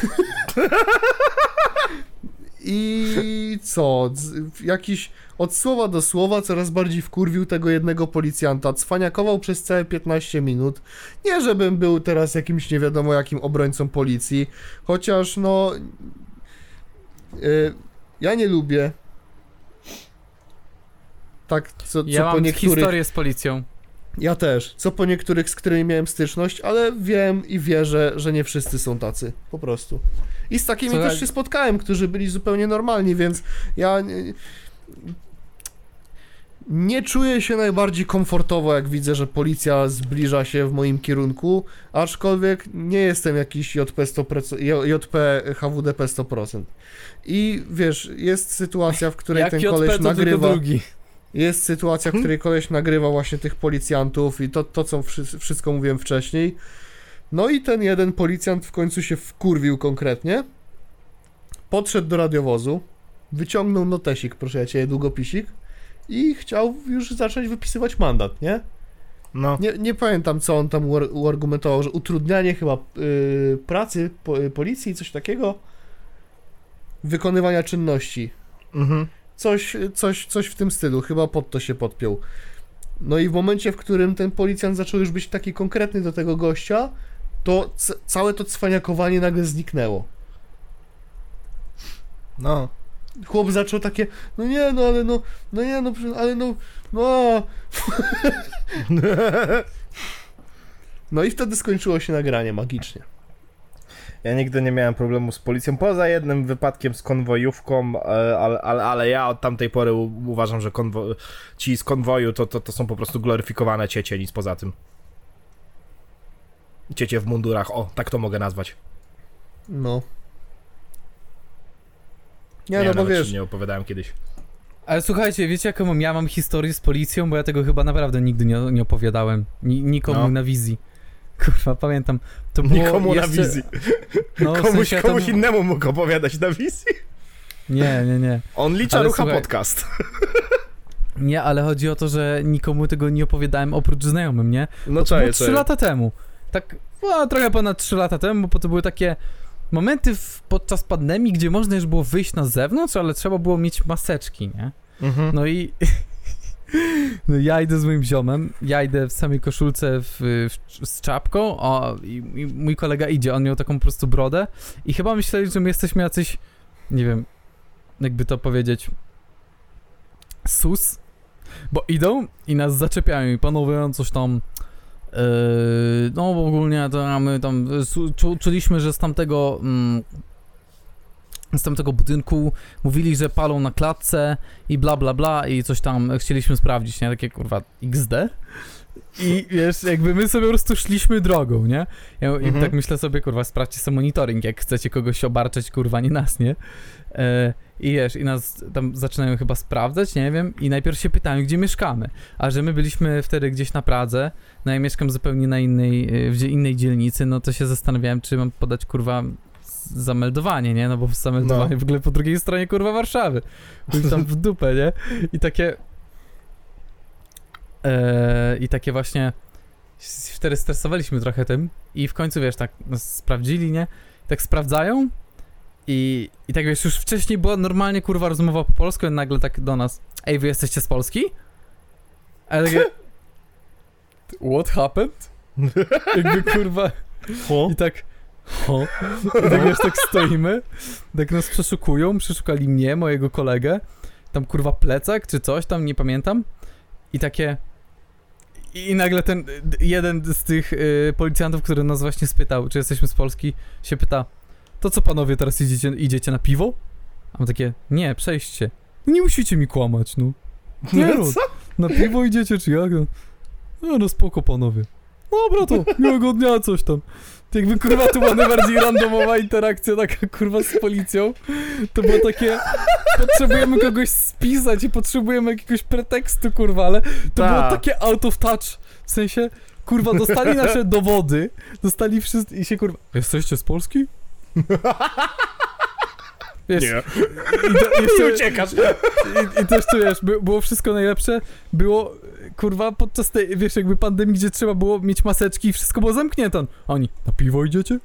I co, z- jakiś od słowa do słowa coraz bardziej wkurwił tego jednego policjanta, cwaniakował przez całe piętnaście minut. Nie żebym był teraz jakimś nie wiadomo jakim obrońcą policji, chociaż no... y, ja nie lubię. Tak, co, co Ja po mam niektórych... historię z policją. Ja też, co po niektórych, z którymi miałem styczność, ale wiem i wierzę, że nie wszyscy są tacy, po prostu. I z takimi Słuchaj- też się spotkałem, którzy byli zupełnie normalni, więc ja nie, nie czuję się najbardziej komfortowo, jak widzę, że policja zbliża się w moim kierunku, aczkolwiek nie jestem jakiś J P, sto procent, J P H W D P sto procent. I wiesz, jest sytuacja, w której Jak ten J P, koleś to tylko nagrywa... drugi. Jest sytuacja, w której koleś nagrywa właśnie tych policjantów i to, to co wszy- wszystko mówiłem wcześniej. No i ten jeden policjant w końcu się wkurwił konkretnie. Podszedł do radiowozu, wyciągnął notesik, proszę ja cię, długopisik i chciał już zacząć wypisywać mandat, nie? No. Nie, nie pamiętam, co on tam uar- uargumentował, że utrudnianie chyba yy, pracy po, policji, coś takiego. Wykonywania czynności. Mhm. Coś, coś, coś w tym stylu, chyba pod to się podpiął. No i w momencie, w którym ten policjant zaczął już być taki konkretny do tego gościa, to c- całe to cwaniakowanie nagle zniknęło. No. Chłop zaczął takie, no nie, no ale no, no nie, no, przy- ale no, no. No i wtedy skończyło się nagranie magicznie. Ja nigdy nie miałem problemu z policją, poza jednym wypadkiem z konwojówką, e, ale, ale, ale ja od tamtej pory u- uważam, że konwo- ci z konwoju to, to, to są po prostu gloryfikowane ciecie, nic poza tym. Ciecie w mundurach, o, tak to mogę nazwać. No. Nie, Nie, no bo nawet wiesz, ci nie opowiadałem kiedyś. Ale słuchajcie, wiecie jaką mam, ja mam historię z policją, bo ja tego chyba naprawdę nigdy nie, nie opowiadałem. Ni, nikomu No. na wizji. Kurwa, pamiętam. To było Nikomu jeszcze... na wizji. No, w Komuś, sensie ja tam- komuś innemu mógł opowiadać na wizji. Nie, nie, nie. On licza Ale rucha słuchaj- podcast. Nie, ale chodzi o to, że nikomu tego nie opowiadałem oprócz znajomym, nie? No To czaję, było trzy czaję. lata temu. Tak, no, trochę ponad trzy lata temu, bo to były takie momenty w, podczas pandemii, gdzie można już było wyjść na zewnątrz, ale trzeba było mieć maseczki, nie? Mhm. No i no ja idę z moim ziomem, ja idę w samej koszulce w, w, z czapką, o, i, i mój kolega idzie, on miał taką po prostu brodę i chyba myśleli, że my jesteśmy jacyś, nie wiem, jakby to powiedzieć, sus, bo idą i nas zaczepiają i panowie coś tam, yy, no bo ogólnie to my tam su, czu, czuliśmy, że z tamtego mm, z tamtego budynku mówili, że palą na klatce i bla bla bla i coś tam chcieliśmy sprawdzić, nie? Takie kurwa iks de. I wiesz, jakby my sobie po prostu szliśmy drogą, nie? Ja, I Mhm. tak myślę sobie, kurwa, sprawdźcie sobie monitoring, jak chcecie kogoś obarczać, kurwa, nie nas, nie? E, I wiesz, i nas tam zaczynają chyba sprawdzać, nie wiem, i najpierw się pytają, gdzie mieszkamy. A że my byliśmy wtedy gdzieś na Pradze, no ja mieszkam zupełnie na innej, w innej dzielnicy, no to się zastanawiałem, czy mam podać, kurwa, zameldowanie, nie? No bo zameldowanie No. w ogóle po drugiej stronie, kurwa, Warszawy. Już tam w dupę, nie? I takie... E, I takie właśnie... Wtedy stresowaliśmy trochę tym i w końcu, wiesz, tak nas sprawdzili, nie? Tak sprawdzają i, i tak, wiesz, już wcześniej była normalnie, kurwa, rozmowa po polsku i nagle tak do nas: ej, wy jesteście z Polski? A ja takie... What happened? Jakby, kurwa... Ho? I tak... Ho. I tak, wiesz, tak stoimy, tak nas przeszukują, przeszukali mnie, mojego kolegę, tam, kurwa, plecak czy coś tam, nie pamiętam. I takie... I nagle ten d- jeden z tych y, policjantów, który nas właśnie spytał, czy jesteśmy z Polski, się pyta: to co panowie teraz idziecie, idziecie na piwo? A my takie: nie, przejście. Nie musicie mi kłamać, no. Nie, no, Co? na piwo idziecie czy jak? No, no spoko panowie. dobra to, miłego dnia, coś tam. Jakby kurwa to była najbardziej randomowa interakcja taka kurwa z policją, to było takie, potrzebujemy kogoś spisać i potrzebujemy jakiegoś pretekstu kurwa, ale to Ta. było takie out of touch, w sensie kurwa dostali nasze dowody, dostali wszystko i się kurwa, jesteście z Polski? Wiesz, Nie. I, to, jeszcze, I uciekasz. I, I też tu wiesz, by, było wszystko najlepsze, było kurwa podczas tej, wiesz, jakby pandemii, gdzie trzeba było mieć maseczki i wszystko było zamknięte. A oni, na piwo idziecie?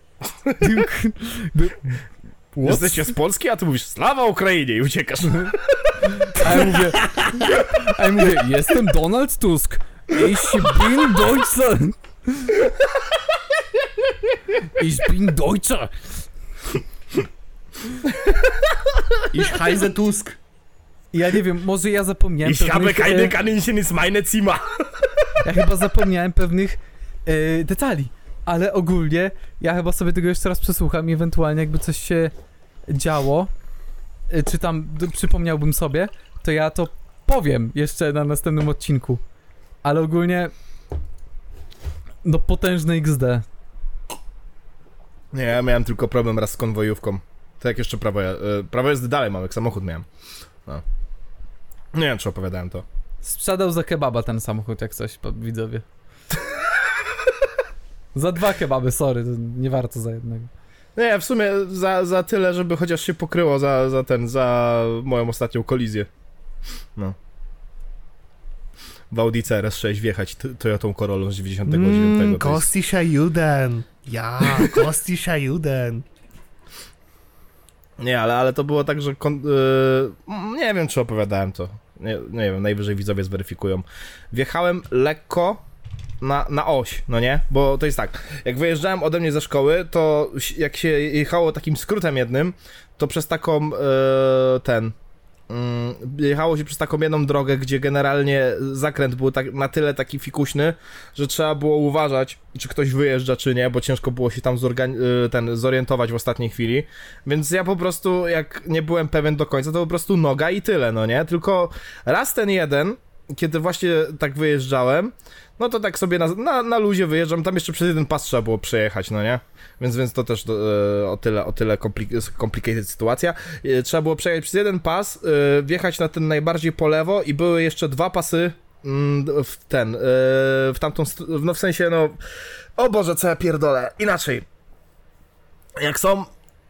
By, Jesteście z Polski, a ty mówisz Slawa Ukrainie i uciekasz. a ja mówię, a ja mówię, jestem Donald Tusk. Ich bin Deutschland. Ich bin Deutscher. Ich heiße Tusk. Ja nie wiem, może ja zapomniałem Ich habe pewnych, keine e, Kaninchen ins meine Zimmer. ja chyba zapomniałem pewnych e, detali, ale ogólnie ja chyba sobie tego jeszcze raz przesłucham i ewentualnie jakby coś się działo, e, czy tam d- przypomniałbym sobie, to ja to powiem jeszcze na następnym odcinku, ale ogólnie no potężny X D. Nie, ja miałem tylko problem raz z konwojówką. To jak jeszcze prawo, ja, prawo jazdy dalej mam, jak samochód miałem. No. Nie wiem, czy opowiadałem to. Sprzedał za kebaba ten samochód, jak coś, po- widzowie. Za dwa kebaby, sorry, to nie warto za jednego. Nie, w sumie za, za tyle, żeby chociaż się pokryło za, za ten, za moją ostatnią kolizję. No. W Audi C R S sześć wjechać t- Toyotą Corollą z dziewięćdziesiątego dziewiątego. Mm, to jest... Kostischer Juden. Ja, Kostischer Juden. Nie, ale, ale to było tak, że kon... yy, nie wiem, czy opowiadałem to. Nie, nie wiem, najwyżej widzowie zweryfikują. Wjechałem lekko na, na oś, no nie? Bo to jest tak, jak wyjeżdżałem ode mnie ze szkoły, to jak się jechało takim skrótem jednym, to przez taką yy, ten... Yy, jechało się przez taką jedną drogę, gdzie generalnie zakręt był tak, na tyle taki fikuśny, że trzeba było uważać, czy ktoś wyjeżdża, czy nie, bo ciężko było się tam zorgan- yy, ten, zorientować w ostatniej chwili. Więc ja po prostu, jak nie byłem pewien do końca, to po prostu noga i tyle, no nie? Tylko raz ten jeden, kiedy właśnie tak wyjeżdżałem, no to tak sobie na, na, na luzie wyjeżdżam, tam jeszcze przez jeden pas trzeba było przejechać, no nie? Więc, więc to też e, o tyle, o tyle komplik- complicated sytuacja. E, trzeba było przejechać przez jeden pas, e, wjechać na ten najbardziej po lewo i były jeszcze dwa pasy mm, w ten, e, w tamtą, st- no w sensie, no, o Boże, co ja pierdolę, inaczej. Jak są...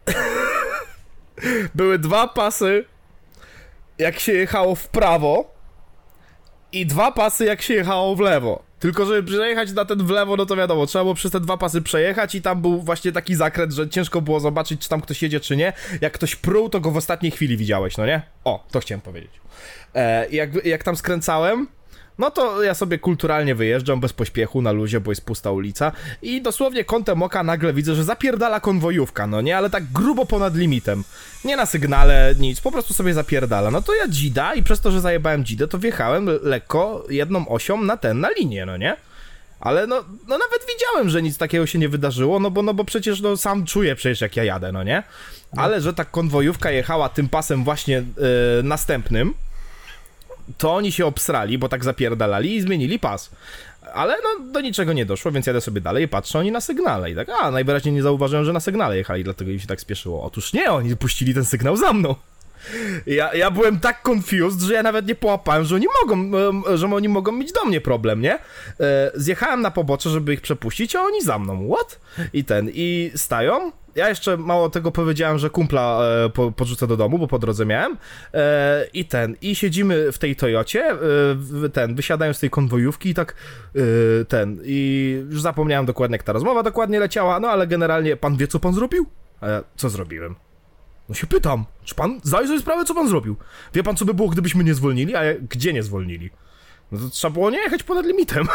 były dwa pasy, jak się jechało w prawo, i dwa pasy, jak się jechało w lewo. Tylko żeby przejechać na ten w lewo, no to wiadomo, trzeba było przez te dwa pasy przejechać i tam był właśnie taki zakręt, że ciężko było zobaczyć, czy tam ktoś jedzie, czy nie. Jak ktoś pruł, to go w ostatniej chwili widziałeś, no nie? O, to chciałem powiedzieć. E, jak, jak tam skręcałem, no to ja sobie kulturalnie wyjeżdżam bez pośpiechu na luzie, bo jest pusta ulica i dosłownie kątem oka nagle widzę, że zapierdala konwojówka, no nie? Ale tak grubo ponad limitem. Nie na sygnale, nic, po prostu sobie zapierdala. No to ja dzida i przez to, że zajebałem dzidę, to wjechałem lekko jedną osią na ten, na linię, no nie? Ale no, no nawet widziałem, że nic takiego się nie wydarzyło, no bo, no bo przecież no sam czuję przecież jak ja jadę, no nie? Ale że ta konwojówka jechała tym pasem właśnie yy, następnym, to oni się obsrali, bo tak zapierdalali i zmienili pas. Ale no do niczego nie doszło, więc jadę sobie dalej i patrzę, oni na sygnale. I tak, a najwyraźniej nie zauważyłem, że na sygnale jechali, dlatego im się tak spieszyło. Otóż nie, oni puścili ten sygnał za mną. Ja, ja byłem tak confused, że ja nawet nie połapałem, że oni mogą, że oni mogą mieć do mnie problem, nie? Zjechałem na pobocze, żeby ich przepuścić, a oni za mną. What? I ten, i stają. Ja jeszcze mało tego powiedziałem, że kumpla e, po, podrzucę do domu, bo po drodze miałem. E, I ten, i siedzimy w tej Toyocie, e, w, ten, wysiadają z tej konwojówki i tak e, ten, i już zapomniałem dokładnie, jak ta rozmowa dokładnie leciała, no ale generalnie, pan wie, co pan zrobił? A ja, co zrobiłem? No się pytam, czy pan zdaje sobie sprawę, co pan zrobił? Wie pan, co by było, gdybyśmy nie zwolnili? A ja, gdzie nie zwolnili? No to trzeba było nie jechać ponad limitem.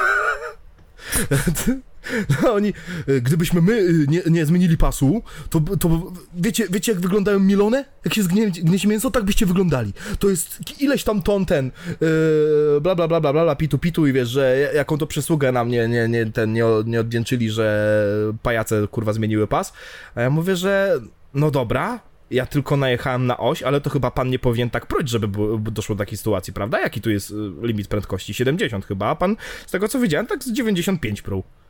No oni, gdybyśmy my nie, nie zmienili pasu, to, to wiecie, wiecie jak wyglądają mielone? Jak się zgnie, gniecie mięso, tak byście wyglądali. To jest ileś tam ton ten, yy, bla bla bla bla bla, pitu pitu i wiesz, że jaką to przysługę nam nie, nie, nie, ten, nie, nie odwdzięczyli, że pajace kurwa zmieniły pas. A ja mówię, że no dobra, ja tylko najechałem na oś, ale to chyba pan nie powinien tak pruć, żeby było, doszło do takiej sytuacji, prawda? Jaki tu jest limit prędkości? siedemdziesiąt chyba, a pan z tego co widziałem, tak z dziewięćdziesiąt pięć pruł.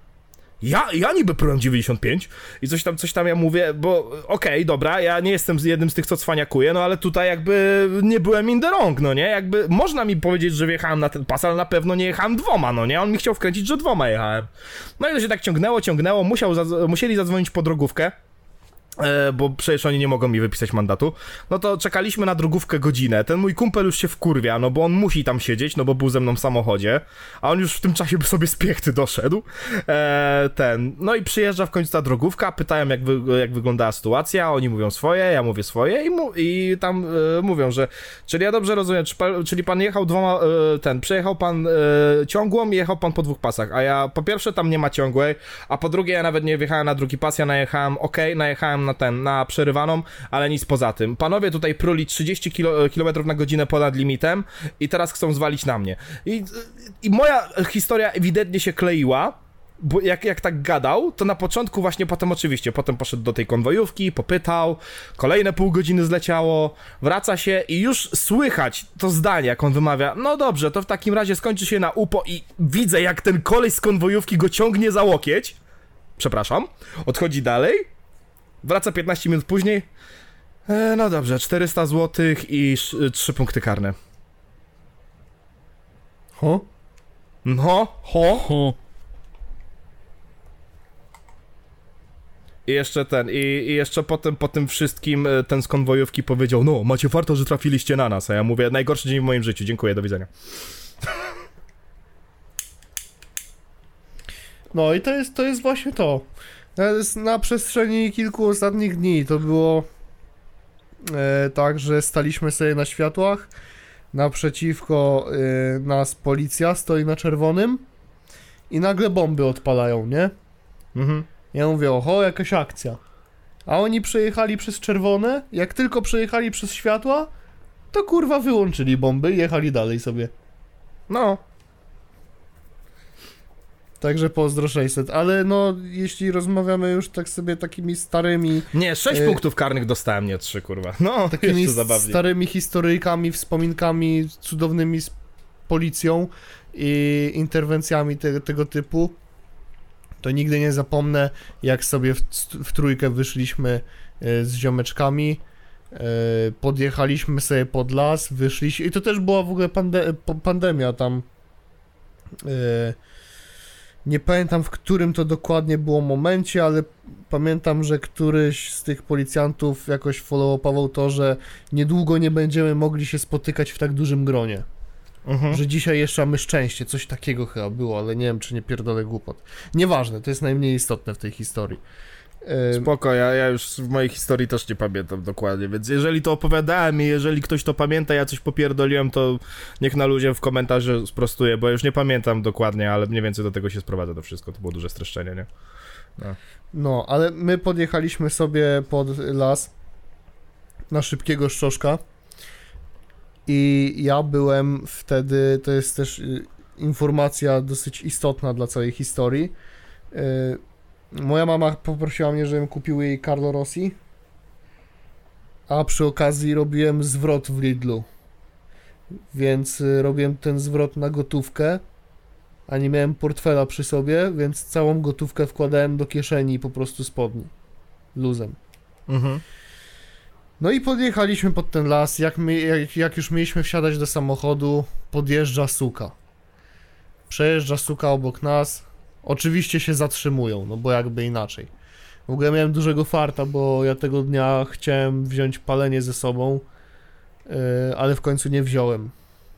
Ja, ja niby prułem dziewięćdziesiąt pięć i coś tam, coś tam ja mówię, bo okej, okay, dobra, ja nie jestem jednym z tych, co cwaniakuje, no ale tutaj jakby nie byłem in the wrong, no nie, jakby można mi powiedzieć, że wjechałem na ten pas, ale na pewno nie jechałem dwoma, no nie, on mi chciał wkręcić, że dwoma jechałem. No i to się tak ciągnęło, ciągnęło, musiał, musieli zadzwonić po drogówkę, E, bo przecież oni nie mogą mi wypisać mandatu, no to czekaliśmy na drogówkę godzinę, ten mój kumpel już się wkurwia, no bo on musi tam siedzieć, no bo był ze mną w samochodzie, a on już w tym czasie by sobie z Piechty doszedł, e, ten, no i przyjeżdża w końcu ta drogówka, pytają jak, wy, jak wyglądała sytuacja, oni mówią swoje, ja mówię swoje i, mu, i tam e, mówią, że, czyli ja dobrze rozumiem, czy pan, czyli pan jechał dwoma, e, ten, przejechał pan e, ciągłą i jechał pan po dwóch pasach, a ja po pierwsze tam nie ma ciągłej, a po drugie ja nawet nie wjechałem na drugi pas, ja najechałem, okej, okay, najechałem na ten, na przerywaną, ale nic poza tym. Panowie tutaj pruli trzydzieści kilometrów na godzinę ponad limitem i teraz chcą zwalić na mnie. I, i moja historia ewidentnie się kleiła, bo jak, jak tak gadał, to na początku właśnie potem oczywiście, potem poszedł do tej konwojówki, popytał, kolejne pół godziny zleciało, wraca się i już słychać to zdanie, jak on wymawia, no dobrze, to w takim razie skończy się na upo i widzę, jak ten koleś z konwojówki go ciągnie za łokieć, przepraszam, odchodzi dalej, wraca piętnaście minut później. E, no dobrze, czterysta złotych i trzy punkty karne. Ho? No, ho. Ho. I jeszcze ten, i, i jeszcze potem po tym wszystkim ten z konwojówki powiedział, no, macie warto, że trafiliście na nas. A ja mówię, najgorszy dzień w moim życiu, dziękuję, do widzenia. No i to jest, to jest właśnie to. Na przestrzeni kilku ostatnich dni to było e, tak, że staliśmy sobie na światłach, naprzeciwko e, nas policja stoi na czerwonym i nagle bomby odpalają, nie? Mhm. Ja mówię, oho, jakaś akcja. A oni przejechali przez czerwone, jak tylko przejechali przez światła, to kurwa wyłączyli bomby i jechali dalej sobie. No. Także pozdro sześćset, ale no, jeśli rozmawiamy już tak sobie takimi starymi... Nie, sześć y- punktów karnych dostałem, nie trzy, kurwa. No, takimi jeszcze zabawniej. starymi historyjkami, wspominkami cudownymi z policją i interwencjami te, tego typu, to nigdy nie zapomnę, jak sobie w, w trójkę wyszliśmy y, z ziomeczkami, y, podjechaliśmy sobie pod las, wyszliśmy i to też była w ogóle pande- pandemia tam. Y, Nie pamiętam, w którym to dokładnie było momencie, ale pamiętam, że któryś z tych policjantów jakoś follow-upował to, że niedługo nie będziemy mogli się spotykać w tak dużym gronie. Mhm. Że dzisiaj jeszcze mamy szczęście, coś takiego chyba było, ale nie wiem, czy nie pierdolę głupot. Nieważne, to jest najmniej istotne w tej historii. Ym, Spoko, ja, ja już w mojej historii też nie pamiętam dokładnie, więc jeżeli to opowiadałem i jeżeli ktoś to pamięta, ja coś popierdoliłem, to niech na ludzie w komentarzu sprostuje, bo ja już nie pamiętam dokładnie, ale mniej więcej do tego się sprowadza to wszystko, to było duże streszczenie, nie? No. No, ale my podjechaliśmy sobie pod las na szybkiego szczoszka i ja byłem wtedy, to jest też y, informacja dosyć istotna dla całej historii. Y, moja mama poprosiła mnie, żebym kupił jej Carlo Rossi, a przy okazji robiłem zwrot w Lidlu, więc y, robiłem ten zwrot na gotówkę, a nie miałem portfela przy sobie, więc całą gotówkę wkładałem do kieszeni po prostu spodni, luzem. Mhm. No i podjechaliśmy pod ten las, jak, my, jak, jak już mieliśmy wsiadać do samochodu, podjeżdża suka. Przejeżdża suka obok nas, oczywiście się zatrzymują, no bo jakby inaczej. W ogóle miałem dużego farta, bo ja tego dnia chciałem wziąć palenie ze sobą, yy, ale w końcu nie wziąłem.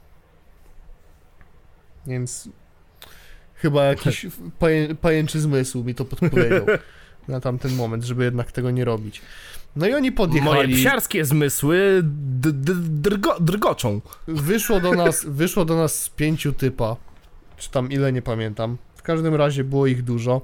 Więc chyba jakiś paję, pajęczy zmysł mi to podpowiedział na tamten moment, żeby jednak tego nie robić. No i oni podjechali. Moje psiarskie zmysły d- d- drgo- drgoczą. Wyszło do nas, wyszło do nas z pięciu typa, czy tam ile, nie pamiętam. W każdym razie było ich dużo.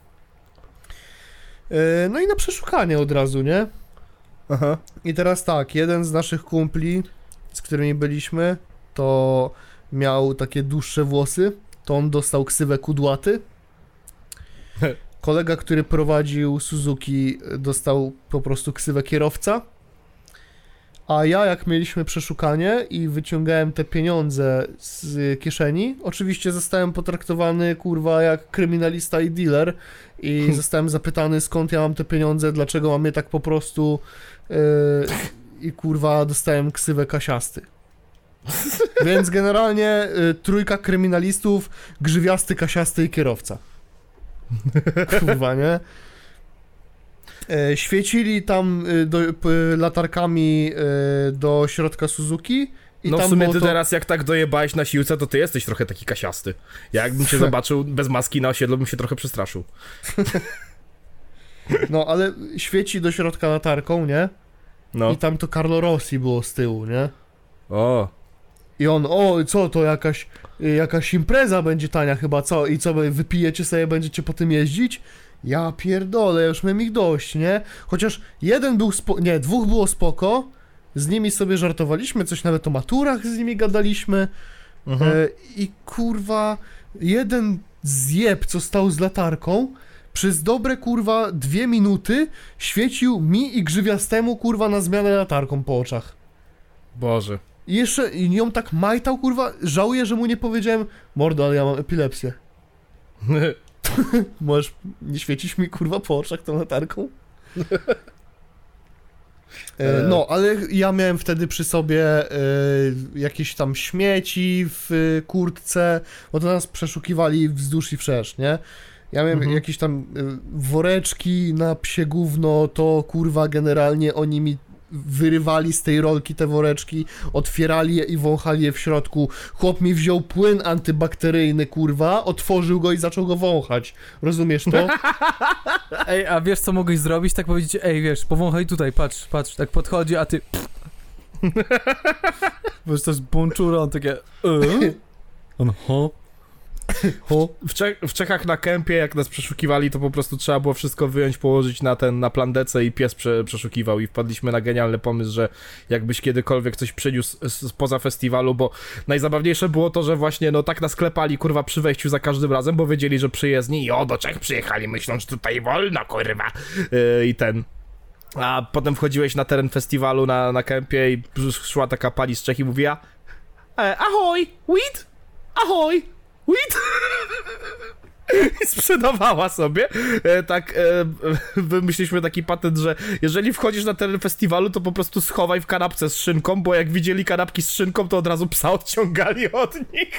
Yy, no i na przeszukanie od razu, nie? Aha. I teraz tak, jeden z naszych kumpli, z którymi byliśmy, to miał takie dłuższe włosy, to on dostał ksywę kudłaty. Kolega, który prowadził Suzuki, dostał po prostu ksywę kierowca. A ja, jak mieliśmy przeszukanie i wyciągałem te pieniądze z kieszeni, oczywiście zostałem potraktowany, kurwa, jak kryminalista i dealer i zostałem zapytany, skąd ja mam te pieniądze, dlaczego mam je tak po prostu yy, i kurwa dostałem ksywę Kasiasty. Więc generalnie y, trójka kryminalistów, grzywiasty, Kasiasty i kierowca. Kurwa, nie? E, świecili tam y, do, p, latarkami y, do środka Suzuki i no tam w sumie było ty to... teraz jak tak dojebałeś na siłce, to ty jesteś trochę taki Kasiasty. Ja jakbym cię zobaczył bez maski na osiedlu, bym się trochę przestraszył. No, ale świeci do środka latarką, nie? No. I tam to Carlo Rossi było z tyłu, nie? O. I on, o, co to jakaś, jakaś impreza będzie tania chyba, co? I co, wy wypijecie sobie, będziecie po tym jeździć? Ja pierdolę, ja już miałem ich dość, nie? Chociaż jeden był spo... nie, dwóch było spoko, z nimi sobie żartowaliśmy, coś nawet o maturach z nimi gadaliśmy Mhm. e, i kurwa, jeden zjeb, co stał z latarką, przez dobre, kurwa, dwie minuty świecił mi i grzywiastemu, kurwa, na zmianę latarką po oczach. Boże. I jeszcze i ją tak majtał, kurwa, żałuję, że mu nie powiedziałem, mordo, ale ja mam epilepsję. Możesz nie świecić mi, kurwa, po oczach tą latarką? E, no, ale ja miałem wtedy przy sobie e, jakieś tam śmieci w e, kurtce, bo to nas przeszukiwali wzdłuż i wszerz, nie? Ja miałem Mhm. jakieś tam e, woreczki na psie gówno, to kurwa generalnie oni mi wyrywali z tej rolki te woreczki, otwierali je i wąchali je w środku. Chłop mi wziął płyn antybakteryjny, kurwa, otworzył go i zaczął go wąchać. Rozumiesz to? Ej, a wiesz co mogłeś zrobić? Tak powiedzieć, ej, wiesz, powąchaj tutaj, patrz, patrz, tak podchodzi, a ty... Wiesz, to jest bączura, on takie... Yy? On, ho? Ho? W, Czech, w Czechach na kempie, jak nas przeszukiwali, to po prostu trzeba było wszystko wyjąć, położyć na ten, na plandece i pies prze, przeszukiwał i wpadliśmy na genialny pomysł, że jakbyś kiedykolwiek coś przyniósł spoza festiwalu, bo najzabawniejsze było to, że właśnie no tak nas klepali, kurwa, przy wejściu za każdym razem, bo wiedzieli, że przyjezdni i o, do Czech przyjechali, myślą, że tutaj wolno, kurwa, yy, i ten... A potem wchodziłeś na teren festiwalu na, na kempie i szła taka pani z Czech i mówiła e, ahoj, weed, ahoj, weed. I sprzedawała sobie. E, tak, e, wymyśliliśmy taki patent, że jeżeli wchodzisz na teren festiwalu, to po prostu schowaj w kanapce z szynką, bo jak widzieli kanapki z szynką, to od razu psa odciągali od nich.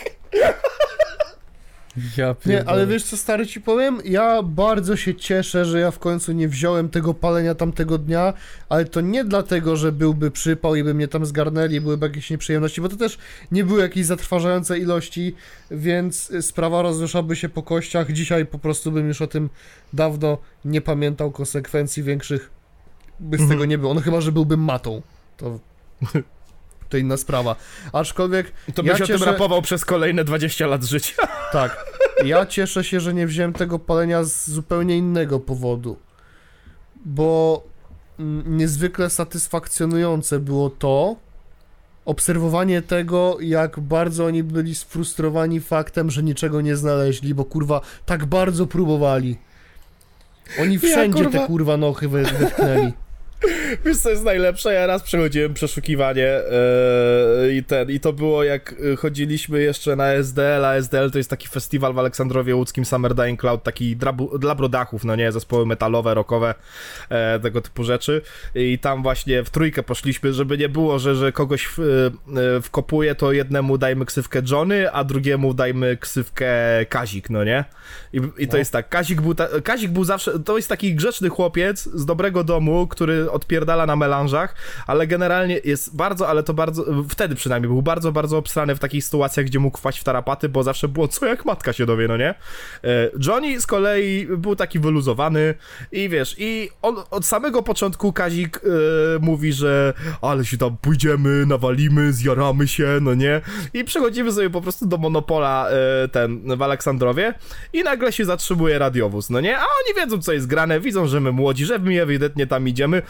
Ja Nie, ale wiesz co, stary, ci powiem? Ja bardzo się cieszę, że ja w końcu nie wziąłem tego palenia tamtego dnia, ale to nie dlatego, że byłby przypał i by mnie tam zgarnęli, byłyby jakieś nieprzyjemności, bo to też nie były jakieś zatrważające ilości, więc sprawa rozeszłaby się po kościach. Dzisiaj po prostu bym już o tym dawno nie pamiętał, konsekwencji większych by z Mhm. tego nie było. No chyba, że byłbym matą. To... To inna sprawa. Aczkolwiek To byś ja o tym cieszę... rapował przez kolejne dwadzieścia lat życia. Tak. Ja cieszę się, że nie wziąłem tego palenia z zupełnie innego powodu. Bo mm, niezwykle satysfakcjonujące było to obserwowanie tego, jak bardzo oni byli sfrustrowani faktem, że niczego nie znaleźli, bo kurwa tak bardzo próbowali. Oni wszędzie kurwa- te kurwa nochy wy- wytknęli. Wiesz co jest najlepsze? Ja raz przechodziłem przeszukiwanie yy, i ten, i to było jak y, chodziliśmy jeszcze na S D L, a S D L to jest taki festiwal w Aleksandrowie Łódzkim, Summer Dying Cloud, taki dla, bu- dla brodachów, no nie, zespoły metalowe, rockowe, e, tego typu rzeczy i tam właśnie w trójkę poszliśmy, żeby nie było, że, że kogoś w, y, wkopuje, to jednemu dajmy ksywkę Johnny, a drugiemu dajmy ksywkę Kazik, no nie? I, i to No. jest tak, Kazik był, ta, Kazik był zawsze, to jest taki grzeczny chłopiec z dobrego domu, który odpierdala na melanżach, ale generalnie jest bardzo, ale to bardzo, wtedy przynajmniej był bardzo, bardzo obsrany w takich sytuacjach, gdzie mógł wpaść w tarapaty, bo zawsze było co jak matka się dowie, no nie? E, Johnny z kolei był taki wyluzowany i wiesz, i on od samego początku Kazik e, mówi, że ale się tam pójdziemy, nawalimy, zjaramy się, no nie? I przechodzimy sobie po prostu do Monopola e, ten, w Aleksandrowie i nagle się zatrzymuje radiowóz, no nie? A oni wiedzą, co jest grane, widzą, że my młodzi, że my ewidentnie tam idziemy,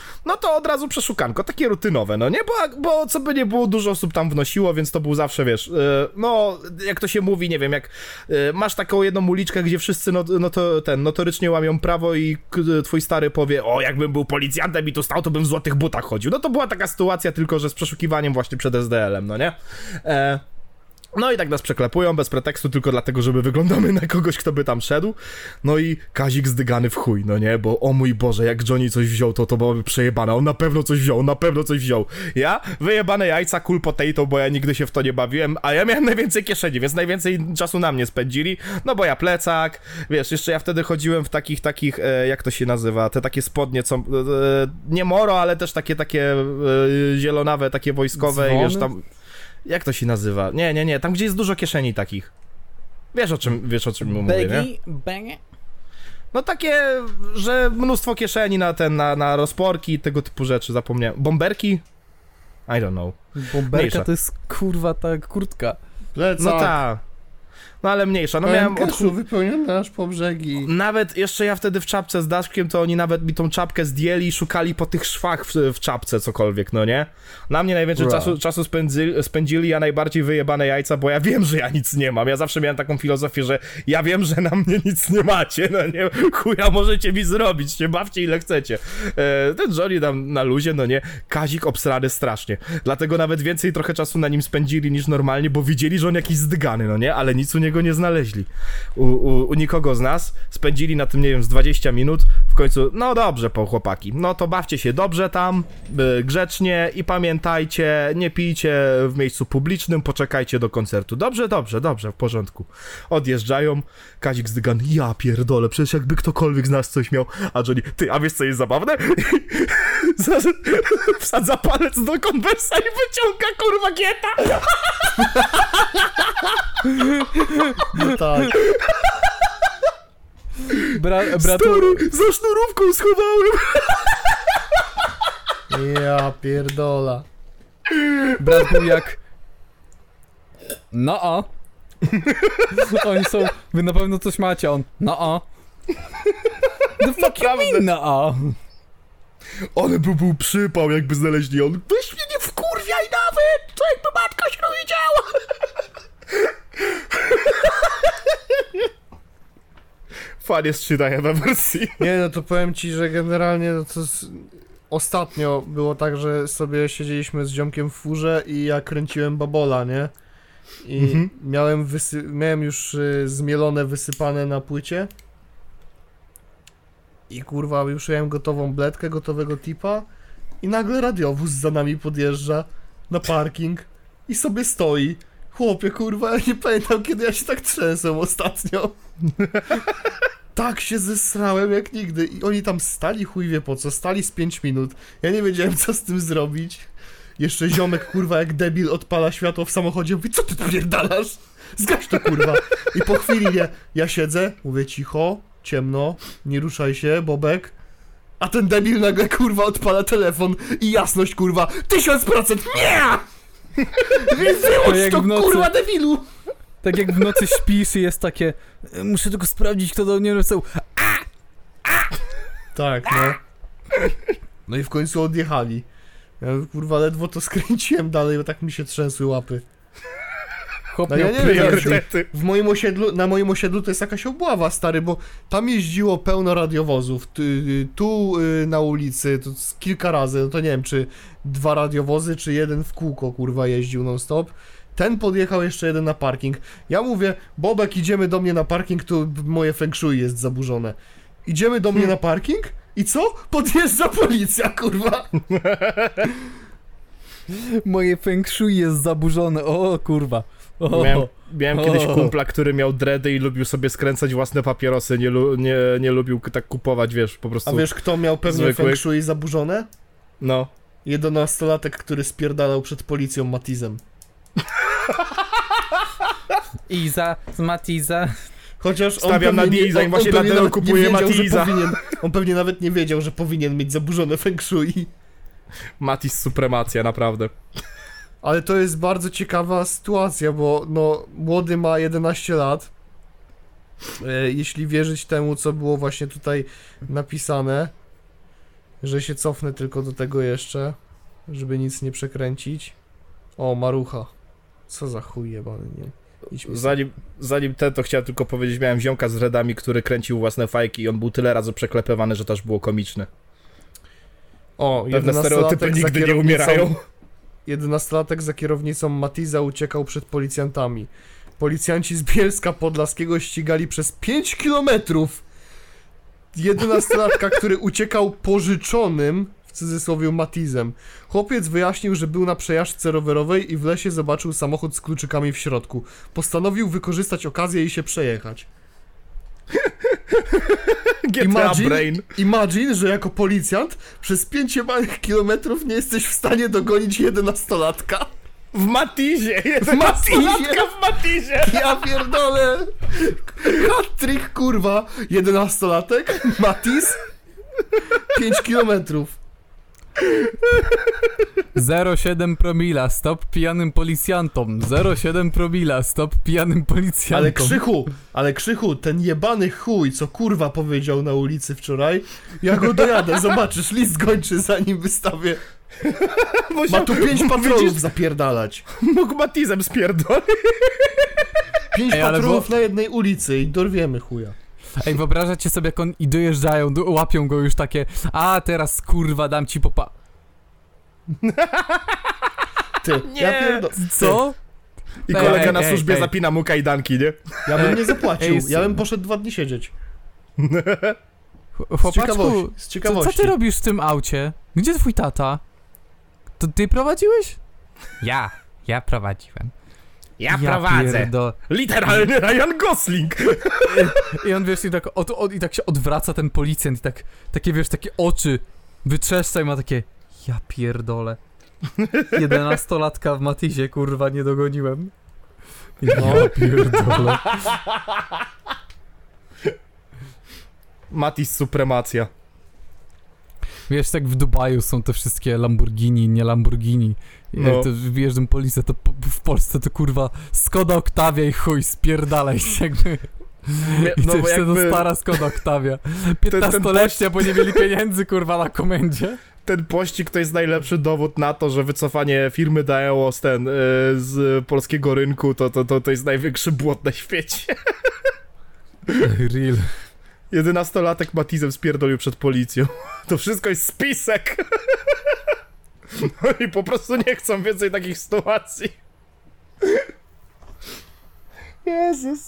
no to od razu przeszukanko, takie rutynowe, no nie? Bo, bo co by nie było, dużo osób tam wnosiło, więc to był zawsze, wiesz, yy, no, jak to się mówi, nie wiem, jak yy, masz taką jedną uliczkę, gdzie wszyscy no, no to, ten, notorycznie łamią prawo i k- twój stary powie, o, jakbym był policjantem i tu stał, to bym w złotych butach chodził. No to była taka sytuacja, tylko że z przeszukiwaniem właśnie przed S D L-em, no nie? E, no i tak nas przeklepują bez pretekstu, tylko dlatego, żeby wyglądamy na kogoś, kto by tam szedł. No i Kazik zdygany w chuj, no nie? Bo o mój Boże, jak Johnny coś wziął, to to byłoby przejebane. On na pewno coś wziął, on na pewno coś wziął. Ja? Wyjebane jajca, cool potato, bo ja nigdy się w to nie bawiłem, a ja miałem najwięcej kieszeni, więc najwięcej czasu na mnie spędzili. No bo ja plecak, wiesz, jeszcze ja wtedy chodziłem w takich, takich, e, jak to się nazywa, te takie spodnie, co, e, nie moro, ale też takie, takie e, zielonawe, takie wojskowe i wiesz, tam... Jak to się nazywa? Nie, nie, nie, tam gdzie jest dużo kieszeni takich. Wiesz o czym, wiesz o czym mówię, nie? Baggy? No takie, że mnóstwo kieszeni na ten, na, na rozporki i tego typu rzeczy, zapomniałem. Bomberki? I don't know. Bomberka Mniejsza. to jest kurwa ta kurtka. Plecak. No ta. No ale mniejsza, no miałem od... Keszu wypełniony aż po brzegi. Nawet jeszcze ja wtedy w czapce z Daszkiem, to oni nawet mi tą czapkę zdjęli i szukali po tych szwach w, w czapce cokolwiek, no nie? Na mnie najwięcej Bra. czasu, czasu spędzi, spędzili, a najbardziej wyjebane jajca, bo ja wiem, że ja nic nie mam. Ja zawsze miałem taką filozofię, że ja wiem, że na mnie nic nie macie, no nie? Chuja możecie mi zrobić, się bawcie ile chcecie. E, ten Johnny tam na luzie, no nie? Kazik obsrany strasznie. Dlatego nawet więcej trochę czasu na nim spędzili niż normalnie, bo widzieli, że on jakiś zdygany, no nie? Ale nic u niego nie znaleźli. U, u, u nikogo z nas. Spędzili na tym, nie wiem, z dwadzieścia minut. W końcu, no dobrze, po chłopaki. No to bawcie się dobrze tam, y, grzecznie i pamiętajcie, nie pijcie w miejscu publicznym, poczekajcie do koncertu. Dobrze, dobrze, dobrze, w porządku. Odjeżdżają, Kazik zdygany, ja pierdolę, przecież jakby ktokolwiek z nas coś miał. A Johnny, ty, a wiesz co jest zabawne? Wsadza palec do konwersa i wyciąga kurwa gieta. No tak. Bra, bratu... Stary, za sznurówką schowałem. Ja pierdola. Brat był jak... No o. Oni są... Wy na pewno coś macie, on... No o. The fuck you mean, no o? Ale by był przypał, jakby znaleźli on. Weź mnie nie wkurwiaj nawet! To jakby matka się dowiedziała! Funniest shit I have ever seen. Nie, no to powiem ci, że generalnie no to z... ostatnio było tak, że sobie siedzieliśmy z ziomkiem w furze i ja kręciłem babola, nie? I Mhm. miałem, wysy... miałem już y, zmielone, wysypane na płycie. I kurwa, już miałem gotową bledkę, gotowego tipa. I nagle radiowóz za nami podjeżdża na parking i sobie stoi. Chłopie, kurwa, ja nie pamiętam, kiedy ja się tak trzęsłem ostatnio. Tak się zesrałem jak nigdy. I oni tam stali, chuj wie po co, stali z pięć minut. Ja nie wiedziałem, co z tym zrobić. Jeszcze ziomek, kurwa, jak debil odpala światło w samochodzie, mówi, co ty pierdalasz? Zgaś to, kurwa. I po chwili nie, ja siedzę, mówię cicho, ciemno, nie ruszaj się, Bobek. A ten debil nagle, kurwa, odpala telefon i jasność, kurwa, tysiąc procent, nie! Więc To wyłącz jak to, w nocy. kurwa, debilu! Tak jak w nocy śpisz i jest takie... "E, Muszę tylko sprawdzić, kto do mnie napisał. Tak, no. No i w końcu odjechali. Ja, kurwa, ledwo to skręciłem dalej, bo tak mi się trzęsły łapy. Chłop No miał ja nie wiem, Priorytety. w moim osiedlu, na moim osiedlu to jest jakaś obława, stary, bo tam jeździło pełno radiowozów. Tu, tu y, na ulicy, to z kilka razy, no to nie wiem, czy dwa radiowozy, czy jeden w kółko, kurwa, jeździł non stop. Ten podjechał jeszcze jeden na parking. Ja mówię, Bobek, idziemy do mnie na parking, tu moje feng shui jest zaburzone. Idziemy do mnie na parking? I co? Podjeżdża policja, kurwa. Moje feng shui jest zaburzone, o kurwa. O. Miałem, miałem kiedyś O. kumpla, który miał dready i lubił sobie skręcać własne papierosy, nie, lu, nie, nie lubił tak kupować, wiesz, po prostu. A wiesz, kto miał pewnie zwykłych. feng shui zaburzone? No. Jedenastolatek, który spierdalał przed policją Matizem. Iza z Matiza. Chociaż on Stawiam pewnie na nie- Diza i on- właśnie on pewnie dlatego nawet nie kupuję wiedział, że Matiza. powinien, on pewnie nawet nie wiedział, że powinien mieć zaburzone feng shui. Matis supremacja, naprawdę. Ale to jest bardzo ciekawa sytuacja, bo no, młody ma jedenaście lat. E, jeśli wierzyć temu, co było właśnie tutaj napisane. Że się cofnę tylko do tego jeszcze, żeby nic nie przekręcić. O, Marucha. Co za chuj jebany, nie? Idź mi Zanim, zanim ten, to chciałem tylko powiedzieć, miałem ziomka z Redami, który kręcił własne fajki i on był tyle razy przeklepywany, że to aż było komiczne. O, Pewne stereotypy jedenastolatek za nigdy nie kierownicą- umierają. jedenastolatek za kierownicą Matiza uciekał przed policjantami. Policjanci z Bielska Podlaskiego ścigali przez pięć kilometrów jedenastolatka, który uciekał pożyczonym, w cudzysłowie, Matizem. Chłopiec wyjaśnił, że był na przejażdżce rowerowej i w lesie zobaczył samochód z kluczykami w środku. Postanowił wykorzystać okazję i się przejechać. G T A Imagine, Brain. imagine, że jako policjant przez pięć jebanych kilometrów nie jesteś w stanie dogonić jedenastolatka. W Matizie! W Matizie! w Matizie! Ja pierdolę! Hat-trick, kurwa! jedenastolatek, Matiz, pięć kilometrów. zero przecinek siedem promila, stop pijanym policjantom. zero przecinek siedem promila, stop pijanym policjantom. Ale Krzychu, ale Krzychu, ten jebany chuj, co kurwa powiedział na ulicy wczoraj, ja go dojadę, zobaczysz, list gończy zanim wystawię. Ma tu pięć patrolów zapierdalać. Mógł Matizem spierdolić. Pięć Ej, ale patrolów bo- na jednej ulicy i dorwiemy chuja. Ej, wyobrażacie sobie, jak on i dojeżdżają, do, łapią go już takie, a teraz kurwa dam ci popa... Ty, ja pierdolę. Co? I Ej, kolega ej, na ej, służbie ej. zapina mu kajdanki, nie? Ja bym nie zapłacił, Ej, ja bym poszedł dwa dni siedzieć. Chłopaczku, ciekawości, z co, ciekawości. co ty robisz w tym aucie? Gdzie twój tata? To ty prowadziłeś? Ja, ja prowadziłem. Ja, Ja prowadzę. pierdo- Literalny Ryan Gosling. I on wiesz, i tak, od, od, i tak się odwraca ten policjant i tak, takie wiesz, takie oczy wytrzeszcza i ma takie, ja pierdolę. Jedenastolatka w Matizie, kurwa, nie dogoniłem. Ja pierdolę. Matiz supremacja. Wiesz, tak w Dubaju są te wszystkie Lamborghini, nie Lamborghini. No. Jak to wjeżdżam policję, to po, w Polsce to kurwa Skoda Octavia i chuj, spierdalaj jakby. I No to bo jeszcze jakby to stara Skoda Octavia. piętnastoletnia, bo nie mieli pieniędzy kurwa na komendzie. ten pościg to jest najlepszy dowód na to, że wycofanie firmy Daewoo z ten, y, z polskiego rynku to, to, to, to jest największy błąd na świecie. Real. jedenastolatek Matizem spierdolił przed policją. To wszystko jest spisek. No i po prostu nie chcą więcej takich sytuacji. Jezus.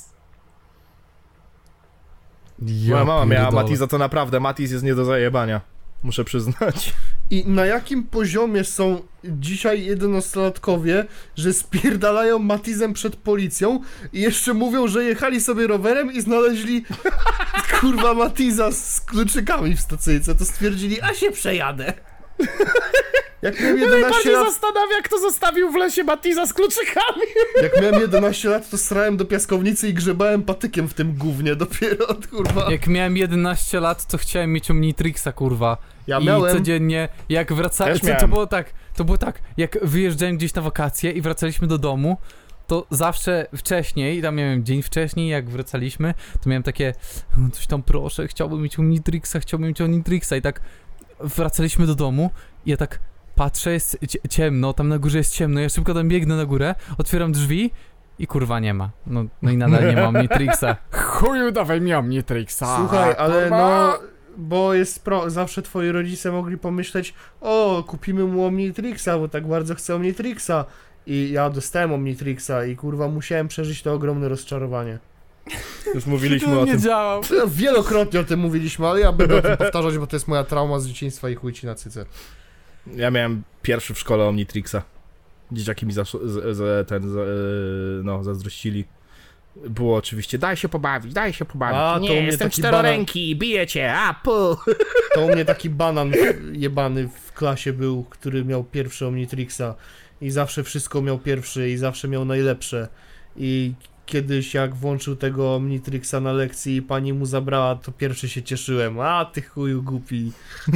Moja mama miała pierdolę. Matiza, to naprawdę, Matiz jest nie do zajebania. Muszę przyznać. I na jakim poziomie są dzisiaj jedenastolatkowie, że spierdalają Matizem przed policją i jeszcze mówią, że jechali sobie rowerem i znaleźli kurwa Matiza z kluczykami w stacyjce, to stwierdzili, a się przejadę. Jak miałem jedenaście Najbardziej lat, zastanawia, kto zostawił w lesie Matiza z kluczykami. jak miałem jedenaście lat, to strałem do piaskownicy i grzebałem patykiem w tym gównie dopiero, kurwa. Jak miałem jedenaście lat, to chciałem mieć Omnitrixa, kurwa. Ja I miałem... codziennie, jak wracałem, Też to, to miałem. było tak, to było tak, jak wyjeżdżałem gdzieś na wakacje i wracaliśmy do domu, to zawsze wcześniej, tam miałem dzień wcześniej, jak wracaliśmy, to miałem takie, "No, coś tam proszę, chciałbym mieć Omnitrixa, chciałbym mieć Omnitrixa i tak wracaliśmy do domu i ja tak patrzę, jest cie- ciemno, tam na górze jest ciemno, ja szybko tam biegnę na górę, otwieram drzwi i kurwa nie ma, no, no i nadal nie ma Omnitrixa. Chuju, dawaj mi Omnitrixa. Słuchaj, ale kurwa. no... Bo jest pro... zawsze twoi rodzice mogli pomyśleć, o, kupimy mu Omnitrixa, bo tak bardzo chce Omnitrixa. I ja dostałem Omnitrixa i kurwa musiałem przeżyć to ogromne rozczarowanie. Już mówiliśmy To o nie tym. działał. Wielokrotnie o tym mówiliśmy, ale ja będę o tym powtarzać, bo to jest moja trauma z dzieciństwa i chuj ci na cyce. Ja miałem pierwszy w szkole Omnitrixa. Dzieciaki mi zasz- z, z, ten, z, e, no, zazdrościli. Było oczywiście, daj się pobawić, daj się pobawić. A, to u nie, mnie jestem taki czteroręki, bije cię, a pu. To u mnie taki banan jebany w klasie był, który miał pierwszy Omnitrixa i zawsze wszystko miał pierwszy i zawsze miał najlepsze. I kiedyś jak włączył tego Omnitrixa na lekcji i pani mu zabrała, to pierwszy się cieszyłem. A ty chuju głupi.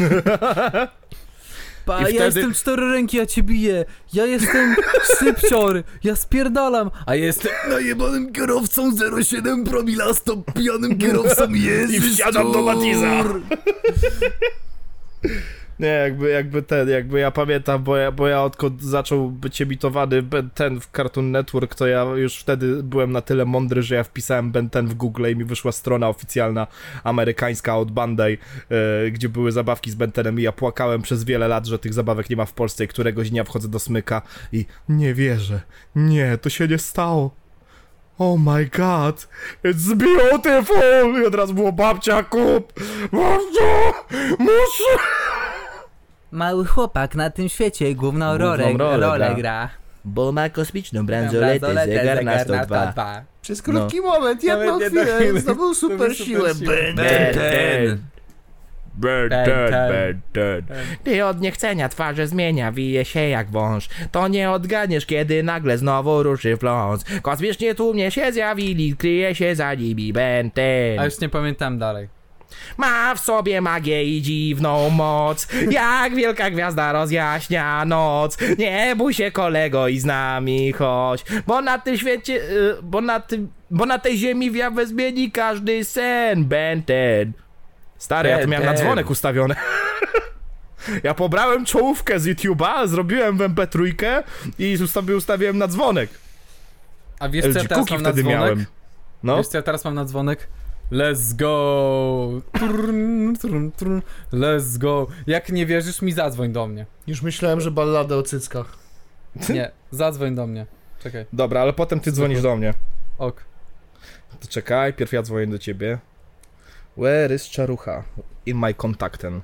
Pa, I ja wtedy- jestem czteroręki, ja cię biję. Ja jestem szybcior, ja spierdalam. A ja jestem najebanym kierowcą zero przecinek siedem promila, stop pijanym kierowcą jest. I wsiadam do Matiza. Nie, jakby, jakby ten, jakby ja pamiętam, bo ja, bo ja odkąd zaczął być emitowany Ben ten w Cartoon Network, to ja już wtedy byłem na tyle mądry, że ja wpisałem Ben ten w Google i mi wyszła strona oficjalna amerykańska od Bandai, e, gdzie były zabawki z Ben tenem i ja płakałem przez wiele lat, że tych zabawek nie ma w Polsce i któregoś dnia wchodzę do smyka i nie wierzę, nie, to się nie stało. Oh my god, it's beautiful! I od razu było babcia, kup! Babcia, muszę! Mały chłopak na tym świecie główną rolę, Główną rolę rolę gra. gra. Bo ma kosmiczną bransoletę, zegar na sto dwa. Przez krótki moment, jedną Nawet jedną chwilę, chwilę. zdobył super Zdobył siłę. super siłę. Ben Ben ten. Ben Ben ten, ten. Ben ten. Ty od niechcenia twarze zmienia, wije się jak wąż. To nie odganiesz, kiedy nagle znowu ruszy fląs. Kosmicznie tłumnie się zjawili, kryje się za nimi Ben ten. A już nie pamiętam dalej. Ma w sobie magię i dziwną moc, jak wielka gwiazda rozjaśnia noc. Nie bój się kolego i z nami chodź, bo na tym świecie, y, bo na tym, bo na tej ziemi wiawę zmieni każdy sen. Ben ten. Stary, ja to Ben miałem na ten. dzwonek ustawione. Ja pobrałem czołówkę z YouTube'a, zrobiłem w em pe trzy i ustawi- ustawiłem na dzwonek. A wiesz co ja L G teraz Cookie mam na wtedy dzwonek? miałem. No. Wiesz co ja teraz mam na dzwonek? Let's go! Trun, trun, trun. Let's go! Jak nie wierzysz mi, zadzwoń do mnie. Już myślałem, że balladę o cyckach. Nie, zadzwoń do mnie. Czekaj, Dobra, ale potem ty dzwonisz do mnie. ok. To czekaj, pierw ja dzwonię do ciebie. Where is Czarucha? In my contacten.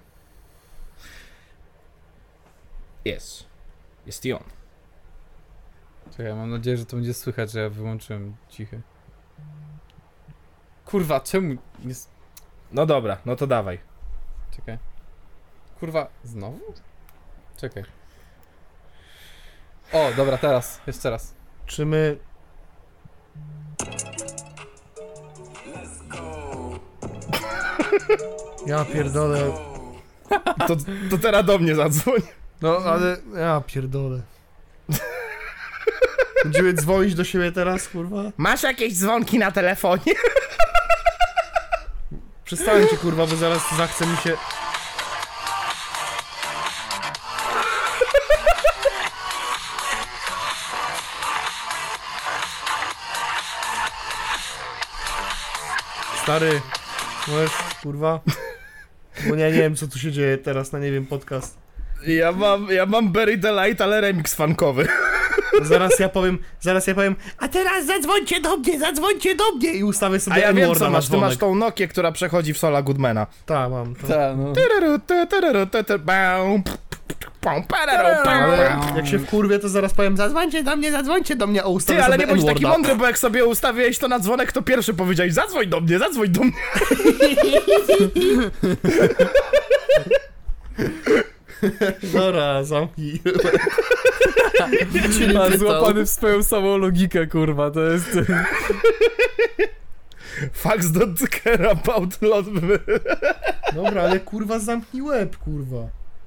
Jest. Jest i on. Czekaj, mam nadzieję, że to będzie słychać, że ja wyłączyłem cichy. Kurwa, czemu nie... s- No dobra, no to dawaj. Czekaj. Kurwa, znowu? Czekaj. O, dobra, teraz, jeszcze raz. Czy my... Ja pierdolę. To, to teraz do mnie zadzwoń. No, ale... Ja pierdolę. Będziemy dzwonić do siebie teraz, kurwa? Masz jakieś dzwonki na telefonie? Przestańcie, kurwa, bo zaraz zachce mi się... Stary, możesz, kurwa? Bo ja nie wiem, co tu się dzieje teraz na, nie wiem, podcast. Ja mam, ja mam Bury the Light, ale remix funkowy. Zaraz ja powiem, zaraz ja powiem, a teraz zadzwońcie do mnie, zadzwońcie do mnie i ustawię sobie A ja wiem N-worda co na masz, ty dzwonek. masz tą Nokię, która przechodzi w Sola Goodmana. Tak, mam. To. Tak, no. Tyryru, ty, tyryru, ty, ty, bam, p, p, p, pam, pararu, pam, Ale pam. jak się wkurwię, to zaraz powiem, zadzwońcie do mnie, zadzwońcie do mnie, a ustawię Ty, ale sobie nie bądź taki N-worda. mądry, bo jak sobie ustawiłeś to na dzwonek, to pierwszy powiedziałeś zadzwoń do mnie, zadzwoń do mnie. Dobra, zamknij. A złapany w swoją samą logikę, kurwa, to jest... Facts don't care about lot. Dobra, ale kurwa zamknij łeb, kurwa.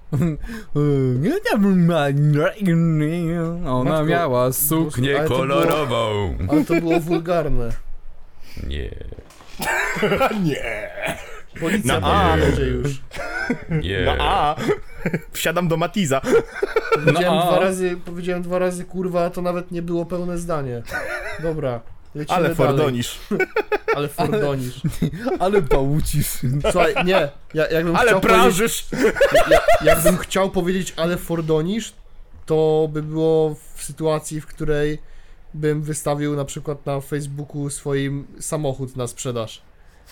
Ona Matko, miała suknię ale to było- kolorową. Ale to było wulgarne. Nie, Nie. Policja No, tam a. będzie już. nie. No a, wsiadam do Matiza. Powiedziałem No, a. dwa razy, powiedziałem dwa razy kurwa, a to nawet nie było pełne zdanie. Dobra, lecimy Ale dalej. fordonisz. Ale fordonisz. Ale bałucisz. Słuchaj, nie, ja, jakbym Ale chciał prażysz. powiedzieć, ja, jakbym chciał powiedzieć ale fordonisz, to by było w sytuacji, w której bym wystawił na przykład na Facebooku swoim samochód na sprzedaż.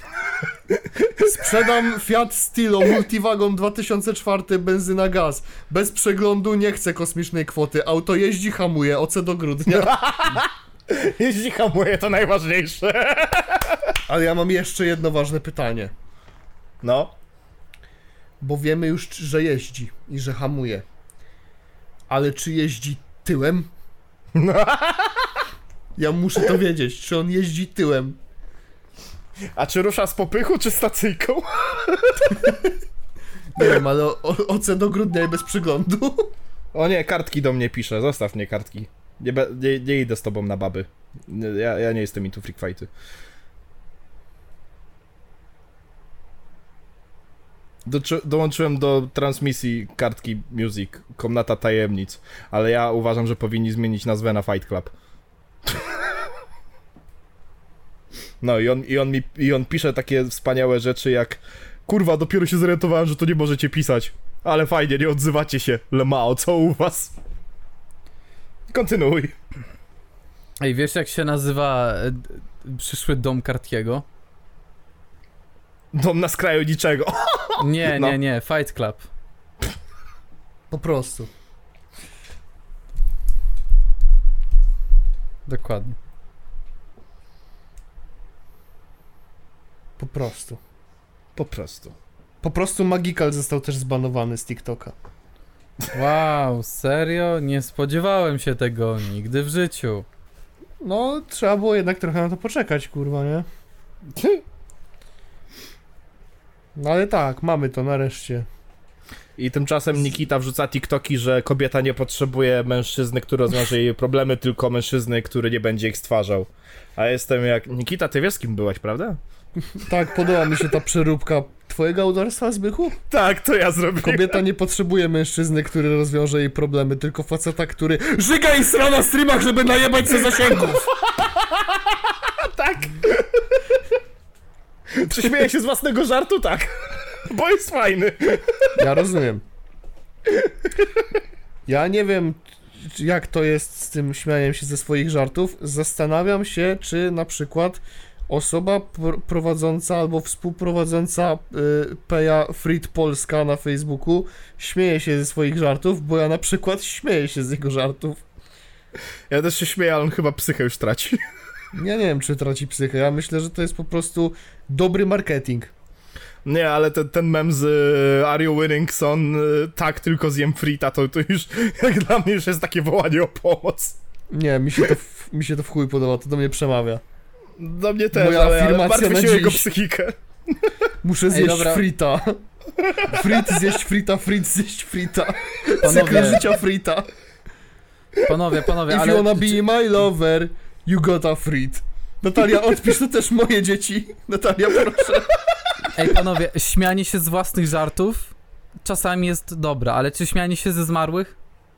Sprzedam Fiat Stilo Multiwagon dwa tysiące cztery benzyna gaz. Bez przeglądu, nie chcę kosmicznej kwoty. Auto jeździ, hamuje, oce do grudnia. Jeśli hamuje, to najważniejsze. Ale ja mam jeszcze jedno ważne pytanie. No. Bo wiemy już, że jeździ i że hamuje. Ale czy jeździ tyłem? Ja muszę to wiedzieć, czy on jeździ tyłem. A czy rusza z popychu, czy stacyjką? Nie wiem, ale o, o, oce do grudnia i bez przeglądu. O nie, kartki do mnie pisze, zostaw mnie kartki. Nie, be, nie, nie idę z tobą na baby. Nie, Ja, ja nie jestem into freak fighty. Doczy- dołączyłem do transmisji kartki Music, Komnata Tajemnic, ale ja uważam, że powinni zmienić nazwę na Fight Club. No i on, i on mi i on pisze takie wspaniałe rzeczy jak: kurwa, dopiero się zorientowałem, że to nie możecie pisać, ale fajnie, nie odzywacie się. Lemao, co u was? Kontynuuj. Ej, wiesz jak się nazywa e, d- przyszły dom Cartiego? Dom na skraju niczego. Nie, No. nie, nie, Fight Club. Po prostu. Dokładnie. Po prostu. Po prostu. Po prostu Magical został też zbanowany z TikToka. Wow, serio? Nie spodziewałem się tego nigdy w życiu. No, trzeba było jednak trochę na to poczekać, kurwa, nie? No ale tak, mamy to nareszcie. I tymczasem Nikita wrzuca TikToki, że kobieta nie potrzebuje mężczyzny, który rozwiąże jej problemy, tylko mężczyzny, który nie będzie ich stwarzał. A jestem jak... Nikita, ty wiesz, z kim byłaś, prawda? Tak, podoba mi się ta przeróbka twojego autorstwa, Zbychu? Tak, to ja zrobiłem. Kobieta nie potrzebuje mężczyzny, który rozwiąże jej problemy, tylko faceta, który żyga i sra na streamach, żeby najebać se zasięgów. Tak. Czy śmieję się z własnego żartu? Tak. Bo jest fajny. Ja rozumiem. Ja nie wiem, czy- jak to jest z tym śmianiem się ze swoich żartów. Zastanawiam się, czy na przykład osoba pr- prowadząca albo współprowadząca y, Peja Frit Polska na Facebooku śmieje się ze swoich żartów, bo ja na przykład śmieję się z jego żartów. Ja też się śmieję, ale on chyba psychę już traci. Ja nie wiem, czy traci psychę. Ja myślę, że to jest po prostu dobry marketing. Nie, ale ten, ten mem z y, Are you winning, son? Y, tak, tylko zjem frita, to, to już jak dla mnie już jest takie wołanie o pomoc. Nie, mi się to w, mi się to w chuj podoba, to do mnie przemawia. Do mnie też, Moja ale, ale afirmacja martwię na się o jego dziś. psychikę. Muszę zjeść dobra. frita. Frit zjeść frita, frit zjeść frita. Panowie. Cykl życia frita. Panowie, panowie, If ale... you wanna be my lover, you got a frit. Natalia, odpisz to też moje dzieci. Natalia, proszę. Ej, panowie, śmianie się z własnych żartów czasami jest dobre, ale czy śmianie się ze zmarłych?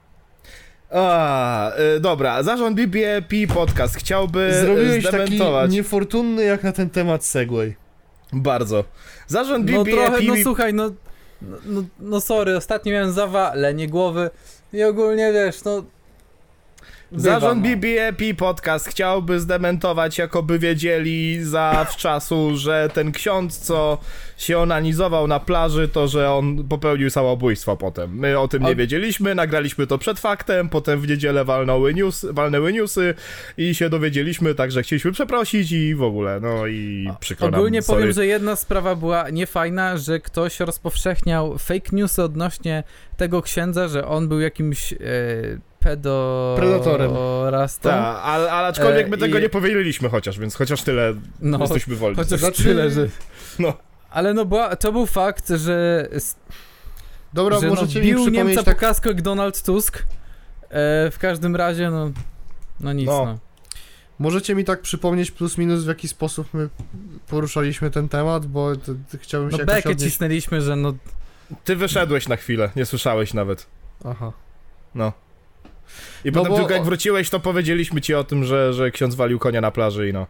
A, y, dobra, zarząd B B P Podcast chciałby Zrobiłeś taki zdementować. niefortunny jak na ten temat segway. Bardzo. Zarząd No B B P... trochę, no słuchaj, no, no, no, no sorry, ostatnio miałem zawalenie głowy i ogólnie wiesz, no... bywa, Zarząd no. B B P Podcast chciałby zdementować, jakoby wiedzieli zawczasu, że ten ksiądz, co się onanizował na plaży, to że on popełnił samobójstwo potem. My o tym nie A- wiedzieliśmy, nagraliśmy to przed faktem, potem w niedzielę walnęły, news, walnęły newsy i się dowiedzieliśmy, także chcieliśmy przeprosić i w ogóle, no i przykro nam, Ogólnie sorry. powiem, że jedna sprawa była niefajna, że ktoś rozpowszechniał fake newsy odnośnie tego księdza, że on był jakimś e, pedo... Predatorem. rastą. Tak, ale, ale aczkolwiek my E, tego i- nie powiedzieliśmy chociaż, więc chociaż tyle No, jesteśmy wolni. chociaż Znaczy- tyle, że... No. Ale no była, to był fakt, że, Dobra, że no, możecie mi bił przypomnieć Niemca tak... po kasku jak Donald Tusk. E, w każdym razie, no, no nic, No. no. Możecie mi tak przypomnieć plus minus, w jaki sposób my poruszaliśmy ten temat, bo to, to chciałbym się No jakoś bekę odnieść... cisnęliśmy, że no... Ty wyszedłeś na chwilę, nie słyszałeś nawet. Aha. No. I No potem bo- tylko jak wróciłeś, to powiedzieliśmy ci o tym, że, że ksiądz walił konia na plaży i no.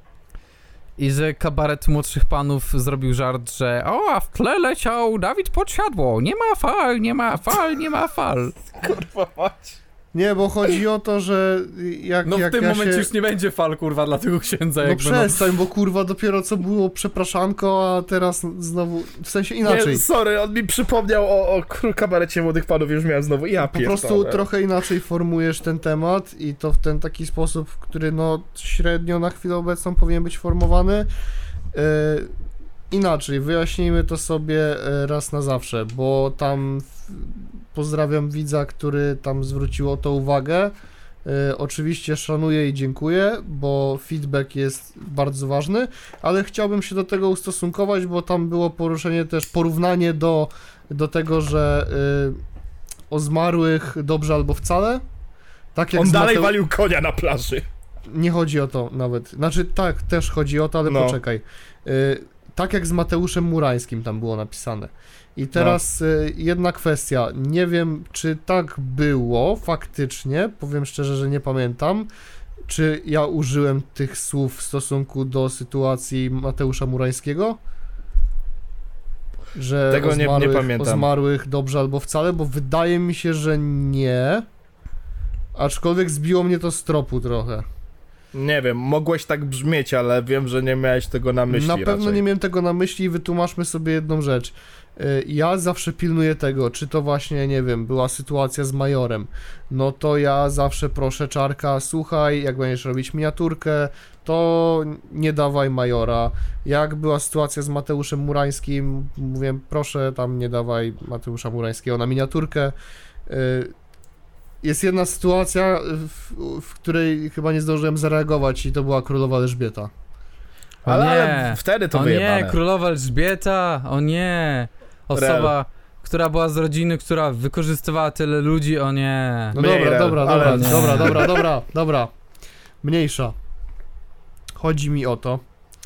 I że kabaret młodszych panów zrobił żart, że o, a w tle leciał Dawid Podsiadło, nie ma fal, nie ma fal, nie ma fal. Kurwa mać. Nie, bo chodzi o to, że jak, No w jak tym ja momencie się... już nie będzie fal, kurwa, dla tego księdza, No jakby, przestań, bo kurwa dopiero co było przepraszanko, a teraz znowu, w sensie inaczej. Nie, sorry, on mi przypomniał o, o król kabarecie młodych panów, już miałem znowu. Ja Po prostu pierdolę. trochę inaczej formujesz ten temat i to w ten taki sposób, który no średnio na chwilę obecną powinien być formowany. Yy, inaczej, wyjaśnijmy to sobie yy, raz na zawsze, bo tam w, pozdrawiam widza, który tam zwrócił o to uwagę. Yy, oczywiście szanuję i dziękuję, bo feedback jest bardzo ważny, ale chciałbym się do tego ustosunkować, bo tam było poruszenie też, porównanie do, do tego, że yy, o zmarłych dobrze albo wcale. Tak jak On z dalej Mateu- walił konia na plaży. Nie chodzi o to nawet. Znaczy tak, też chodzi o to, ale No. poczekaj. Y, tak jak z Mateuszem Murańskim tam było napisane. I teraz y, jedna kwestia, nie wiem czy tak było faktycznie, powiem szczerze, że nie pamiętam, czy ja użyłem tych słów w stosunku do sytuacji Mateusza Murańskiego? Że Tego o nie- nie zmarłych, pamiętam. o zmarłych dobrze albo wcale, bo wydaje mi się, że nie, aczkolwiek zbiło mnie to z tropu trochę. Nie wiem, mogłeś tak brzmieć, ale wiem, że nie miałeś tego na myśli Na pewno raczej. nie miałem tego na myśli i wytłumaczmy sobie jedną rzecz. Y, Ja zawsze pilnuję tego, czy to właśnie, nie wiem, była sytuacja z Majorem, no to ja zawsze proszę Czarka, słuchaj, jak będziesz robić miniaturkę, to nie dawaj Majora. Jak była sytuacja z Mateuszem Murańskim, mówię, proszę tam nie dawaj Mateusza Murańskiego na miniaturkę. Y, Jest jedna sytuacja, w, w której chyba nie zdążyłem zareagować i to była Królowa Elżbieta. O Ale, nie. ale wtedy to o wyjebane. nie, królowa Elżbieta, o nie. Osoba, która była z rodziny, która wykorzystywała tyle ludzi, o nie. No Mniej dobra, rel, dobra, ale dobra, nie. dobra, dobra, dobra, dobra. Mniejsza. Chodzi mi o to,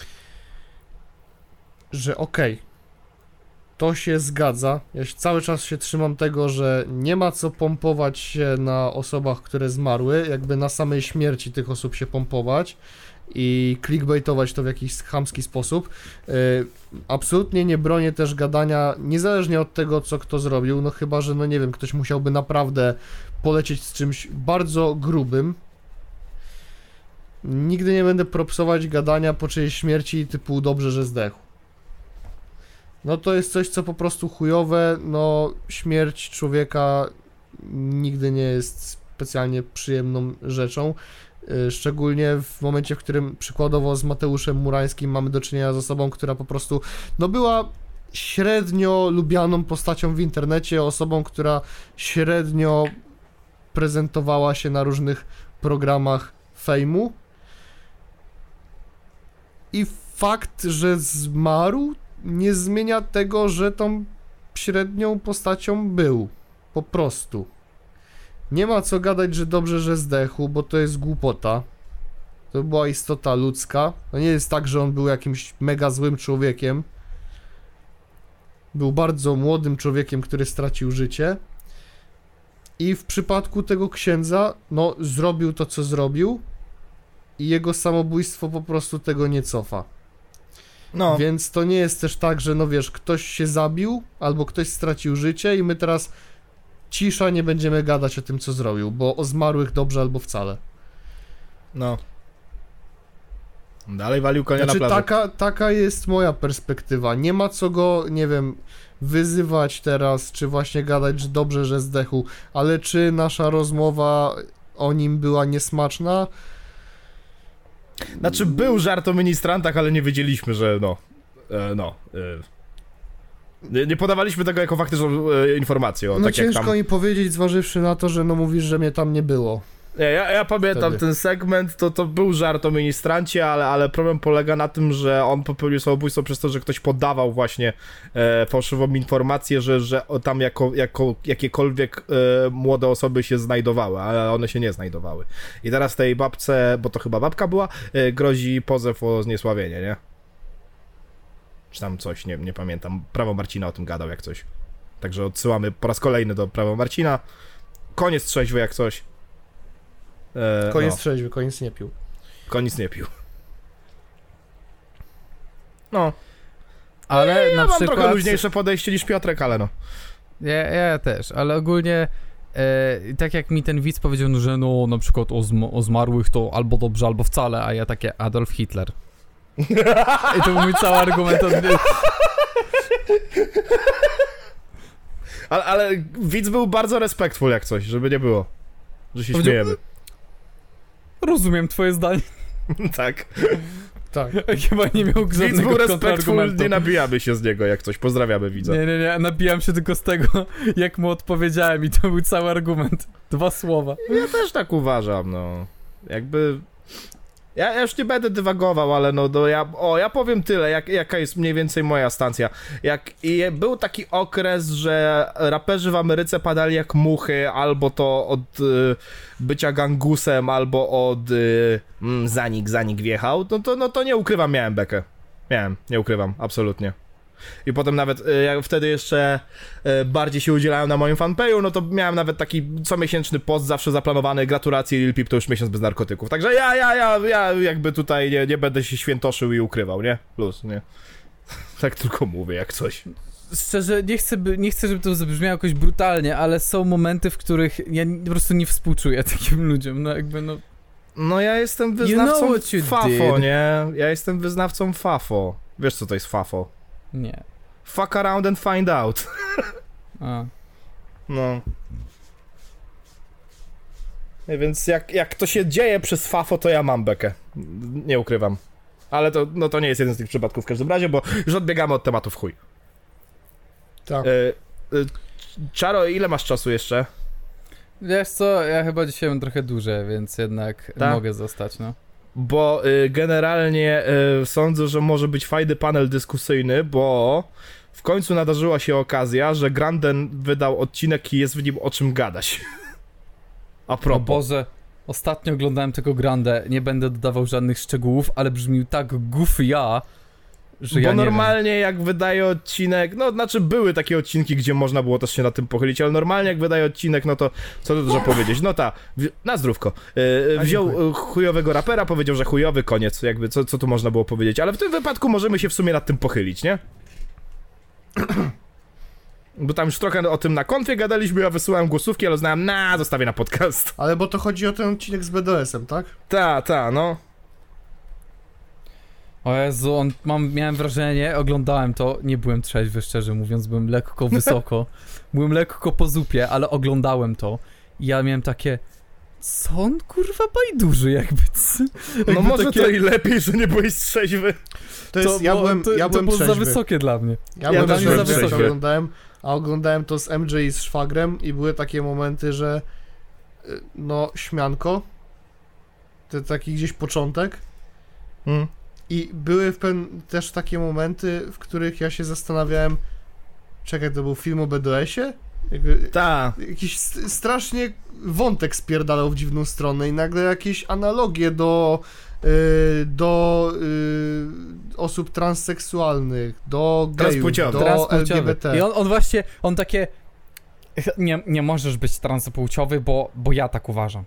że okej, to się zgadza. Ja się, cały czas się trzymam tego, że nie ma co pompować się na osobach, które zmarły, jakby na samej śmierci tych osób się pompować i clickbaitować to w jakiś chamski sposób. Yy, absolutnie nie bronię też gadania, niezależnie od tego, co kto zrobił, no chyba, że no nie wiem, ktoś musiałby naprawdę polecieć z czymś bardzo grubym. Nigdy nie będę propsować gadania po czyjejś śmierci typu dobrze, że zdechł. No to jest coś, co po prostu chujowe, no śmierć człowieka nigdy nie jest specjalnie przyjemną rzeczą, yy, szczególnie w momencie, w którym przykładowo z Mateuszem Murańskim mamy do czynienia z osobą, która po prostu, no była średnio lubianą postacią w internecie, osobą, która średnio prezentowała się na różnych programach fejmu i fakt, że zmarł, nie zmienia tego, że tą średnią postacią był. Po prostu. Nie ma co gadać, że dobrze, że zdechł, bo to jest głupota. To była istota ludzka. To nie jest tak, że on był jakimś mega złym człowiekiem. Był bardzo młodym człowiekiem, który stracił życie. I w przypadku tego księdza, no, zrobił to, co zrobił. I jego samobójstwo po prostu tego nie cofa. No, Więc to nie jest też tak, że no wiesz, ktoś się zabił, albo ktoś stracił życie i my teraz cisza, nie będziemy gadać o tym, co zrobił, bo o zmarłych dobrze albo wcale. no. Dalej walił konia Znaczy na plaży. taka, taka jest moja perspektywa. Nie ma co go, nie wiem, wyzywać teraz, czy właśnie gadać, że dobrze, że zdechł, ale czy nasza rozmowa o nim była niesmaczna? Znaczy był żart o ministrantach, ale nie wiedzieliśmy, że no, e, no, e, nie, nie podawaliśmy tego jako faktyczną e, informację, o, No tak jak ciężko tam... mi powiedzieć, zważywszy na to, że no mówisz, że mnie tam nie było. Nie, ja, ja pamiętam Wtedy. ten segment, to, to był żart o ministrancie, ale, ale problem polega na tym, że on popełnił samobójstwo przez to, że ktoś podawał właśnie e, fałszywą informację, że, że tam jako, jako jakiekolwiek e, młode osoby się znajdowały, ale one się nie znajdowały. I teraz tej babce, bo to chyba babka była, e, grozi pozew o zniesławienie, nie? Czy tam coś, nie, nie pamiętam. Prawo Marcina o tym gadał jak coś. Także odsyłamy po raz kolejny do Prawa Marcina. Koniec trzeźwy jak coś. E, Koniec no. trzeźwy, koniec nie pił. Koniec nie pił. No. Ale Ja na mam przykład... trochę luźniejsze podejście niż Piotrek, ale no. Ja, ja też, ale ogólnie e, tak jak mi ten widz powiedział, no, że no na przykład o, zm- o zmarłych to albo dobrze, albo wcale, a ja takie Adolf Hitler. I to był mój cały argument od... Ale, ale widz był bardzo respectful jak coś, żeby nie było. Że się Powiedział- śmiejemy. Rozumiem twoje zdanie. Tak. Tak. Chyba nie miał Widz żadnego był respectful, kontrargumentu. nie nabijamy się z niego jak coś. Pozdrawiamy widza. Nie, nie, nie, nabijam się tylko z tego, jak mu odpowiedziałem i to był cały argument. Dwa słowa. Ja też tak uważam, no. Jakby... Ja, ja już nie będę dywagował, ale no, no ja, o, ja powiem tyle, jak, jaka jest mniej więcej moja stacja. Jak i był taki okres, że raperzy w Ameryce padali jak muchy, albo to od y, bycia gangusem, albo od y, mm, zanik, zanik wjechał, no to, no to nie ukrywam, miałem bekę. Miałem, nie ukrywam, absolutnie. I potem nawet, y, jak wtedy jeszcze y, bardziej się udzielałem na moim fanpage'u, no to miałem nawet taki comiesięczny post zawsze zaplanowany, gratulacje Lil Peep to już miesiąc bez narkotyków. Także ja, ja, ja, ja jakby tutaj nie, nie będę się świętoszył i ukrywał, nie? Plus, nie? Tak tylko mówię, jak coś. Szczerze, nie chcę, by, nie chcę, żeby to zabrzmiało jakoś brutalnie, ale są momenty, w których ja po prostu nie współczuję takim ludziom, no jakby no... No ja jestem You know wyznawcą what you Fafo, did. nie? Ja jestem wyznawcą Fafo. Wiesz co to jest Fafo? Nie. Fuck around and find out. A. No. Więc jak, jak to się dzieje przez Fafo, to ja mam bekę. Nie ukrywam. Ale to, no to nie jest jeden z tych przypadków w każdym razie, bo już odbiegamy od tematu w chuj. Tak. E, e, Czaro, ile masz czasu jeszcze? Wiesz co, ja chyba dzisiaj mam trochę dłużej, więc jednak Tak? mogę zostać, no. Bo y, generalnie y, sądzę, że może być fajny panel dyskusyjny, bo w końcu nadarzyła się okazja, że Granden wydał odcinek i jest w nim o czym gadać. A O propos. Boże, ostatnio oglądałem tego Grande, nie będę dodawał żadnych szczegółów, ale brzmił tak goofy ja, że Bo ja nie normalnie jak wydaje odcinek, no znaczy były takie odcinki, gdzie można było też się na tym pochylić, ale normalnie jak wydaje odcinek, no to co tu dużo powiedzieć, no ta, wzi- na zdrówko, yy, wziął dziękuję. y, chujowego rapera, powiedział, że chujowy, koniec, jakby co, co tu można było powiedzieć, ale w tym wypadku możemy się w sumie nad tym pochylić, nie? Bo tam już trochę o tym na konfie gadaliśmy, ja wysyłałem głosówki, ale znałem, na, zostawię na podcast. Ale bo to chodzi o ten odcinek z B D S em, tak? Ta, ta, no. O Jezu, on, mam, miałem wrażenie, oglądałem to, nie byłem trzeźwy, szczerze mówiąc, byłem lekko wysoko, byłem lekko po zupie, ale oglądałem to i ja miałem takie, co on kurwa bajduży jakby, c- jakby No może takie, to i lepiej, że nie byłeś trzeźwy. To jest, ja było- byłem, to, ja to byłem było za trzeźwy. wysokie dla mnie. Ja, Ja byłem też trzeźwy, byłem jak to trzeźwy. oglądałem, a oglądałem to z M J i z szwagrem i były takie momenty, że y, no, śmianko, to taki gdzieś początek Hmm. i były w pewn- też takie momenty, w których ja się zastanawiałem, czekaj, to był film o B D S ie? Jakby, Ta. jakiś st- strasznie wątek spierdalał w dziwną stronę i nagle jakieś analogie do y, do y, osób transseksualnych, do gejów, Transpłciowych. do L G Transpłciowy. B T. I on, on właśnie, on takie, nie, nie możesz być transpłciowy, bo, bo ja tak uważam.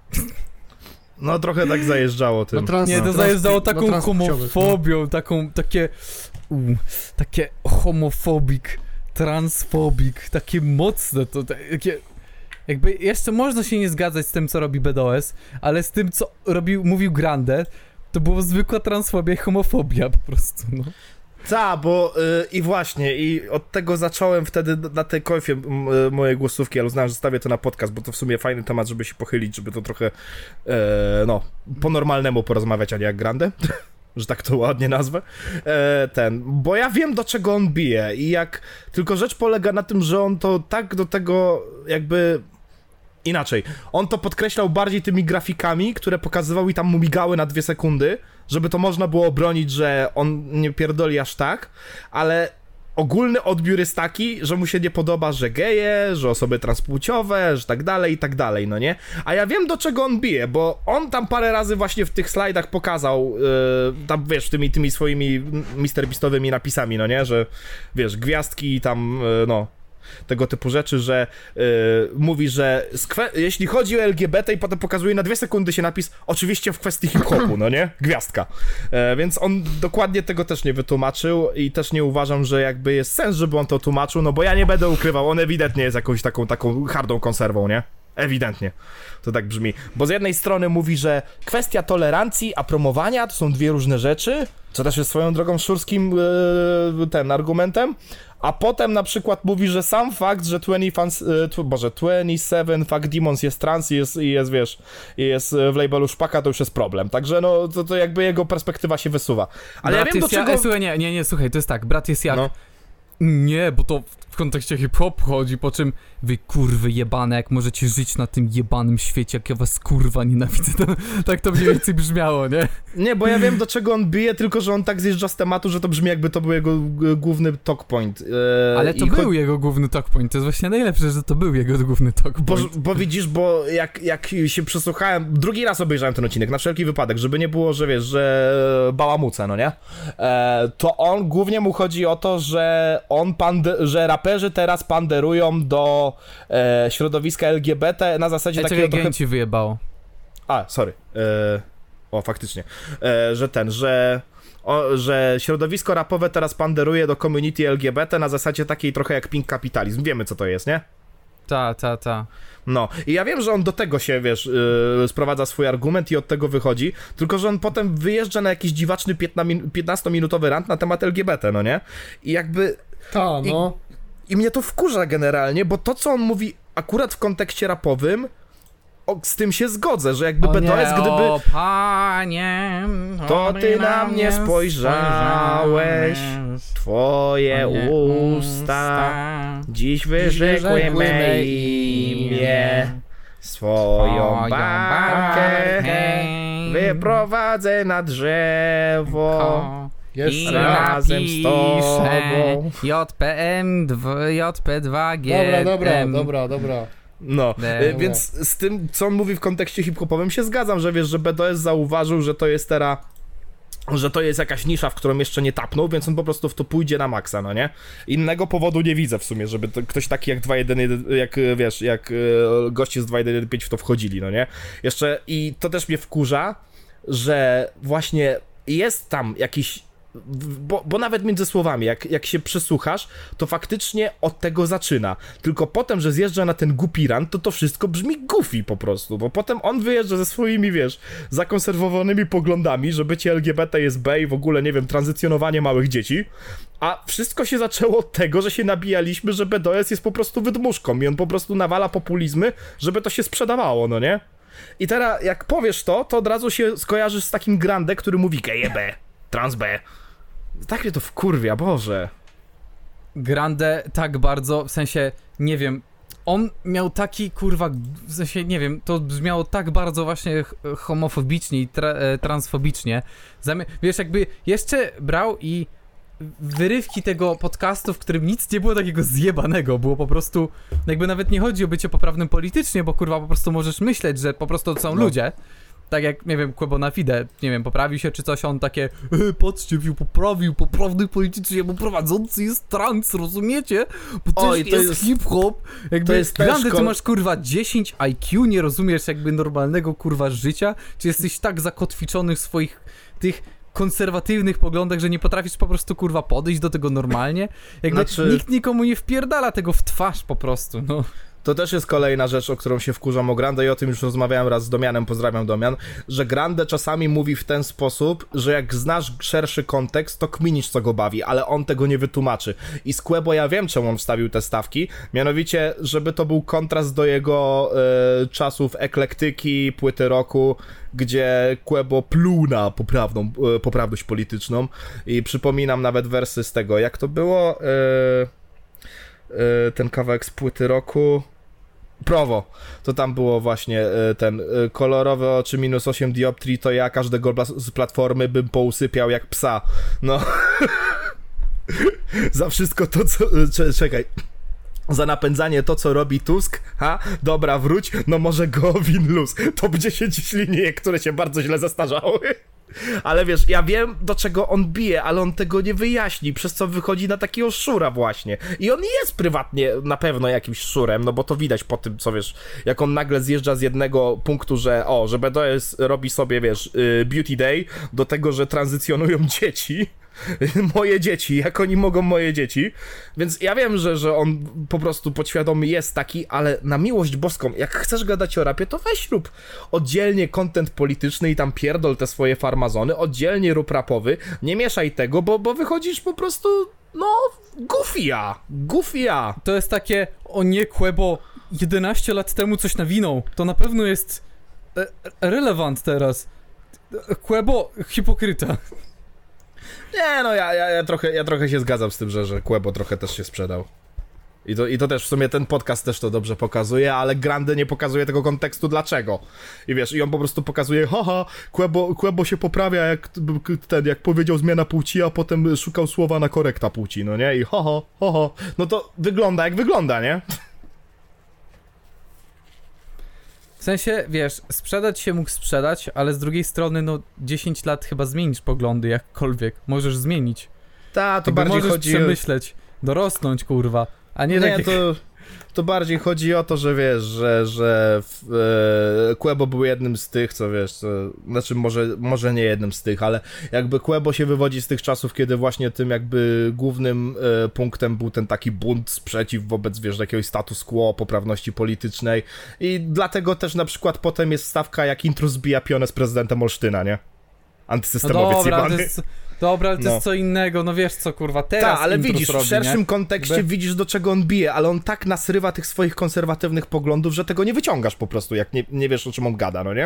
No trochę tak zajeżdżało tym. No, trans, Nie, to trans- zajeżdżało no, taką transpłciowych, no. homofobią, taką, takie, u, takie homofobik, transfobik, takie mocne to, takie, jakby jeszcze można się nie zgadzać z tym, co robi B D S, ale z tym, co robił, mówił Grande, to była zwykła transfobia i homofobia po prostu, no. Ta, bo y, i właśnie, i od tego zacząłem wtedy na tej konfie m, y, moje głosówki, ale uznałem, że stawię to na podcast, bo to w sumie fajny temat, żeby się pochylić, żeby to trochę, e, no, po normalnemu porozmawiać, a nie jak Grande, że tak to ładnie nazwę, e, ten, bo ja wiem, do czego on bije i jak, tylko rzecz polega na tym, że on to tak do tego jakby... Inaczej, on to podkreślał bardziej tymi grafikami, które pokazywał i tam mu migały na dwie sekundy, żeby to można było obronić, że on nie pierdoli aż tak, ale ogólny odbiór jest taki, że mu się nie podoba, że geje, że osoby transpłciowe, że tak dalej i tak dalej, no nie? A ja wiem, do czego on bije, bo on tam parę razy właśnie w tych slajdach pokazał, yy, tam wiesz, tymi, tymi swoimi misterbistowymi napisami, no nie? Że wiesz, gwiazdki tam, yy, no... tego typu rzeczy, że yy, mówi, że skwe- jeśli chodzi o L G B T i potem pokazuje na dwie sekundy się napis oczywiście w kwestii hip-hopu, no nie? Gwiazdka. E, więc on dokładnie tego też nie wytłumaczył i też nie uważam, że jakby jest sens, żeby on to tłumaczył, no bo ja nie będę ukrywał, on ewidentnie jest jakąś taką, taką hardą konserwą, nie? Ewidentnie. To tak brzmi. Bo z jednej strony mówi, że kwestia tolerancji, a promowania to są dwie różne rzeczy, co też jest swoją drogą szurskim yy, ten argumentem, a potem na przykład mówi, że sam fakt, że dwadzieścia fans, yy, tw- Boże, dwadzieścia siedem Fuck Demons jest trans i jest, i jest, wiesz, i jest w labelu szpaka, to już jest problem. Także no, to, to jakby jego perspektywa się wysuwa. Ale Brat ja wiem, do jest czego... ja, słuchaj, nie, nie, nie, słuchaj, to jest tak, brat jest jak, No. nie, bo to w kontekście hip-hop chodzi, po czym wy kurwy jebane, jak możecie żyć na tym jebanym świecie, jak ja was kurwa nienawidzę, to, tak to mniej więcej brzmiało, nie? Nie, bo ja wiem, do czego on bije, tylko że on tak zjeżdża z tematu, że to brzmi jakby to był jego g- główny talk point. Eee, Ale to i był cho- jego główny talk point, to jest właśnie najlepsze, że to był jego główny talk Bo, point. bo widzisz, bo jak, jak się przesłuchałem, drugi raz obejrzałem ten odcinek, na wszelki wypadek, żeby nie było, że wiesz, że bałamuce, no nie? E, to on, głównie mu chodzi o to, że on, pande- że raperzy teraz panderują do e, środowiska L G B T na zasadzie Ej, takiego czekaj, trochę... trochę... ci wyjebało. A, sorry. E, o, faktycznie. E, że ten, że... O, że środowisko rapowe teraz panderuje do community L G B T na zasadzie takiej trochę jak pink kapitalizm. Wiemy, co to jest, nie? Ta, ta, ta. No, i ja wiem, że on do tego się, wiesz, yy, sprowadza swój argument i od tego wychodzi, tylko że on potem wyjeżdża na jakiś dziwaczny piętnastominutowy rant na temat L G B T, no nie? I jakby... Ta, no. I, I mnie to wkurza generalnie, bo to, co on mówi akurat w kontekście rapowym, o, z tym się zgodzę, że jakby O B D S, nie, gdyby... o panie, To ty na mnie spojrzałeś, twoje usta dziś wyrzekły me imię, swoją barkę wyprowadzę na drzewo Jeszcze I raz. razem z tobą. J P M dwa, J P dwa G Dobra, dobra, M. dobra, dobra. No, Dobra. y, więc z tym, co on mówi w kontekście hip-hopowym, się zgadzam, że wiesz, że B D S zauważył, że to jest teraz, że to jest jakaś nisza, w którą jeszcze nie tapnął, więc on po prostu w to pójdzie na maksa, no nie? Innego powodu nie widzę w sumie, żeby to, ktoś taki jak dwa jeden jeden, jak wiesz, jak y, goście z dwa jeden jeden pięć w to wchodzili, no nie? Jeszcze, i to też mnie wkurza, że właśnie jest tam jakiś... Bo, bo nawet między słowami, jak, jak się przysłuchasz, to faktycznie od tego zaczyna. Tylko potem, że zjeżdża na ten głupi rant, to to wszystko brzmi goofy po prostu, bo potem on wyjeżdża ze swoimi, wiesz, zakonserwowanymi poglądami, że bycie L G B T jest B i w ogóle, nie wiem, tranzycjonowanie małych dzieci, a wszystko się zaczęło od tego, że się nabijaliśmy, że B D S jest po prostu wydmuszką i on po prostu nawala populizmy, żeby to się sprzedawało, no nie? I teraz, jak powiesz to, to od razu się skojarzysz z takim Grande, który mówi geje B, trans B. Tak mnie to wkurwia, Boże. Grande tak bardzo, w sensie, nie wiem, on miał taki, kurwa, w sensie, nie wiem, to brzmiało tak bardzo właśnie ch- homofobicznie i tra- e, transfobicznie. Zami- wiesz, jakby jeszcze brał i wyrywki tego podcastu, w którym nic nie było takiego zjebanego, było po prostu, jakby nawet nie chodzi o bycie poprawnym politycznie, bo kurwa po prostu możesz myśleć, że po prostu to są No. ludzie. Tak jak, nie wiem, Quebo na Fide, nie wiem, poprawił się czy coś, on takie e, patrzcie, się poprawił, poprawny politycznie, bo prowadzący jest trans, rozumiecie? Bo to Oj, jest, to jest jest- hip-hop. Jakby, to jest też Grande, ty kol- masz, kurwa, dziesięć I Q, nie rozumiesz jakby normalnego, kurwa, życia? Czy jesteś tak zakotwiczony w swoich tych konserwatywnych poglądach, że nie potrafisz po prostu, kurwa, podejść do tego normalnie? Jakby Znaczy- nikt nikomu nie wpierdala tego w twarz po prostu, no. To też jest kolejna rzecz, o którą się wkurzam o Grande i o tym już rozmawiałem raz z Domianem, pozdrawiam Domian, że Grande czasami mówi w ten sposób, że jak znasz szerszy kontekst, to kminisz, co go bawi, ale on tego nie wytłumaczy. I z Quebo ja wiem, czemu on wstawił te stawki, mianowicie, żeby to był kontrast do jego e, czasów eklektyki, płyty roku, gdzie Quebo pluł na poprawną, e, poprawność polityczną i przypominam nawet wersy z tego, jak to było... E, ten kawałek z płyty roku Prowo, to tam było właśnie ten kolorowe oczy minus osiem dioptrii, to ja każdego z platformy bym pousypiał jak psa, no za wszystko to co, czekaj za napędzanie to, co robi Tusk, ha? Dobra, wróć, no może Gowin luz. Top dziesięć linii, które się bardzo źle zastarzały. Ale wiesz, ja wiem, do czego on bije, ale on tego nie wyjaśni, przez co wychodzi na takiego szura właśnie. I on jest prywatnie na pewno jakimś szurem, no bo to widać po tym, co wiesz, jak on nagle zjeżdża z jednego punktu, że o, że B D S robi sobie, wiesz, Beauty Day, do tego, że tranzycjonują dzieci. Moje dzieci, jak oni mogą moje dzieci. Więc ja wiem, że, że on po prostu podświadomy jest taki, ale na miłość boską, jak chcesz gadać o rapie, to weź rób oddzielnie content polityczny i tam pierdol te swoje farmazony, oddzielnie rób rapowy, nie mieszaj tego, bo, bo wychodzisz po prostu, no, goofy-a, goofy-a. To jest takie, o nie, Quebo, jedenaście lat temu coś nawinął, to na pewno jest e, relevant teraz. Quebo, hipokryta. Nie, no ja, ja, ja, trochę, ja trochę się zgadzam z tym, że, że Quebo trochę też się sprzedał. I to, I to też w sumie ten podcast też to dobrze pokazuje, ale Grande nie pokazuje tego kontekstu dlaczego. I wiesz, i on po prostu pokazuje, haha, Quebo, Quebo się poprawia jak ten, jak powiedział zmiana płci, a potem szukał słowa na korekta płci, no nie? I haha, haha, no to wygląda jak wygląda, nie? W sensie, wiesz, sprzedać się mógł sprzedać, ale z drugiej strony, no dziesięć lat chyba zmienisz poglądy jakkolwiek. Możesz zmienić. Ta, to Jakby bardziej możesz chodzi... przemyśleć, dorosnąć, kurwa, a nie, Nie, takie... to, to bardziej chodzi o to, że wiesz, że, że w, e, Quebo był jednym z tych, co wiesz, co, znaczy może, może nie jednym z tych, ale jakby Quebo się wywodzi z tych czasów, kiedy właśnie tym jakby głównym e, punktem był ten taki bunt, sprzeciw wobec, wiesz, jakiegoś status quo, poprawności politycznej i dlatego też na przykład potem jest stawka, jak Intrus zbija pionę z prezydentem Olsztyna, nie? No Antysystemowiec dobra, ale to jebany. jest, dobra, ale to No. jest co innego, no wiesz co, kurwa, teraz Tak, ale Intrus widzisz, robi, w szerszym nie? kontekście Jakby- widzisz, do czego on bije, ale on tak nasrywa tych swoich konserwatywnych poglądów, że tego nie wyciągasz po prostu, jak nie, nie wiesz, o czym on gada, no nie?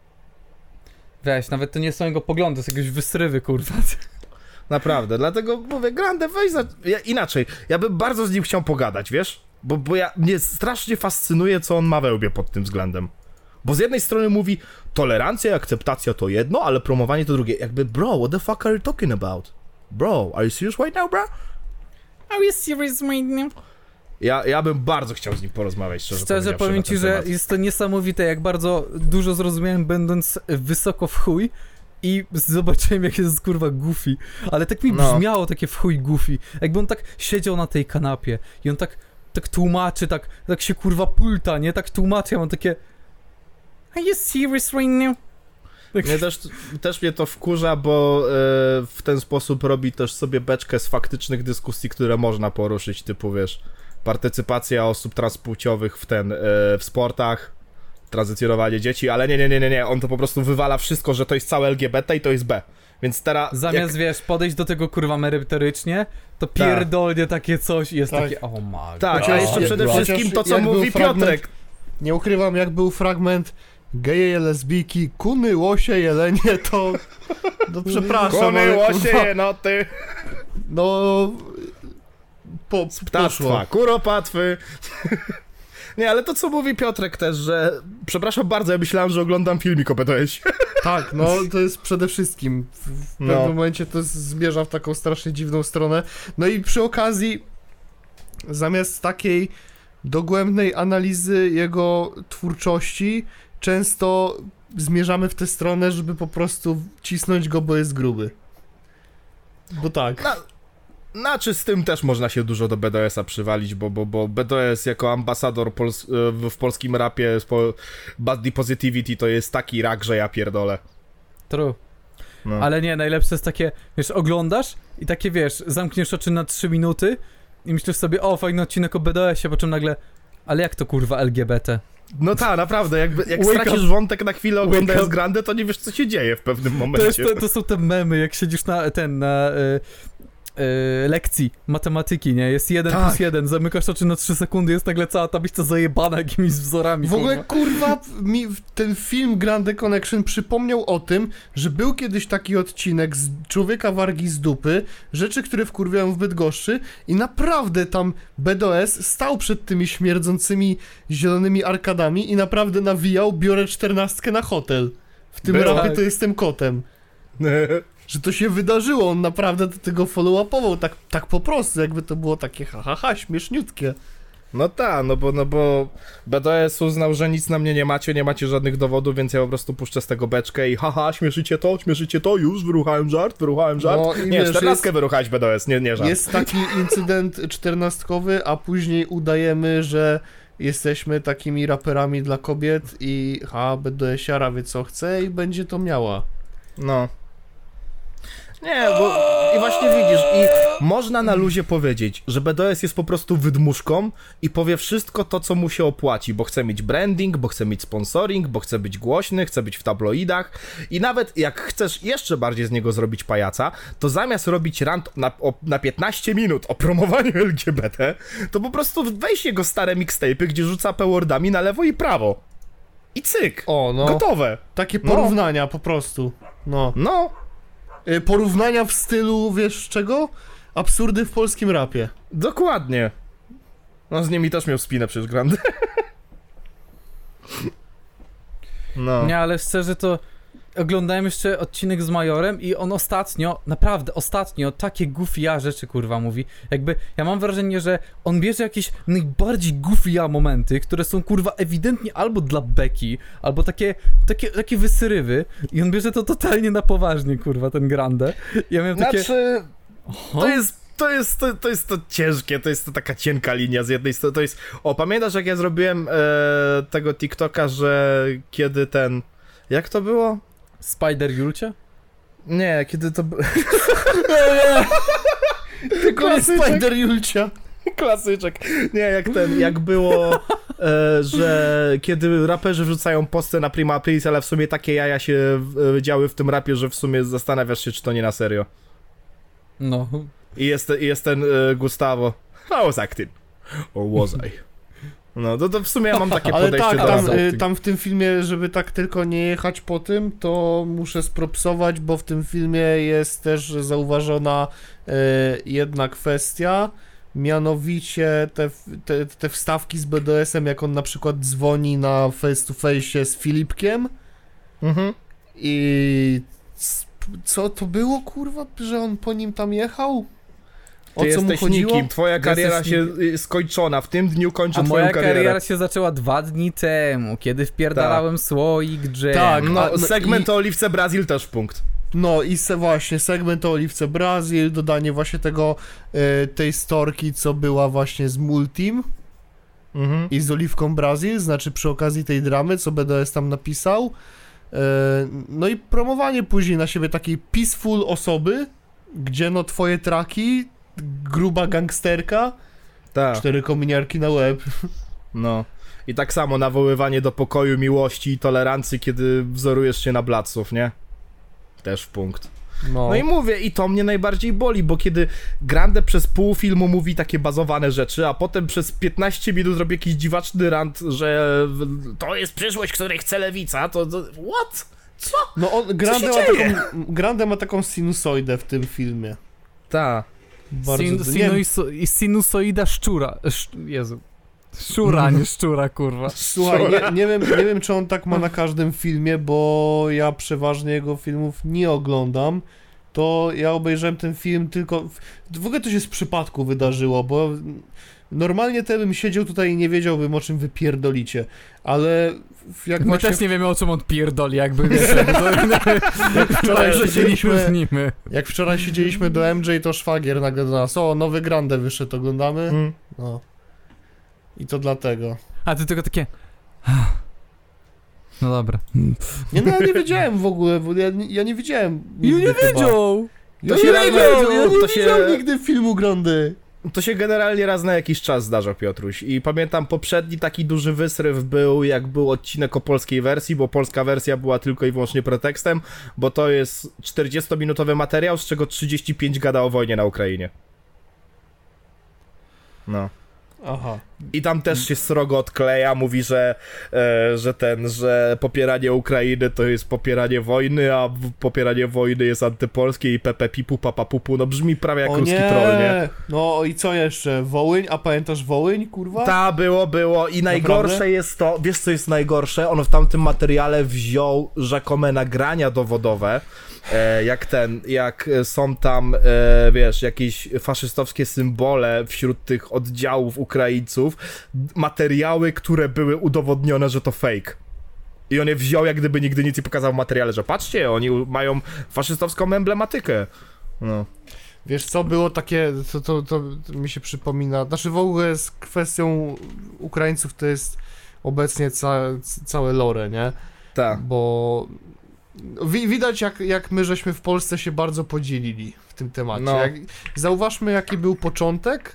Weź, nawet to nie są jego poglądy, to są jakieś wysrywy, kurwa. Naprawdę, dlatego mówię, Grande, weź za... Ja, inaczej, ja bym bardzo z nim chciał pogadać, wiesz? Bo, bo ja, mnie strasznie fascynuje, co on ma we łbie pod tym względem. Bo z jednej strony mówi, tolerancja i akceptacja to jedno, ale promowanie to drugie. Jakby, bro, what the fuck are you talking about? Bro, are you serious right now, bro? Are you serious, man? Ja, ja bym bardzo chciał z nim porozmawiać, szczerze, Szczerze powiedziawszy, powiem na ci, ten że temat. jest to niesamowite, jak bardzo dużo zrozumiałem, będąc wysoko w chuj i zobaczyłem, jak jest kurwa goofy, ale tak mi No. brzmiało takie w chuj goofy, jakby on tak siedział na tej kanapie i on tak, tak tłumaczy, tak, tak się kurwa pulta, nie? Tak tłumaczy, ja mam takie Are you serious right now? Tak, Mnie też, też mnie to wkurza, bo e, w ten sposób robi też sobie beczkę z faktycznych dyskusji, które można poruszyć, typu wiesz, partycypacja osób transpłciowych w ten, e, w sportach, tranzycjonowanie dzieci, ale nie, nie, nie, nie, nie, on to po prostu wywala wszystko, że to jest całe L G B T i to jest B. Więc teraz... Zamiast, jak, wiesz, podejść do tego kurwa merytorycznie, to pierdolnie takie coś i jest Tak. takie, oh my tak, god. a jeszcze Ja- przede chociaż wszystkim to, co jak był mówi fragment- Piotrek. Nie ukrywam, jak był fragment geje, lesbijki, kuny, łosie, jelenie, to... No przepraszam, Kony, ale łosie, kurwa, jenoty, no... Po, poszło. ptactwa, kuropatwy. Nie, ale to, co mówi Piotrek też, że... Przepraszam bardzo, ja myślałem, że oglądam filmik o B D S. Tak, no to jest przede wszystkim. W, w No. pewnym momencie to zmierza w taką strasznie dziwną stronę. No i przy okazji, zamiast takiej dogłębnej analizy jego twórczości, często zmierzamy w tę stronę, żeby po prostu cisnąć go, bo jest gruby. Bo tak. No, znaczy z tym też można się dużo do B D S a przywalić, bo, bo, bo B D S jako ambasador pols w polskim rapie spo Body Positivity to jest taki rak, że ja pierdolę. True. No. Ale nie, najlepsze jest takie, wiesz, oglądasz i takie, wiesz, zamkniesz oczy na trzy minuty i myślisz sobie, o, fajny odcinek o B D S ie, po czym nagle, ale jak to kurwa L G B T? No tak, naprawdę, jakby, jak Wake stracisz up. wątek na chwilę oglądając up. Grande, to nie wiesz, co się dzieje w pewnym To, momencie. jest, to, to są te memy, jak siedzisz na ten, na y, y, lekcji matematyki, nie? Jest jeden Tak. plus jeden, zamykasz oczy na trzy sekundy, jest nagle cała tablica zajebana jakimiś wzorami, W ogóle, kurwa. kurwa, mi ten film Grande Connection przypomniał o tym, że był kiedyś taki odcinek z Człowieka Wargi z dupy, rzeczy, które wkurwiają w Bydgoszczy i naprawdę tam B D S stał przed tymi śmierdzącymi zielonymi arkadami i naprawdę nawijał, biorę czternastkę na hotel. W tym Było. rapie to jestem kotem. Że to się wydarzyło, on naprawdę do tego follow-upował, tak, tak po prostu, jakby to było takie ha, ha, ha, śmieszniutkie. No tak, no bo, no bo B D S uznał, że nic na mnie nie macie, nie macie żadnych dowodów, więc ja po prostu puszczę z tego beczkę i haha, śmieszycie to, śmieszycie to, już wyruchałem żart, wyruchałem żart. No i nie, wiesz, czternastkę jest- wyruchałeś B D S, nie, nie żart. Jest taki incydent czternastkowy, a później udajemy, że jesteśmy takimi raperami dla kobiet i ha, B D S-iara wie co chce i będzie to miała. No. Nie, bo i właśnie widzisz, i można na luzie powiedzieć, że B D S jest po prostu wydmuszką i powie wszystko to, co mu się opłaci, bo chce mieć branding, bo chce mieć sponsoring, bo chce być głośny, chce być w tabloidach i nawet jak chcesz jeszcze bardziej z niego zrobić pajaca, to zamiast robić rant na, o, na piętnaście minut o promowaniu L G B T, to po prostu weź jego stare mixtape'y, gdzie rzuca p-wordami na lewo i prawo. I cyk, O, no. gotowe. Takie No. porównania po prostu. No. No, Y, Porównania w stylu, wiesz czego? Absurdy w polskim rapie. dokładnie. No z nimi też miał spinę przecież Grande. No. Nie, ale szczerze to oglądałem jeszcze odcinek z Majorem i on ostatnio, naprawdę ostatnio, takie goofy ja rzeczy kurwa mówi. Jakby, ja mam wrażenie, że on bierze jakieś najbardziej goofy ja momenty, które są kurwa ewidentnie albo dla beki, albo takie, takie, takie wysyrywy i on bierze to totalnie na poważnie, kurwa, ten Grande. Ja miałem takie... Znaczy, Oho. to jest, to jest, to, to jest to ciężkie, to jest to taka cienka linia z jednej strony, to jest, o, pamiętasz jak ja zrobiłem e, tego TikToka, że kiedy ten, jak to było? Spider Julcia? Nie, kiedy to było... Tylko nie Spider Julcia. Klasyczek. Nie, jak ten, jak było, e, że kiedy raperzy wrzucają posty na Prima Aprilis, ale w sumie takie jaja się e, działy w tym rapie, że w sumie zastanawiasz się, czy to nie na serio. No. I jest, i jest ten e, Gustavo. I was acting. Or was I? No, to, to w sumie ja mam takie Ale podejście tak, do tam, rapu. y, tam w tym filmie, żeby tak tylko nie jechać po tym, to muszę spropsować, bo w tym filmie jest też zauważona y, jedna kwestia, mianowicie te, te, te wstawki z B D S-em, jak on na przykład dzwoni na face to face z Filipkiem Mhm. i c- co to było, kurwa, że on po nim tam jechał? O Ty co mu jesteś chodziło? nikim, twoja Ty kariera jesteś się y, skończona, w tym dniu kończę A twoją moja karierę. kariera się zaczęła dwa dni temu, kiedy wpierdalałem słoik dżem. Tak. No, A, no segment i- o Oliwce Brazil też punkt. No i se właśnie segment o Oliwce Brazil, dodanie właśnie tego, e, tej storki, co była właśnie z Multim Mhm. i z Oliwką Brazil, znaczy przy okazji tej dramy, co B D S tam napisał. E, no i promowanie później na siebie takiej peaceful osoby, gdzie no twoje traki, gruba gangsterka, Tak. cztery kominiarki na łeb. No. I tak samo nawoływanie do pokoju, miłości i tolerancji, kiedy wzorujesz się na bladców, nie? Też punkt. No, No i mówię, i to mnie najbardziej boli, bo kiedy Grande przez pół filmu mówi takie bazowane rzeczy, a potem przez piętnaście minut robi jakiś dziwaczny rant, że to jest przyszłość, której chce lewica, to... to what? Co? no on, Grande, się ma dzieje? taką, Grande ma taką sinusoidę w tym filmie. Ta. Bardzo, Sin, nie, sinuso, i sinusoida szczura. Sz, Jezu. Szczura, nie szczura, kurwa. Słuchaj, nie, nie, wiem, nie wiem, czy on tak ma na każdym filmie, bo ja przeważnie jego filmów nie oglądam. To ja obejrzałem ten film tylko... W ogóle to się z przypadku wydarzyło, bo normalnie to bym siedział tutaj i nie wiedziałbym, o czym wy pierdolicie, ale jak My właśnie też nie wiemy, o czym on pierdoli, jakby wiesz, jakby to, jak wczoraj się siedzieliśmy, różnimy. jak wczoraj siedzieliśmy do M J, to szwagier nagle do nas, o, nowy Grande wyszedł, oglądamy? Mm. No. I to dlatego. A ty tylko takie... No dobra. Nie, no ja nie wiedziałem w ogóle, bo ja, ja nie wiedziałem. Ja nigdy nie chyba. wiedział! Ja To nie się raz- wiedział, ja nie to się- widziałem nigdy filmu Grandy. To się generalnie raz na jakiś czas zdarza, Piotruś. I pamiętam, poprzedni taki duży wysryw był, jak był odcinek o polskiej wersji, bo polska wersja była tylko i wyłącznie pretekstem, bo to jest czterdziestominutowy materiał, z czego trzydzieści pięć gada o wojnie na Ukrainie. No. Aha. I tam też się srogo odkleja, mówi, że, e, że ten, że popieranie Ukrainy to jest popieranie wojny, a w- popieranie wojny jest antypolskie i pepe pipu papa pupu, no brzmi prawie jak O ruski nie. troll, nie? No i co jeszcze? Wołyń? A pamiętasz Wołyń, kurwa? Ta, było, było i najgorsze Naprawdę? jest to, wiesz co jest najgorsze? On w tamtym materiale wziął rzekome nagrania dowodowe, e, jak ten, jak są tam, e, wiesz, jakieś faszystowskie symbole wśród tych oddziałów Ukraińców, materiały, które były udowodnione, że to fake. I on je wziął jak gdyby nigdy nic i pokazał w materiale, że patrzcie, oni u- mają faszystowską emblematykę. No. Wiesz co, było takie, to, to, to mi się przypomina, znaczy w ogóle z kwestią Ukraińców to jest obecnie ca, całe lore, nie? Tak. Bo wi widać jak, jak my żeśmy w Polsce się bardzo podzielili w tym temacie. No. Jak, zauważmy jaki był początek.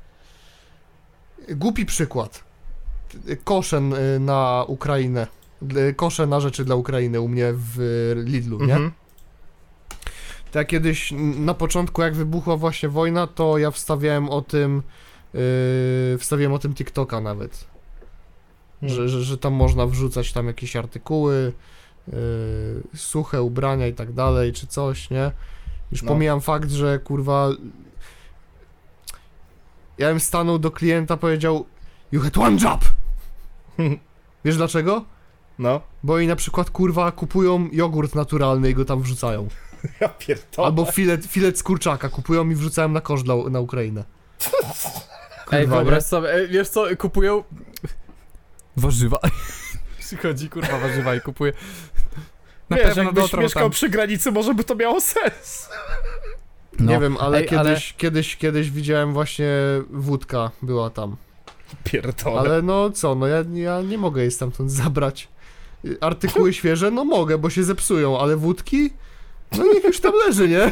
Głupi przykład. Koszen y, na Ukrainę. D- Kosze na rzeczy dla Ukrainy u mnie w Lidlu, nie? Mhm. Tak kiedyś n- na początku jak wybuchła właśnie wojna, to ja wstawiałem o tym yy, wstawiałem o tym TikToka nawet. Hmm. Że, że, że tam można wrzucać tam jakieś artykuły, yy, suche ubrania i tak dalej, czy coś, nie? Już No. pomijam fakt, że kurwa Ja bym stanął do klienta, powiedział you had one job! Wiesz dlaczego? No. Bo oni na przykład, kurwa, kupują jogurt naturalny i go tam wrzucają. Ja pierdolę. Albo filet, filet z kurczaka kupują i wrzucają na kosz dla, na Ukrainę. Ej, Kurwa, wyobraź nie? sobie, ej, wiesz co, kupują... Warzywa. Przychodzi, kurwa, warzywa i kupuje... Na Wiesz, pewno jakbyś dotrą mieszkał tam. przy granicy, może by to miało sens. No. Nie wiem, ale, Ej, kiedyś, ale- kiedyś, kiedyś widziałem właśnie wódka była tam. Pierdolę. Ale no co, no ja, ja nie mogę jej stamtąd zabrać. Artykuły świeże, no mogę, bo się zepsują, ale wódki? No niech już tam leży, nie?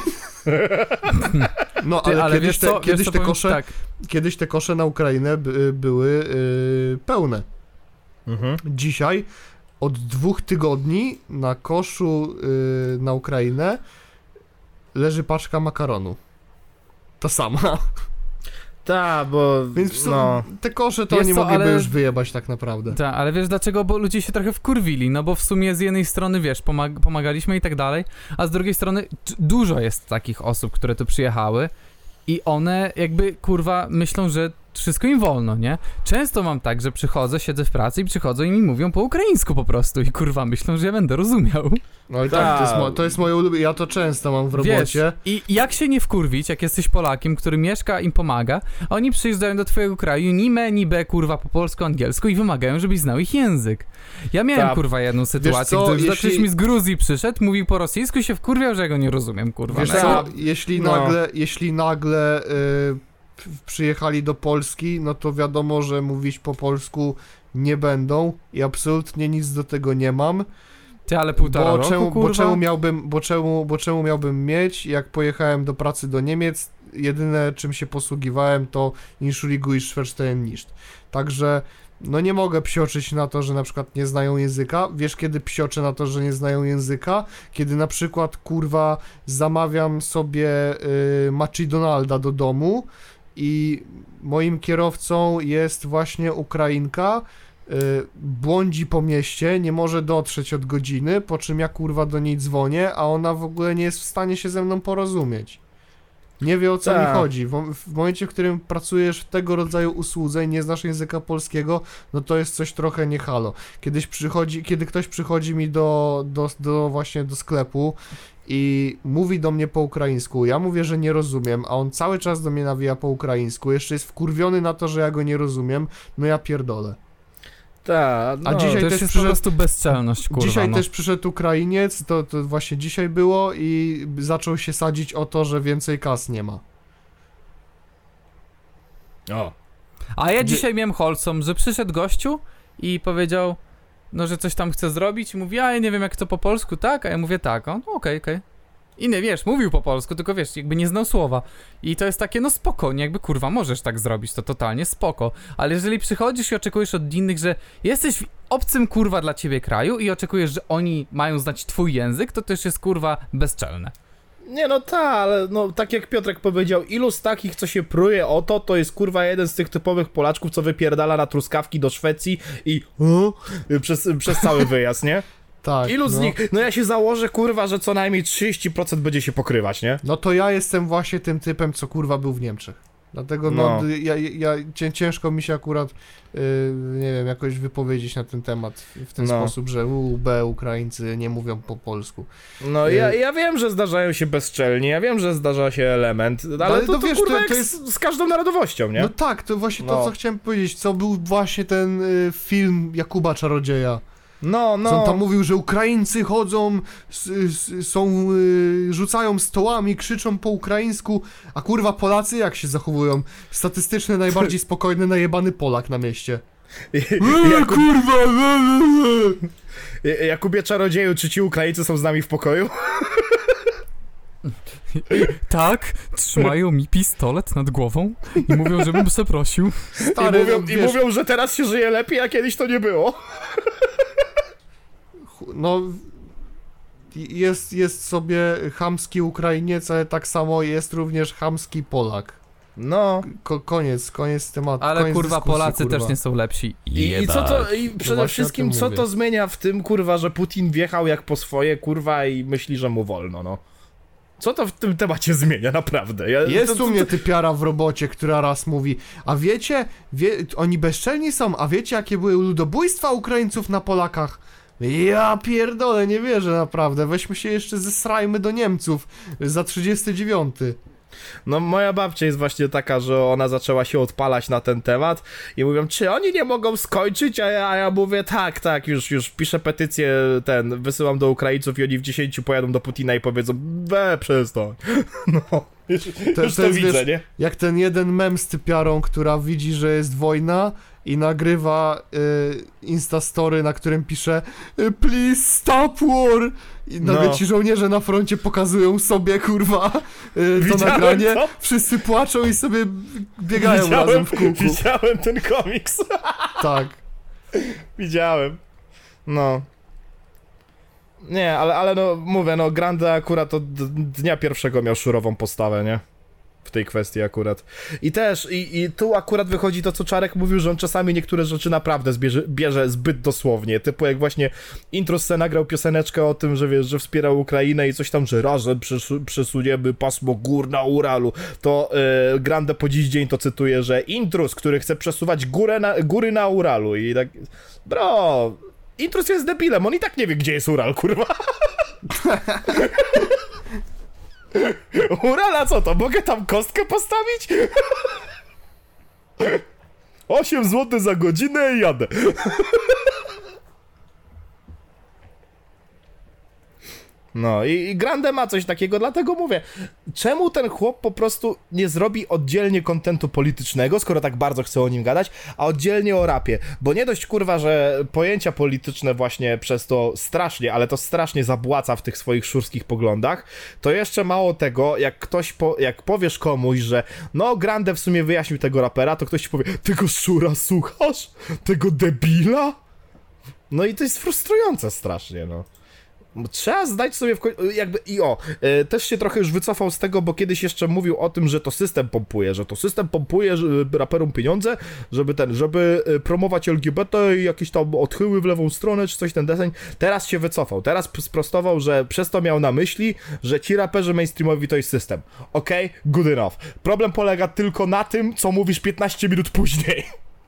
No Ty, ale, ale kiedyś, wiesz te, co, kiedyś, wiesz co, te powiem ci kosze, tak. kiedyś te kosze na Ukrainę by, były yy, pełne. Mhm. Dzisiaj od dwóch tygodni na koszu yy, na Ukrainę leży paczka makaronu. Ta sama. Tak, bo... Więc w sumie no. te kosze to Wiesz nie co, mogliby ale- już wyjebać tak naprawdę. Tak, ale wiesz dlaczego? Bo ludzie się trochę wkurwili, no bo w sumie z jednej strony, wiesz, pomag pomagaliśmy i tak dalej, a z drugiej strony t- dużo jest takich osób, które tu przyjechały i one jakby, kurwa, myślą, że wszystko im wolno, nie? Często mam tak, że przychodzę, siedzę w pracy i przychodzą i mi mówią po ukraińsku po prostu i kurwa myślą, że ja będę rozumiał. No i tak, to jest, mo- to jest moje ulubione, ja to często mam w Wiesz, robocie. i jak się nie wkurwić, jak jesteś Polakiem, który mieszka, im pomaga, a oni przyjeżdżają do twojego kraju, ni me, ni be, kurwa, po polsku, angielsku i wymagają, żebyś znał ich język. Ja miałem, Tak. kurwa, jedną sytuację, co, gdy jeśli- jeśli... mi z Gruzji przyszedł, mówił po rosyjsku i się wkurwiał, że ja go nie rozumiem, kurwa. Wiesz no. co, jeśli No. nagle, jeśli nagle y, p- przyjechali do Polski, no to wiadomo, że mówić po polsku nie będą i absolutnie nic do tego nie mam. Ty, ale półtora Bo roku, czemu, kurwa? bo, czemu miałbym, bo, czemu, bo czemu miałbym mieć, jak pojechałem do pracy do Niemiec, jedyne czym się posługiwałem to Entschuldigung ich verstehen nicht. Także no nie mogę psioczyć na to, że na przykład nie znają języka. Wiesz kiedy psioczę na to, że nie znają języka? Kiedy na przykład kurwa zamawiam sobie y, McDonalda do domu i moim kierowcą jest właśnie Ukrainka, y, błądzi po mieście, nie może dotrzeć od godziny, po czym ja kurwa do niej dzwonię, a ona w ogóle nie jest w stanie się ze mną porozumieć. Nie wie o co Tak. mi chodzi. W, w momencie, w którym pracujesz w tego rodzaju usłudze i nie znasz języka polskiego, no to jest coś trochę nie halo. Kiedyś przychodzi, kiedy ktoś przychodzi mi do, do, do właśnie do sklepu i mówi do mnie po ukraińsku, ja mówię, że nie rozumiem, a on cały czas do mnie nawija po ukraińsku, jeszcze jest wkurwiony na to, że ja go nie rozumiem, no ja pierdolę. Tak, no. A dzisiaj To już też jest przyszedł- po prostu bezczelność, kurwa, Dzisiaj no. też przyszedł Ukrainiec, to, to właśnie dzisiaj było i zaczął się sadzić o to, że więcej kas nie ma. O. A ja Gdzie- dzisiaj miałem wholesome, że przyszedł gościu i powiedział, no, że coś tam chce zrobić i mówi, a ja nie wiem jak to po polsku, tak? A ja mówię tak, on, okej, okej. I nie, wiesz, mówił po polsku, tylko wiesz, jakby nie znał słowa. I to jest takie, no spokojnie, jakby kurwa, możesz tak zrobić, to totalnie spoko. Ale jeżeli przychodzisz i oczekujesz od innych, że jesteś w obcym kurwa dla ciebie kraju i oczekujesz, że oni mają znać twój język, to też jest kurwa bezczelne. Nie no tak, ale no tak jak Piotrek powiedział, ilu z takich, co się pruje o to, to jest kurwa jeden z tych typowych Polaczków, co wypierdala na truskawki do Szwecji i o, przez, przez cały wyjazd, nie? Tak. Ilu z no. nich? No ja się założę, kurwa, że co najmniej trzydzieści procent będzie się pokrywać, nie? No to ja jestem właśnie tym typem, co kurwa był w Niemczech. Dlatego no, No. ja, ja cię- ciężko mi się akurat, yy, nie wiem, jakoś wypowiedzieć na ten temat w, w ten No. sposób, że U, B, Ukraińcy nie mówią po polsku. No Y- ja, ja wiem, że zdarzają się bezczelni, ja wiem, że zdarza się element, ale, Ale to, to to, wiesz, kurwa to- jak to z, jest- z każdą narodowością, nie? No tak, to właśnie to, No. co chciałem powiedzieć, co był właśnie ten y, film Jakuba Czarodzieja. No, Co on no. tam mówił, że Ukraińcy chodzą, s, s, są, y, rzucają stołami, krzyczą po ukraińsku, a kurwa Polacy jak się zachowują? Statystyczny, najbardziej spokojny, najebany Polak na mieście. Jakub, kurwa! Jakubie Czarodzieju, czy ci Ukraińcy są z nami w pokoju? Tak, trzymają mi pistolet nad głową i mówią, żebym przeprosił. Stary, I, mówią, no, I wiesz, mówią, że teraz się żyje lepiej, a kiedyś to nie było. no jest, jest sobie chamski Ukrainiec, ale tak samo jest również chamski Polak. No. Ko koniec, koniec tematu. Ale koniec kurwa, dyskusji, Polacy kurwa. też nie są lepsi. I, I co to, i przede właśnie o wszystkim, tym co mówię. to zmienia w tym, kurwa, że Putin wjechał jak po swoje, kurwa, i myśli, że mu wolno, no. Co to w tym temacie zmienia, naprawdę? Ja, Jest to, u to, mnie to... typiara w robocie, która raz mówi, a wiecie, wie, oni bezczelni są, a wiecie jakie były ludobójstwa Ukraińców na Polakach? Ja pierdolę, nie wierzę naprawdę, weźmy się jeszcze zesrajmy do Niemców za trzydziesty dziewiąty. No moja babcia jest właśnie taka, że ona zaczęła się odpalać na ten temat i mówią, czy oni nie mogą skończyć, a ja, a ja mówię, tak, tak, już, już piszę petycję, ten, wysyłam do Ukraińców i oni w dziesięciu pojadą do Putina i powiedzą, we, przestań. No, już to, już to, to jest, widzę, wiesz, nie? Jak ten jeden mem z typiarą, która widzi, że jest wojna i nagrywa y, Instastory, na którym pisze please stop war i nagle no. ci żołnierze na froncie pokazują sobie, kurwa, y, to Widziałem nagranie, to? Wszyscy płaczą i sobie biegają widziałem, razem w kółku. Widziałem ten komiks. Tak. Widziałem. No. Nie, ale, ale no, mówię, no, Grande akurat od dnia pierwszego miał szurową postawę, nie? W tej kwestii akurat. I też, i, i tu akurat wychodzi to, co Czarek mówił, że on czasami niektóre rzeczy naprawdę zbierze, bierze zbyt dosłownie. Typu jak właśnie Intrus se nagrał pioseneczkę o tym, że wiesz, że wspierał Ukrainę i coś tam, że razem przesu- przesuniemy pasmo gór na Uralu. To yy, Grande po dziś dzień to cytuje, że Intrus, który chce przesuwać górę na, góry na Uralu. I tak, bro, Intrus jest debilem, on i tak nie wie, gdzie jest Ural, kurwa. Urala, co to? Mogę tam kostkę postawić? osiem złotych za godzinę i jadę. No i, i Grande ma coś takiego, dlatego mówię, czemu ten chłop po prostu nie zrobi oddzielnie kontentu politycznego, skoro tak bardzo chce o nim gadać, a oddzielnie o rapie, bo nie dość, kurwa, że pojęcia polityczne właśnie przez to strasznie, ale to strasznie zabłaca w tych swoich szurskich poglądach, to jeszcze mało tego, jak ktoś, po, jak powiesz komuś, że no Grande w sumie wyjaśnił tego rapera, to ktoś ci powie, tego szura słuchasz? Tego debila? No i to jest frustrujące strasznie, no. Trzeba zdać sobie w końcu, jakby i o, e, też się trochę już wycofał z tego, bo kiedyś jeszcze mówił o tym, że to system pompuje, że to system pompuje raperom pieniądze, żeby ten, żeby promować L G B T i jakieś tam odchyły w lewą stronę, czy coś ten deseń. Teraz się wycofał, teraz sprostował, że przez to miał na myśli, że ci raperzy mainstreamowi to jest system. Okej, okay, good enough. Problem polega tylko na tym, co mówisz piętnaście minut później.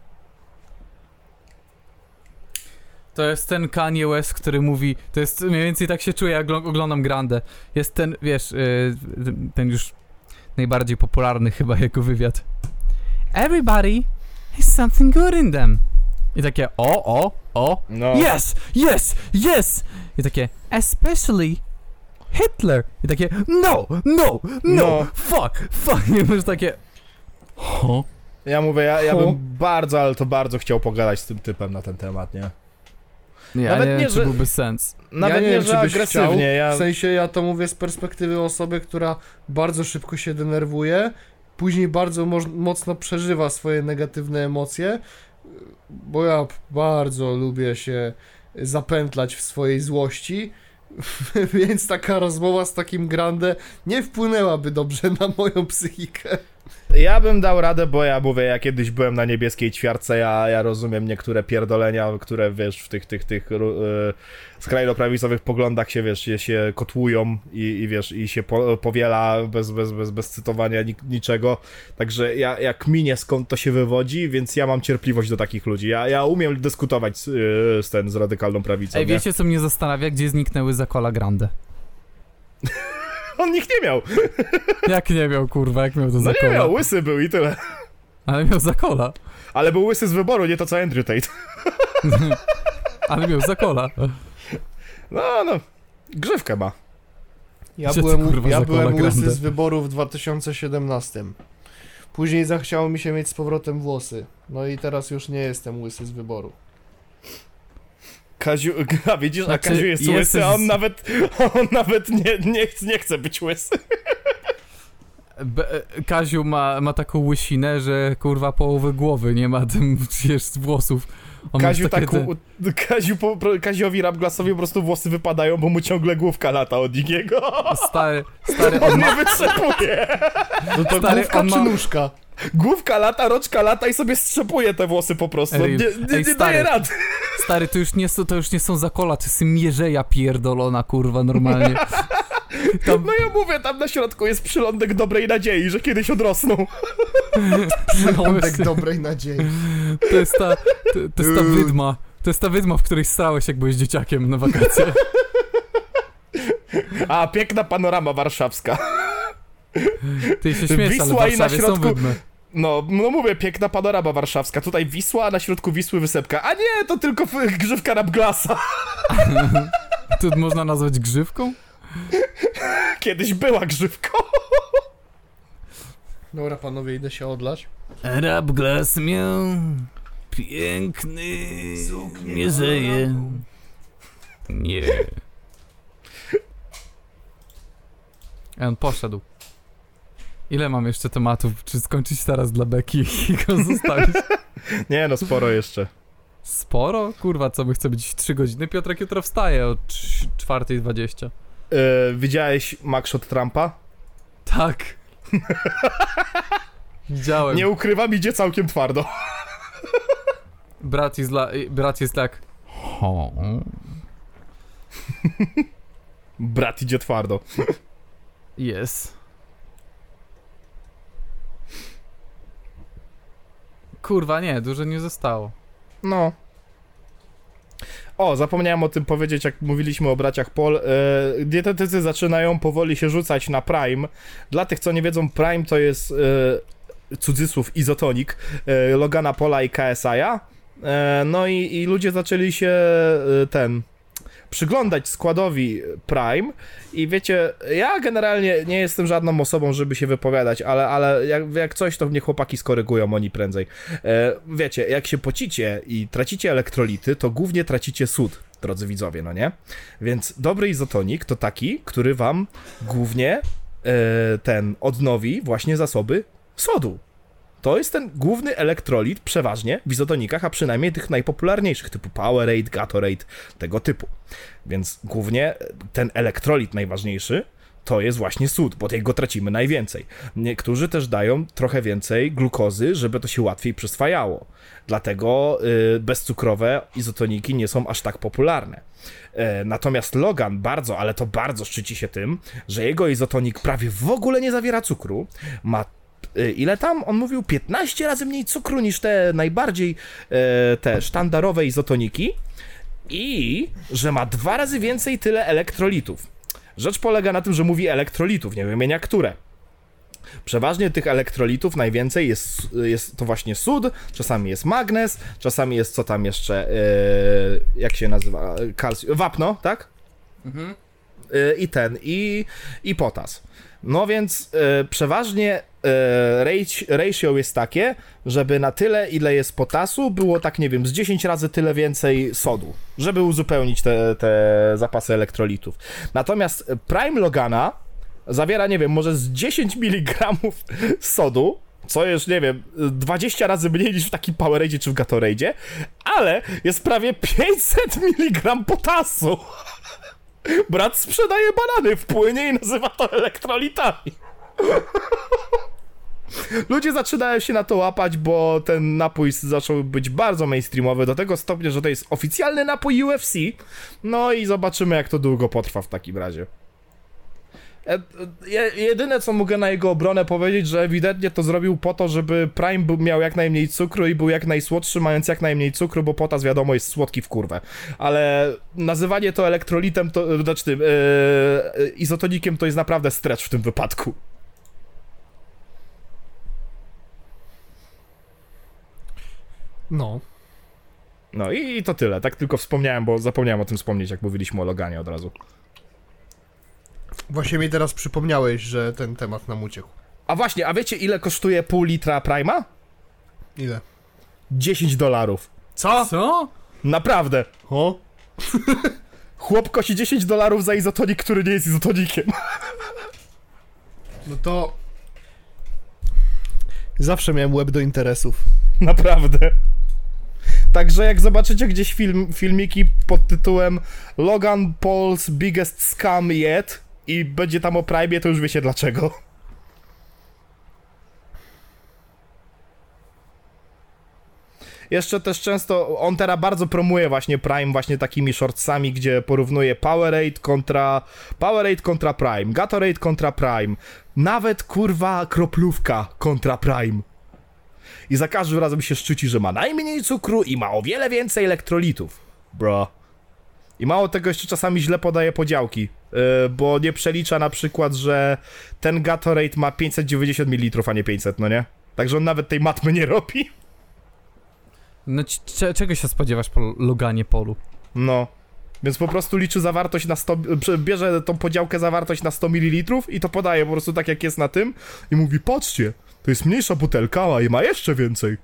To jest ten Kanye West, który mówi, to jest mniej więcej tak się czuję, jak oglądam Grande. Jest ten, wiesz, yy, ten już najbardziej popularny chyba jego wywiad. Everybody has something good in them. I takie o, o, o, no. yes, yes, yes. I takie especially Hitler. I takie no, no, no, no. fuck, fuck. I już takie ho. Ja mówię, ja, ja bym bardzo, ale to bardzo chciał pogadać z tym typem na ten temat, nie? Ja nawet nie, nie wiem, że, czy byłby sens. Nawet ja nie, nie, wiem, że czy byś agresywnie. Chciał. Ja... W sensie ja to mówię z perspektywy osoby, która bardzo szybko się denerwuje, później bardzo mo- mocno przeżywa swoje negatywne emocje, bo ja bardzo lubię się zapętlać w swojej złości, więc taka rozmowa z takim Grande nie wpłynęłaby dobrze na moją psychikę. Ja bym dał radę, bo ja mówię, ja kiedyś byłem na niebieskiej ćwiartce, ja, ja rozumiem niektóre pierdolenia, które wiesz, w tych, tych, tych yy, skrajnoprawicowych poglądach się, wiesz, się, się kotłują i, i wiesz, i się po, powiela bez, bez, bez, bez cytowania ni, niczego, także ja, ja kminię skąd to się wywodzi, więc ja mam cierpliwość do takich ludzi, ja, ja umiem dyskutować z, yy, z, ten, z radykalną prawicą. Ej, nie? wiecie co mnie zastanawia? Gdzie zniknęły Zakola Grande? On nikt nie miał. Jak nie miał, kurwa, jak miał to No Zakola? nie miał, łysy był i tyle. Ale miał Zakola. Ale był łysy z wyboru, nie to co Andrew Tate. Ale miał Zakola. No, no, grzywkę ma. Ja Gdzie byłem, ty, kurwa, ja Zakola byłem łysy Grande? z wyboru w dwa tysiące siedemnastym. Później zachciało mi się mieć z powrotem włosy. No i teraz już nie jestem łysy z wyboru. Kaziu, a widzisz, Znaczy, a Kaziu jest jesteś łysy, a on z- nawet, on nawet nie, nie, chce, nie chce być łysy. Be- Kaziu ma, ma taką łysinę, że kurwa połowy głowy nie ma tym jest włosów. On Kaziu ma takie tak, u- Kaziu, po, pro- Kaziowi Rapglassowi po prostu włosy wypadają, bo mu ciągle główka lata od nikiego. te, stary, stary, On on nie ma, wytrzepuje. No to Stary, główka on czy ma- nóżka? Główka lata, roczka lata i sobie strzepuje te włosy po prostu. Ej, nie nie, ej, nie stary. daje rady. stary, to już nie są, to już nie są Zakola, to jest mierzeja pierdolona, kurwa, normalnie. Tam No ja mówię, tam na środku jest przylądek dobrej nadziei, że kiedyś odrosną. Przylądek dobrej nadziei. to jest ta, to, to jest ta wydma. To jest ta wydma, w której strałeś, jak byłeś dzieciakiem na wakacje. A, piękna panorama warszawska. Ty się śmiesz, Wisła ale w i na Warszawie są środku- wydmy. No, no mówię, piękna panorama warszawska. Tutaj Wisła, a na środku Wisły wysepka. A nie, to tylko f- grzywka Rabglasa. To można nazwać grzywką? Kiedyś była grzywką. Dobra, panowie, idę się odlać. Rabglas miał piękny mierzeje. Nie. A on poszedł. Ile mam jeszcze tematów? Czy skończyć teraz dla Beki i go zostawić? Nie no, sporo jeszcze. Sporo? Kurwa, co my chcemy być trzy godziny? Piotrek jutro wstaje o czwarta dwadzieścia. Yy, widziałeś mugshot Trumpa? Tak. Widziałem. Nie ukrywam, idzie całkiem twardo. Brat jest, dla, brat jest tak... Ho. Brat idzie twardo. Jest. Kurwa, nie, dużo nie zostało. No. O, zapomniałem o tym powiedzieć, jak mówiliśmy o braciach Paul. Yy, dietetycy zaczynają powoli się rzucać na Prime. Dla tych, co nie wiedzą, Prime to jest yy, cudzysłów izotonik yy, Logana Paula i K S I-a. Yy, no i, i ludzie zaczęli się yy, ten... przyglądać składowi Prime i wiecie, ja generalnie nie jestem żadną osobą, żeby się wypowiadać, ale, ale jak, jak coś, to mnie chłopaki skorygują, oni prędzej. E, wiecie, jak się pocicie i tracicie elektrolity, to głównie tracicie sód, drodzy widzowie, no nie? Więc dobry izotonik to taki, który wam głównie e, ten odnowi właśnie zasoby sodu. To jest ten główny elektrolit przeważnie w izotonikach, a przynajmniej tych najpopularniejszych, typu Powerade, Gatorade, tego typu. Więc głównie ten elektrolit najważniejszy to jest właśnie sód, bo tego tracimy najwięcej. Niektórzy też dają trochę więcej glukozy, żeby to się łatwiej przyswajało. Dlatego yy, bezcukrowe izotoniki nie są aż tak popularne. Yy, natomiast Logan bardzo, ale to bardzo szczyci się tym, że jego izotonik prawie w ogóle nie zawiera cukru, ma ile tam? On mówił piętnaście razy mniej cukru niż te najbardziej e, te sztandarowe izotoniki i że ma dwa razy więcej tyle elektrolitów. Rzecz polega na tym, że mówi elektrolitów, nie wymienia które. Przeważnie tych elektrolitów najwięcej jest, jest to właśnie sód, czasami jest magnez, czasami jest co tam jeszcze, e, jak się nazywa, kalcium, wapno, tak? Mhm. E, I ten, i, i potas. No więc e, przeważnie e, ratio jest takie, żeby na tyle, ile jest potasu, było tak, nie wiem, z dziesięć razy tyle więcej sodu, żeby uzupełnić te, te zapasy elektrolitów. Natomiast Prime Logana zawiera, nie wiem, może z dziesięć miligramów sodu, co jest, nie wiem, dwadzieścia razy mniej niż w takim Powerade'zie czy w Gatorade'zie, ale jest prawie pięćset miligramów potasu. Brat sprzedaje banany w płynie i nazywa to elektrolitami. Ludzie zaczynają się na to łapać, bo ten napój zaczął być bardzo mainstreamowy, do tego stopnia, że to jest oficjalny napój U F C. No i zobaczymy, jak to długo potrwa w takim razie. Jedyne, co mogę na jego obronę powiedzieć, że ewidentnie to zrobił po to, żeby Prime był, miał jak najmniej cukru i był jak najsłodszy, mając jak najmniej cukru, bo potas, wiadomo, jest słodki w kurwę. Ale nazywanie to elektrolitem, to, znaczy tym, yy, izotonikiem, to jest naprawdę stretch w tym wypadku. No. No i, i to tyle. Tak tylko wspomniałem, bo zapomniałem o tym wspomnieć, jak mówiliśmy o Loganie od razu. Właśnie mi teraz przypomniałeś, że ten temat nam uciekł. A właśnie, a wiecie, ile kosztuje pół litra Prime'a? Ile? dziesięć dolarów. Co? Co? Naprawdę. O? Chłop kosi dziesięć dolarów za izotonik, który nie jest izotonikiem. No to... Zawsze miałem łeb do interesów. Naprawdę. Także jak zobaczycie gdzieś film, filmiki pod tytułem Logan Paul's Biggest Scam Yet i będzie tam o Prime, to już wiecie dlaczego. jeszcze też często, on teraz bardzo promuje właśnie Prime właśnie takimi shortsami, gdzie porównuje Powerade kontra, Powerade kontra Prime, Gatorade kontra Prime, nawet kurwa kroplówka kontra Prime. I za każdym razem się szczyci, że ma najmniej cukru i ma o wiele więcej elektrolitów. Bro. I mało tego, jeszcze czasami źle podaje podziałki, yy, bo nie przelicza na przykład, że ten Gatorade ma pięćset dziewięćdziesiąt mililitrów, a nie pięćset, no nie? Także on nawet tej matmy nie robi. No c- c- czego się spodziewasz po Loganie Polu? No. Więc po prostu liczy zawartość na sto... Bierze tą podziałkę zawartość na sto mililitrów i to podaje po prostu tak, jak jest na tym i mówi, patrzcie, to jest mniejsza butelka, a ma jeszcze więcej.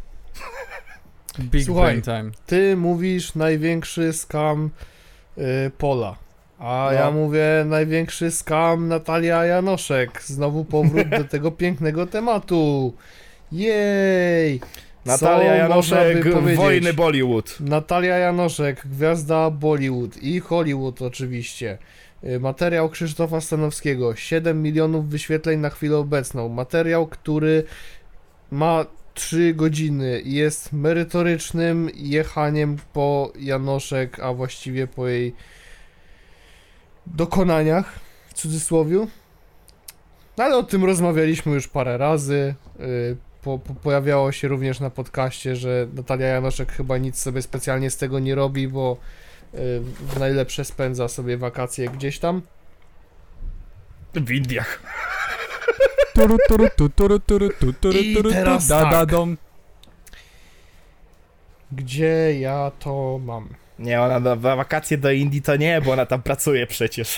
Big Słuchaj, brain time. Ty mówisz największy skam y, Pola, a No. ja mówię największy skam Natalia Janoszek. Znowu powrót do tego pięknego tematu. Jej! Natalia Co można by Janoszek, powiedzieć? wojny Bollywood. Natalia Janoszek, gwiazda Bollywood i Hollywood oczywiście. Y, Materiał Krzysztofa Stanowskiego, siedem milionów wyświetleń na chwilę obecną. Materiał, który ma trzy godziny i jest merytorycznym jechaniem po Janoszek, a właściwie po jej dokonaniach, w cudzysłowiu. No ale o tym rozmawialiśmy już parę razy. y, Po, po, pojawiało się również na podcaście, że Natalia Janoszek chyba nic sobie specjalnie z tego nie robi, bo y, w najlepsze spędza sobie wakacje gdzieś tam. W Indiach. Turu, turu, tu, turu, turu, tu, turu, I turu, tu, teraz da, tak. da, dom. Gdzie ja to mam? Nie, ona na wakacje do Indii to nie, bo ona tam pracuje przecież.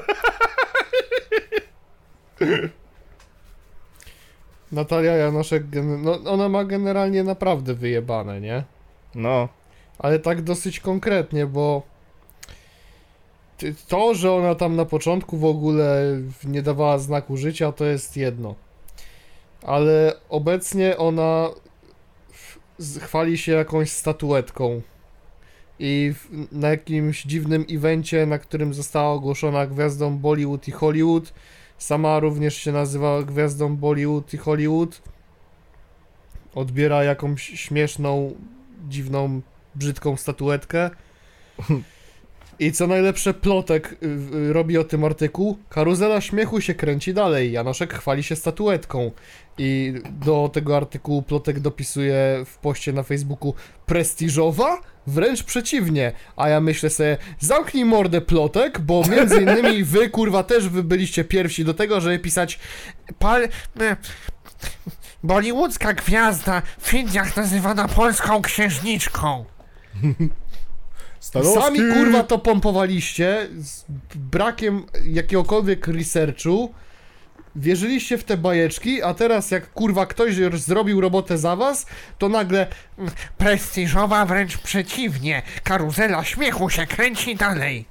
Natalia Janoszek, gen- no ona ma generalnie naprawdę wyjebane, nie? No. Ale tak dosyć konkretnie, bo ty- to, że ona tam na początku w ogóle nie dawała znaku życia, to jest jedno. Ale obecnie ona f- z- chwali się jakąś statuetką. I w, na jakimś dziwnym evencie, na którym została ogłoszona gwiazdą Bollywood i Hollywood, sama również się nazywa gwiazdą Bollywood i Hollywood, odbiera jakąś śmieszną, dziwną, brzydką statuetkę. I co najlepsze, Plotek y, y, robi o tym artykuł. Karuzela śmiechu się kręci dalej. Janoszek chwali się statuetką. I do tego artykułu Plotek dopisuje w poście na Facebooku: prestiżowa? Wręcz przeciwnie. A ja myślę sobie, zamknij mordę, Plotek, bo między innymi wy, kurwa, też wy byliście pierwsi do tego, żeby pisać Pol... e, Bollywoodzka gwiazda w Indiach nazywana polską księżniczką. Sami kurwa to pompowaliście z brakiem jakiegokolwiek researchu, wierzyliście w te bajeczki, a teraz jak kurwa ktoś już zrobił robotę za was, to nagle Prestiżowa, wręcz przeciwnie. Karuzela śmiechu się kręci dalej.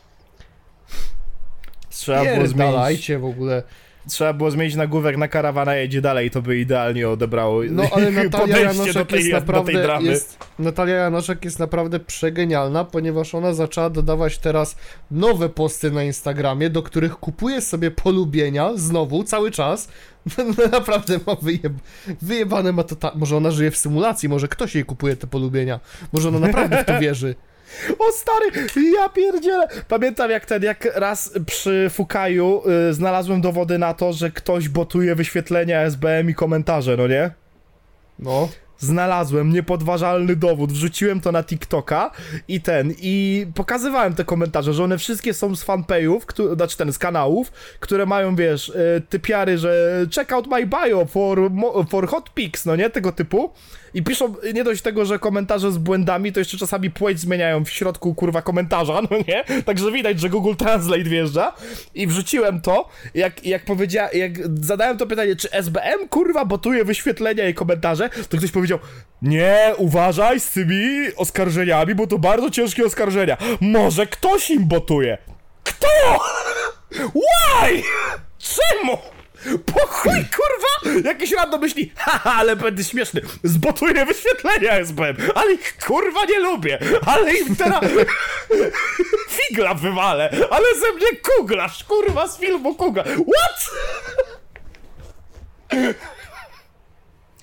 Trzeba było zmienić, pierdalajcie w ogóle. trzeba było zmienić nagłówek na Karawana jedzie dalej, to by idealnie odebrało No ale Natalia podejście Janoszek do tej, jest do tej naprawdę dramy. jest, Natalia Janoszek jest naprawdę przegenialna, ponieważ ona zaczęła dodawać teraz nowe posty na Instagramie, do których kupuje sobie polubienia znowu, cały czas. Naprawdę ma wyjeb... wyjebane ma to ta... Może ona żyje w symulacji, może ktoś jej kupuje te polubienia. Może ona naprawdę w to wierzy. O stary, ja pierdzielę. Pamiętam jak ten, jak raz przy Fukaju y, znalazłem dowody na to, że ktoś botuje wyświetlenia S B M i komentarze, no nie? No. Znalazłem niepodważalny dowód, wrzuciłem to na TikToka i ten, i pokazywałem te komentarze, że one wszystkie są z fanpage'ów, któ- znaczy ten, z kanałów, które mają, wiesz, y, typiary, że check out my bio for, mo- for hot pics, no nie, tego typu. I piszą, nie dość tego, że komentarze z błędami, to jeszcze czasami płeć zmieniają w środku, kurwa, komentarza, no nie? Także widać, że Google Translate wjeżdża. I wrzuciłem to, jak, jak powiedziałem, jak zadałem to pytanie, czy S B M, kurwa, botuje wyświetlenia i komentarze, to ktoś powiedział, nie, uważaj z tymi oskarżeniami, bo to bardzo ciężkie oskarżenia. Może ktoś im botuje. Kto? Why? Czemu? Po chuj, kurwa! Jakiś random myśli, haha, ale będę śmieszny, zbotuję wyświetlenia S B M, ale ich kurwa nie lubię, ale im teraz figla wywalę, ale ze mnie kuglarz, kurwa, z filmu kuglarz. What?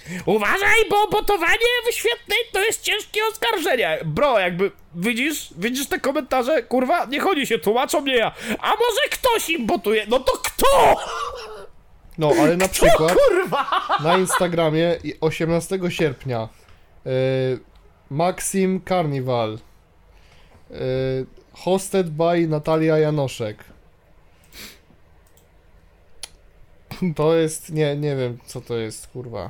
Uważaj, bo botowanie wyświetleń to jest ciężkie oskarżenie. Bro, jakby, widzisz, widzisz te komentarze, kurwa, niech oni się tłumaczą, nie ja. A może ktoś im botuje? No to kto? No, ale na przykład Kurwa! na Instagramie i osiemnastego sierpnia yy, Maxim Carnival yy, hosted by Natalia Janoszek. To jest, nie, nie wiem co to jest, kurwa,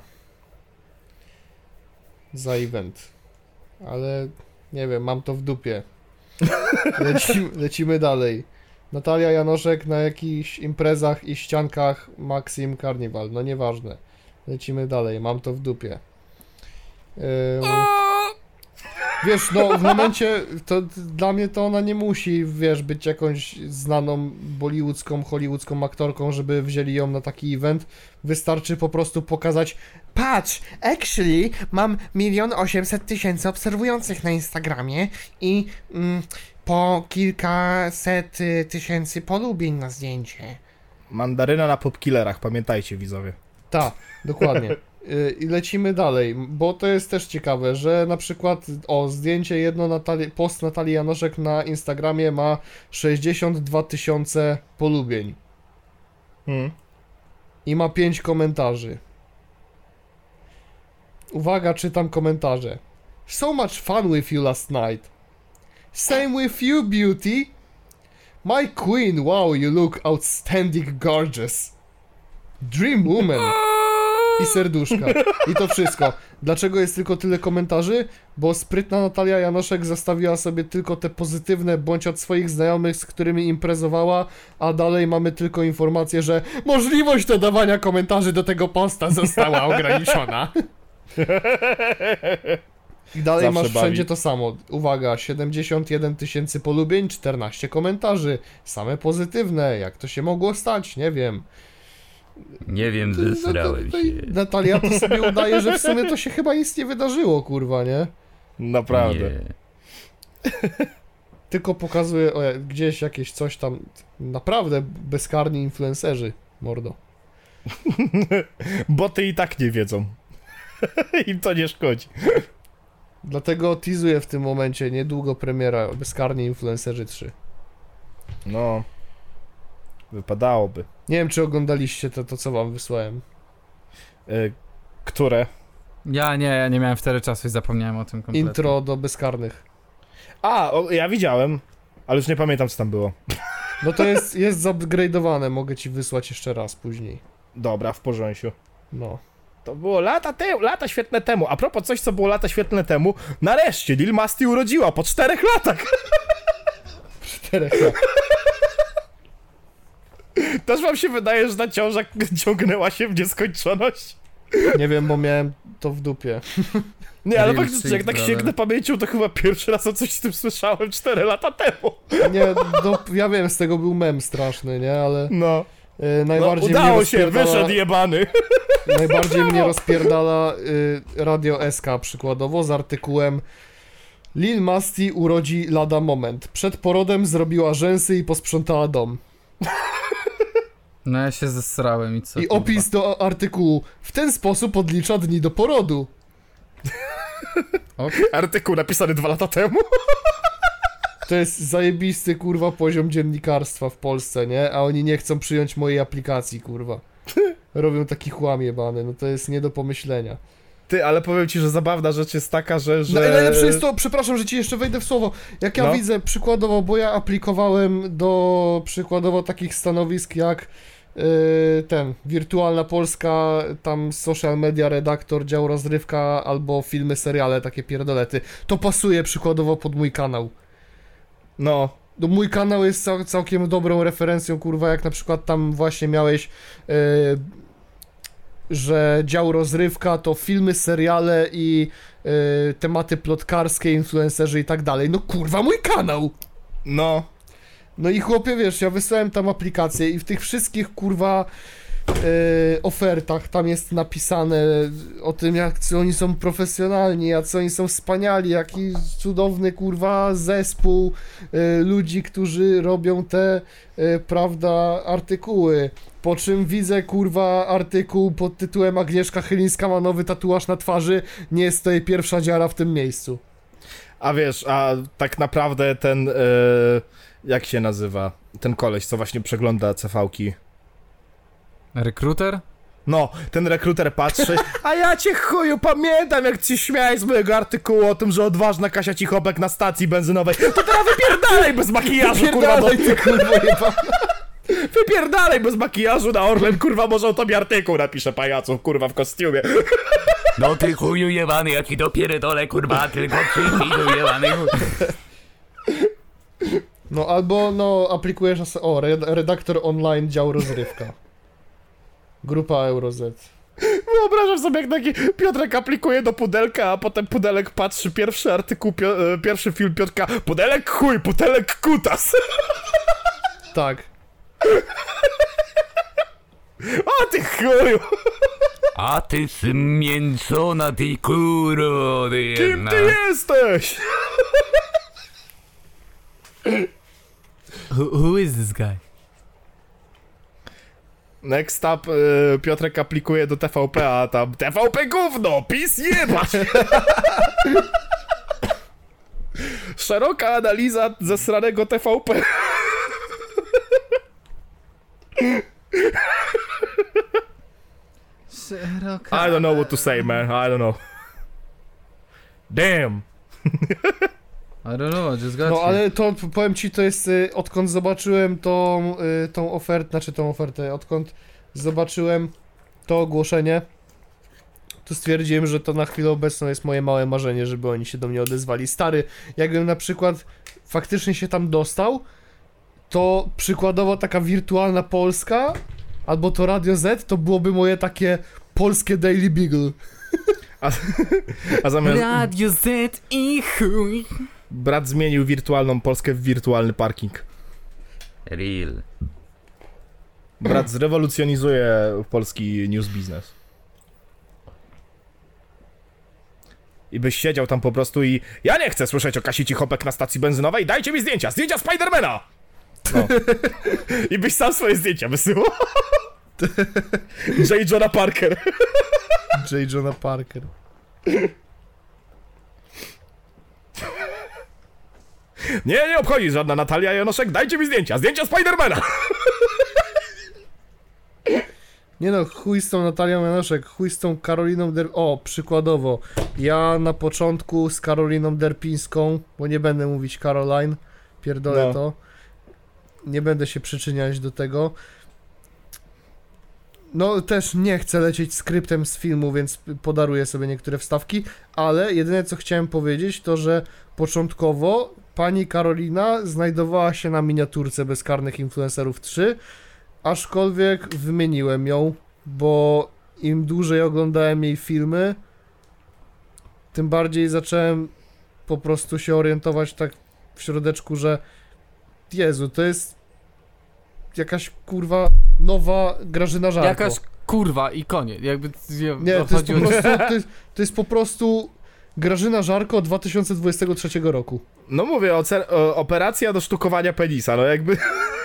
za event, ale nie wiem, mam to w dupie. Lecimy, lecimy dalej. Natalia Janoszek na jakichś imprezach i ściankach Maxim Carnival, no nieważne. Lecimy dalej, mam to w dupie. Ym... Wiesz, no w momencie, to dla mnie to ona nie musi, wiesz, być jakąś znaną bollywoodzką, hollywoodzką aktorką, żeby wzięli ją na taki event. Wystarczy po prostu pokazać: patrz, actually mam milion osiemset tysięcy obserwujących na Instagramie i mm, po kilkaset y, tysięcy polubień na zdjęcie. Mandaryna na popkillerach, pamiętajcie, widzowie. Tak, dokładnie. Y, I lecimy dalej, bo to jest też ciekawe, że na przykład, o, zdjęcie jedno, Natali, post Natalii Janoszek na Instagramie ma sześćdziesiąt dwa tysiące polubień. Hmm. I ma pięć komentarzy. Uwaga, czytam komentarze. So much fun with you last night. Same with you, beauty. My queen, wow, you look outstanding gorgeous. Dream woman. I serduszka. I to wszystko. Dlaczego jest tylko tyle komentarzy? Bo sprytna Natalia Janoszek zostawiła sobie tylko te pozytywne, bądź od swoich znajomych, z którymi imprezowała, a dalej mamy tylko informację, że możliwość dodawania komentarzy do tego posta została ograniczona. I dalej Zawsze masz bawi. wszędzie to samo. Uwaga, siedemdziesiąt jeden tysięcy polubień, czternaście komentarzy. Same pozytywne. Jak to się mogło stać? Nie wiem. Nie wiem, No to- zesrałem to- to- się. Natalia to sobie udaje, że w sumie to się chyba nic nie wydarzyło, kurwa, nie? Naprawdę. Nie. Tylko pokazuje o, gdzieś jakieś coś tam. Naprawdę bezkarni influencerzy, mordo. Boty i tak nie wiedzą. Im to nie szkodzi. Dlatego teasuję w tym momencie niedługo premiera Bezkarni Influencerzy trzy. No. Wypadałoby. Nie wiem, czy oglądaliście to, to co wam wysłałem. Y, które? Ja nie, ja nie miałem wtedy czasu i zapomniałem o tym kompletnie. Intro do Bezkarnych. A, o, ja widziałem, ale już nie pamiętam, co tam było. No to jest, jest zupgrade'owane, mogę ci wysłać jeszcze raz później. Dobra, w porządku. No. To było lata temu, lata świetne temu. A propos coś, co było lata świetne temu, nareszcie Lil Masti urodziła po czterech latach. Czterech lat. Też wam się wydaje, że ta ciąża ciągnęła się w nieskończoność? Nie wiem, bo miałem to w dupie. Nie, ale Real faktycznie, Sick jak tak Brother. sięgnę pamięcią, to chyba pierwszy raz o coś z tym słyszałem cztery lata temu. Nie, no, ja wiem, z tego był mem straszny, nie? Ale No, y, no najbardziej mnie udało się, rozpierdala, wyszedł jebany. najbardziej mnie rozpierdala y, Radio S K przykładowo z artykułem: Lil Masti urodzi lada moment. Przed porodem zrobiła rzęsy i posprzątała dom. No ja się zesrałem i co? I kurwa? opis do artykułu: w ten sposób odlicza dni do porodu. Artykuł napisany dwa lata temu. To jest zajebisty, kurwa, poziom dziennikarstwa w Polsce, nie? A oni nie chcą przyjąć mojej aplikacji, kurwa. Robią taki chłam jebany, no to jest nie do pomyślenia. Ty, ale powiem ci, że zabawna rzecz jest taka, że... że... No i najlepsze jest to, przepraszam, że ci jeszcze wejdę w słowo. Jak ja No. widzę przykładowo, bo ja aplikowałem do przykładowo takich stanowisk jak yy, ten, Wirtualna Polska, tam social media redaktor, dział rozrywka albo filmy, seriale, takie pierdolety. To pasuje przykładowo pod mój kanał. No, No mój kanał jest cał, całkiem dobrą referencją, kurwa, jak na przykład tam właśnie miałeś, yy, że dział rozrywka to filmy, seriale i yy, tematy plotkarskie, influencerzy i tak dalej. No kurwa, mój kanał! no. No i chłopie, wiesz, ja wysłałem tam aplikację i w tych wszystkich, kurwa, e, ofertach tam jest napisane o tym, jak co oni są profesjonalni, a co oni są wspaniali, jaki cudowny, kurwa, zespół e, ludzi, którzy robią te, e, prawda, artykuły. Po czym widzę, kurwa, artykuł pod tytułem Agnieszka Chylińska ma nowy tatuaż na twarzy, nie jest to jej pierwsza dziara w tym miejscu. A wiesz, a tak naprawdę ten, e, jak się nazywa, ten koleś, co właśnie przegląda C V-ki. Rekruter? No, ten rekruter patrzy, a ja cię chuju pamiętam, jak ci śmiałeś z mojego artykułu o tym, że odważna Kasia Cichopek na stacji benzynowej. To teraz wypierdalaj bez makijażu, kurwa, bo... Ty, kurwa, jeba. Wypierdalaj bez makijażu na Orlen, kurwa, może o tobie artykuł napisze pajacu, kurwa, w kostiumie. No ty chuju jebany, ja ci dopierdolę, kurwa, tylko przyjmij do jebany. No albo, no, aplikujesz, as- o, red- redaktor online, dział rozrywka. Grupa Euroz. Wyobrażam sobie, jak taki Piotrek aplikuje do Pudelka, a potem Pudelek patrzy, pierwszy artykuł, pio- pierwszy film Piotrka, Pudelek chuj, Pudelek kutas. Tak. O ty chuju. A ty mięsona, ty kuro, ty Kim jedna. ty jesteś? Who, who is this guy? Next up, y, Piotrek aplikuje do T V P, a tam T V P gówno, PiS jebać! Szeroka analiza zesranego T V P. I don't know what to say, man, I don't know. Damn. I don't know, I just got No here. ale to, p- powiem ci, to jest, y, odkąd zobaczyłem tą, y, tą ofertę, znaczy tą ofertę, odkąd zobaczyłem to ogłoszenie, to stwierdziłem, że to na chwilę obecną jest moje małe marzenie, żeby oni się do mnie odezwali. Stary, jakbym na przykład faktycznie się tam dostał, to przykładowo taka wirtualna Polska, albo to Radio Z, to byłoby moje takie polskie Daily Beagle. A, a zamiast... Radio Z i chuj. Brat zmienił wirtualną Polskę w wirtualny parking. Real. Brat zrewolucjonizuje polski news business. I byś siedział tam po prostu i... Ja nie chcę słyszeć o Kasi Cichopek na stacji benzynowej, dajcie mi zdjęcia! Zdjęcia Spidermana! No. I byś sam swoje zdjęcia wysyłał. J. Johna Parker. J. Johna Parker. Nie, nie obchodzi żadna Natalia Janoszek, dajcie mi zdjęcia! Zdjęcia Spidermana! Nie no, chuj z tą Natalią Janoszek, chuj z tą Karoliną Der... O, przykładowo, ja na początku z Karoliną Derpińską, bo nie będę mówić Caroline, pierdolę No. to, nie będę się przyczyniać do tego. No też nie chcę lecieć skryptem z filmu, więc podaruję sobie niektóre wstawki, ale jedyne co chciałem powiedzieć to, że początkowo pani Karolina znajdowała się na miniaturce Bezkarnych Influencerów trzy, aczkolwiek wymieniłem ją, bo im dłużej oglądałem jej filmy, tym bardziej zacząłem po prostu się orientować tak w środeczku, że Jezu, to jest jakaś kurwa nowa Grażyna Żarko. Jakaś kurwa i koniec. Jakby nie, Nie, to jest, po prostu, to, jest, to jest po prostu Grażyna Żarko dwa tysiące dwudziestego trzeciego roku. No mówię, oce- o, operacja do sztukowania penisa, no jakby...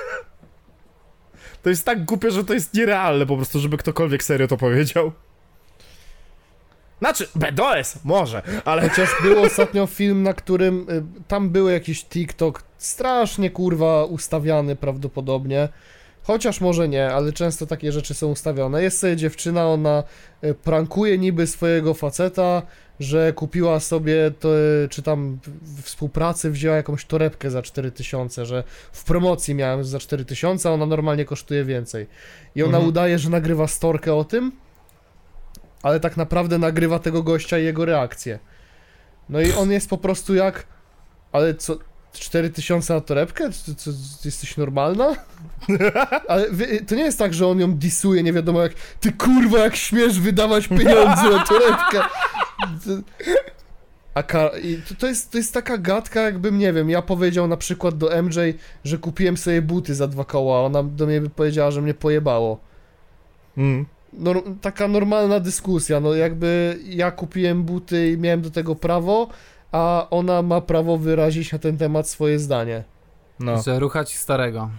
To jest tak głupie, że to jest nierealne po prostu, żeby ktokolwiek serio to powiedział. Znaczy, B D O S może, ale... Chociaż był ostatnio film, na którym y, tam był jakiś TikTok strasznie kurwa ustawiany prawdopodobnie. Chociaż może nie, ale często takie rzeczy są ustawione. Jest sobie dziewczyna, ona y, prankuje niby swojego faceta, że kupiła sobie, to, y, czy tam w współpracy wzięła jakąś torebkę za cztery tysiące, że w promocji miałem za cztery tysiące, a ona normalnie kosztuje więcej. I ona Mhm. udaje, że nagrywa storkę o tym, ale tak naprawdę nagrywa tego gościa i jego reakcję. No i on jest po prostu jak... Ale co... cztery tysiące na torebkę? Co, co, jesteś normalna? Ale wy, to nie jest tak, że on ją disuje, nie wiadomo jak... Ty kurwa, jak śmiesz wydawać pieniądze na torebkę! To- A Ka- i to, to, jest, to jest taka gadka, jakbym, nie wiem, ja powiedział na przykład do M J, że kupiłem sobie buty za dwa koła, a ona do mnie by powiedziała, że mnie pojebało. Mm. No, taka normalna dyskusja, no jakby ja kupiłem buty i miałem do tego prawo, a ona ma prawo wyrazić na ten temat swoje zdanie. No. Że ruchać starego.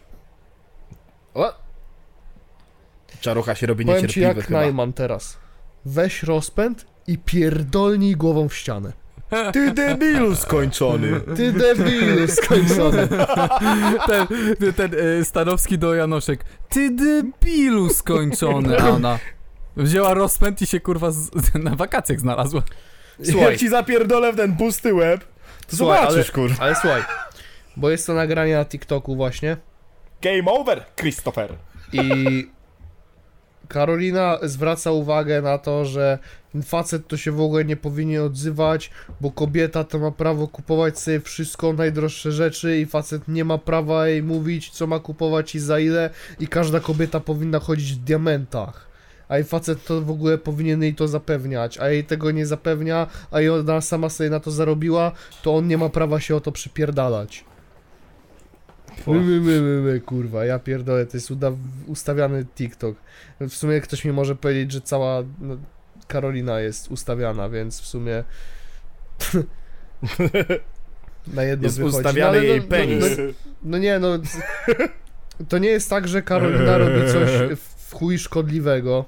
O! Czarucha się robi Powiem ci niecierpliwy jak chyba. Najman teraz. Weź rozpęd i pierdolnij głową w ścianę. Ty debilu skończony. Ty debilu skończony. Ten, ten y, Stanowski do Janoszek. Ty debilu skończony, a ona wzięła rozpęd i się kurwa z, na wakacjach znalazła. Słuchaj. Jak ci zapierdolę w ten pusty łeb, to Słuchaj, zobaczysz, ale- kurwa. Ale słuchaj, bo jest to nagranie na TikToku właśnie Game over, Christopher. i Karolina zwraca uwagę na to, że facet to się w ogóle nie powinien odzywać, bo kobieta to ma prawo kupować sobie wszystko, najdroższe rzeczy i facet nie ma prawa jej mówić, co ma kupować i za ile i każda kobieta powinna chodzić w diamentach. A jej facet to w ogóle powinien jej to zapewniać, a jej tego nie zapewnia, a jej ona sama sobie na to zarobiła, to on nie ma prawa się o to przypierdalać. My, my, my, my, my, kurwa, ja pierdolę, to jest uda- ustawiany TikTok. W sumie ktoś mi może powiedzieć, że cała no, Karolina jest ustawiana, więc w sumie na jedno Jest wychodzi. ustawiany No, ale jej no, penis. No, no, no nie, no to nie jest tak, że Karolina robi coś w chuj szkodliwego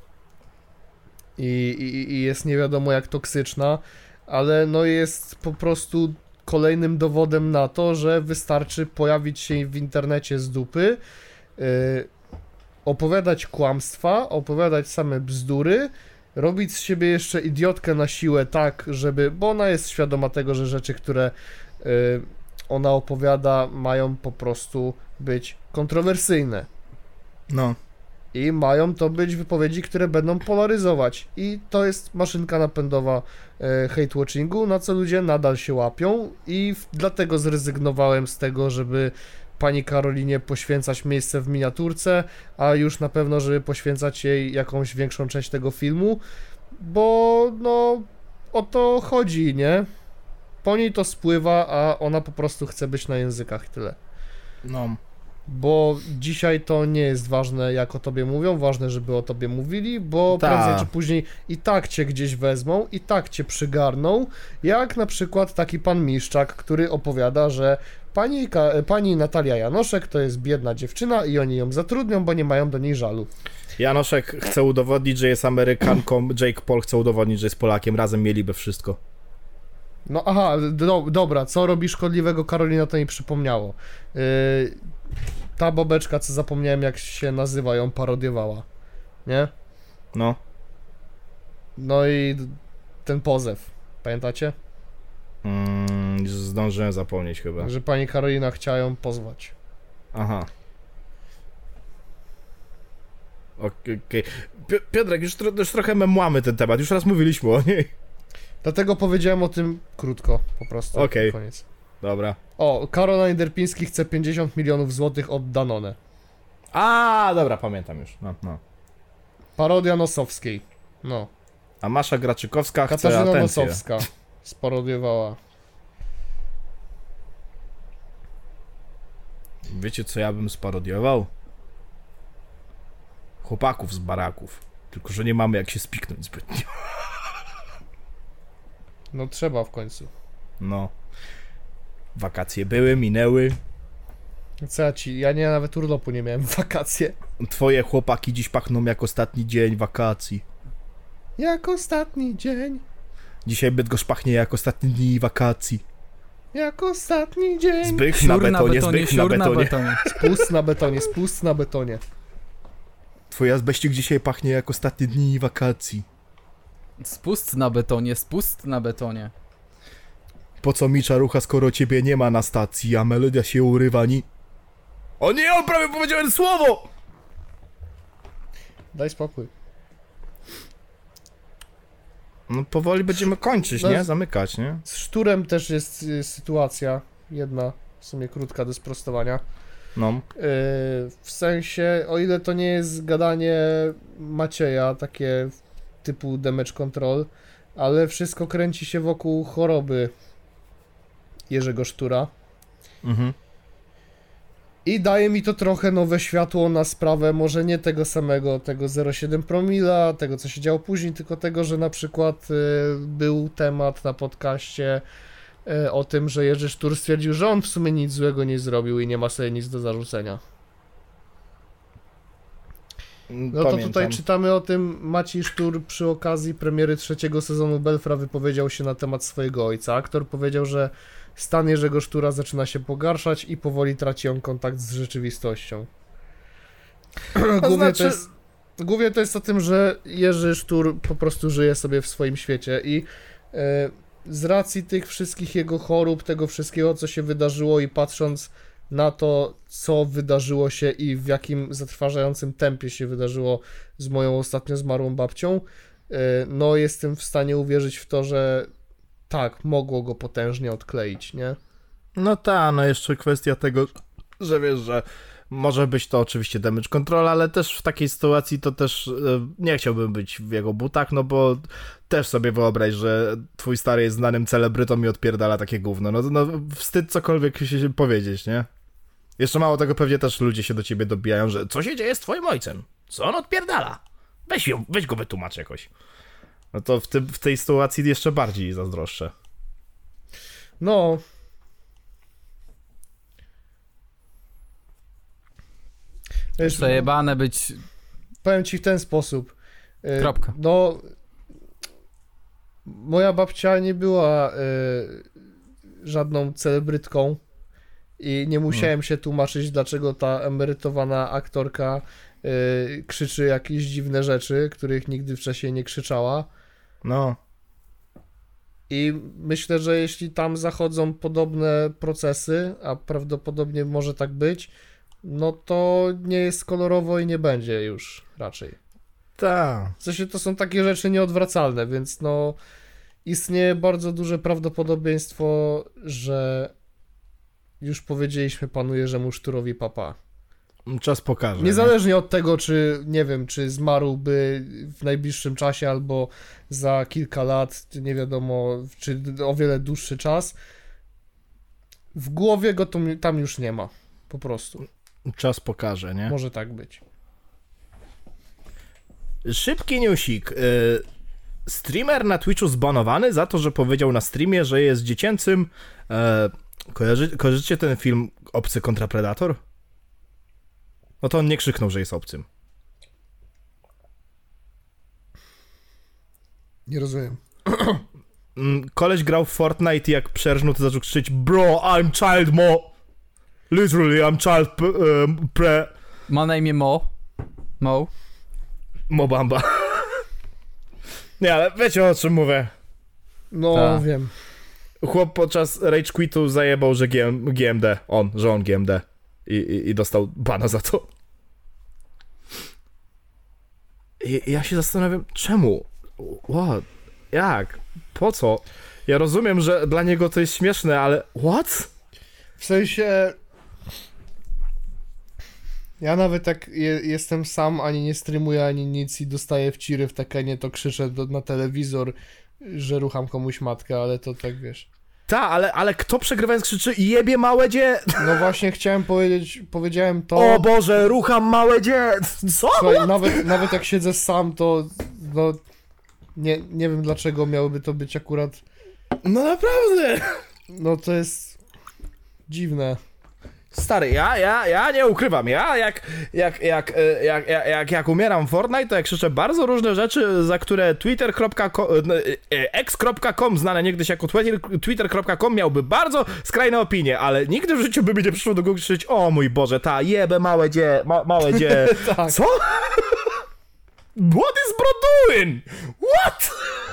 i, i, i jest nie wiadomo jak toksyczna, ale no jest po prostu kolejnym dowodem na to, że wystarczy pojawić się w internecie z dupy, yy, opowiadać kłamstwa, opowiadać same bzdury, robić z siebie jeszcze idiotkę na siłę tak, żeby, bo ona jest świadoma tego, że rzeczy, które yy, ona opowiada, mają po prostu być kontrowersyjne. No. I mają to być wypowiedzi, które będą polaryzować. I to jest maszynka napędowa e, hate-watchingu, na co ludzie nadal się łapią i w, dlatego zrezygnowałem z tego, żeby pani Karolinie poświęcać miejsce w miniaturce, a już na pewno, żeby poświęcać jej jakąś większą część tego filmu, bo no o to chodzi, nie? Po niej to spływa, a ona po prostu chce być na językach, tyle. No. Bo dzisiaj to nie jest ważne, jak o tobie mówią, ważne, żeby o tobie mówili, bo Ta. prędzej czy później i tak cię gdzieś wezmą, i tak cię przygarną, jak na przykład taki pan Miszczak, który opowiada, że pani, Ka- pani Natalia Janoszek to jest biedna dziewczyna i oni ją zatrudnią, bo nie mają do niej żalu. Janoszek chce udowodnić, że jest Amerykanką, Jake Paul chce udowodnić, że jest Polakiem, razem mieliby wszystko. No aha, do, dobra, co robi szkodliwego Karolina, to mi przypomniało. Yy, ta bobeczka, co zapomniałem jak się nazywa, ją parodiowała, nie? No. No i d- ten pozew, pamiętacie? Mm, już zdążyłem zapomnieć chyba. Że pani Karolina chciała ją pozwać. Aha. Okej. Okay. Piotrek, już, tro, już trochę memłamy ten temat, już raz mówiliśmy o niej. Dlatego powiedziałem o tym krótko, po prostu. Okej. Koniec. Dobra. O, Caroline Derpiński chce pięćdziesiąt milionów złotych od Danone. A, dobra, pamiętam już. No, no. Parodia Nosowskiej. No. A Masza Graczykowska chce Katarzyna atencję. Nosowska sparodiowała. Wiecie, co ja bym sparodiował? Chłopaków z baraków. Tylko, że nie mamy jak się spiknąć zbytnio. No trzeba w końcu. No. Wakacje były, minęły. Co ja ci, ja nie nawet urlopu nie miałem w wakacje. Twoje chłopaki dziś pachną jak ostatni dzień wakacji. Jak ostatni dzień, Dzisiaj Bydgoszcz pachnie jak ostatni dni wakacji. jak ostatni dzień. Zbych na Siur na betonie, betonie, zbych na siur na betonie. betonie. Spust na betonie, spust na betonie. Twój azbeścik dzisiaj pachnie jak ostatnie dni wakacji. Spust na betonie, spust na betonie. Po co mi czarucha, skoro ciebie nie ma na stacji, a melodia się urywa ni... O nie, on prawie powiedziałem słowo! Daj spokój. No powoli będziemy kończyć, No, nie? Zamykać, nie? Z Szturem też jest y, sytuacja, jedna, w sumie krótka do sprostowania. No. Yy, w sensie, o ile to nie jest gadanie Macieja, takie typu damage control, ale wszystko kręci się wokół choroby Jerzego Sztura. Mhm. I daje mi to trochę nowe światło na sprawę, może nie tego samego, tego zero przecinek siedem promila, tego co się działo później, tylko tego, że na przykład y, był temat na podcaście y, o tym, że Jerzy Sztur stwierdził, że on w sumie nic złego nie zrobił i nie ma sobie nic do zarzucenia. No to tutaj czytamy o tym, Maciej Sztur przy okazji premiery trzeciego sezonu Belfra wypowiedział się na temat swojego ojca. Aktor powiedział, że stan Jerzego Sztura zaczyna się pogarszać i powoli traci on kontakt z rzeczywistością. Głównie, znaczy... to jest, głównie to jest o tym, że Jerzy Sztur po prostu żyje sobie w swoim świecie i e, z racji tych wszystkich jego chorób, tego wszystkiego, co się wydarzyło i patrząc na to, co wydarzyło się i w jakim zatrważającym tempie się wydarzyło z moją ostatnio zmarłą babcią, no jestem w stanie uwierzyć w to, że tak, mogło go potężnie odkleić, nie? No tak, no jeszcze kwestia tego, że wiesz, że może być to oczywiście damage control, ale też w takiej sytuacji to też nie chciałbym być w jego butach, no bo też sobie wyobraź, że twój stary jest znanym celebrytą i odpierdala takie gówno, no, no wstyd cokolwiek się powiedzieć, nie? Jeszcze mało tego, pewnie też ludzie się do ciebie dobijają, że co się dzieje z twoim ojcem? Co on odpierdala? Weź, ją, weź go wytłumacz jakoś. No to w, tym, w tej sytuacji jeszcze bardziej zazdroszczę. No. Wiesz, Przejebane być... Powiem ci w ten sposób. Kropka. No... Moja babcia nie była y, żadną celebrytką i nie musiałem hmm. się tłumaczyć, dlaczego ta emerytowana aktorka y, krzyczy jakieś dziwne rzeczy, których nigdy wcześniej nie krzyczała. No. I myślę, że jeśli tam zachodzą podobne procesy, a prawdopodobnie może tak być, no to nie jest kolorowo i nie będzie już raczej. Tak. W sensie to są takie rzeczy nieodwracalne, więc no istnieje bardzo duże prawdopodobieństwo, że już powiedzieliśmy panu Jerzemu Szturowi papa. Czas pokaże. Niezależnie nie? od tego, czy nie wiem, czy zmarłby w najbliższym czasie albo za kilka lat, nie wiadomo, czy o wiele dłuższy czas, w głowie go to, tam już nie ma. Po prostu. Czas pokaże, nie? Może tak być. Szybki newsik. Yy, streamer na Twitchu zbanowany za to, że powiedział na streamie, że jest dziecięcym. Yy, kojarzy, kojarzycie ten film Obcy kontra Predator? No to on nie krzyknął, że jest obcym. Nie rozumiem. Koleś grał w Fortnite i jak przerżnął, to zaczął krzyczeć Bro, I'm child mo. Literally, I'm child p- um, pre... Ma na imię Mo. Mo. Mobamba. Nie, ale wiecie o czym mówię. No, Ta. wiem. Chłop podczas Rage Quitu zajebał, że G M, G M D. On, że on G M D. I, i, i dostał bana za to. I ja się zastanawiam, czemu? What? Jak? Po co? Ja rozumiem, że dla niego to jest śmieszne, ale what? W sensie... Ja nawet jak je, jestem sam, ani nie streamuję, ani nic i dostaję wciry w Tekenie, to krzyczę do, na telewizor, że rucham komuś matkę, ale to tak wiesz. Ta, ale, ale kto przegrywając krzyczy jebie małe dzie... No właśnie chciałem powiedzieć, powiedziałem to... O Boże, rucham małe dzie... Co? Słuchaj, nawet, nawet jak siedzę sam, to no... Nie, nie wiem dlaczego miałoby to być akurat... No naprawdę! No to jest... dziwne. Stary, ja, ja, ja nie ukrywam, ja jak, jak, jak, jak, jak, jak, jak umieram w Fortnite, to jak krzyczę bardzo różne rzeczy, za które twitter kropka com, x kropka com, znane niegdyś jako twitter kropka com, miałby bardzo skrajne opinie, ale nigdy w życiu by mi nie przyszło do głowy krzyczeć, o mój Boże, ta jebę małe dzie, ma, małe dzie. Tak. Co? What is bro doing? What?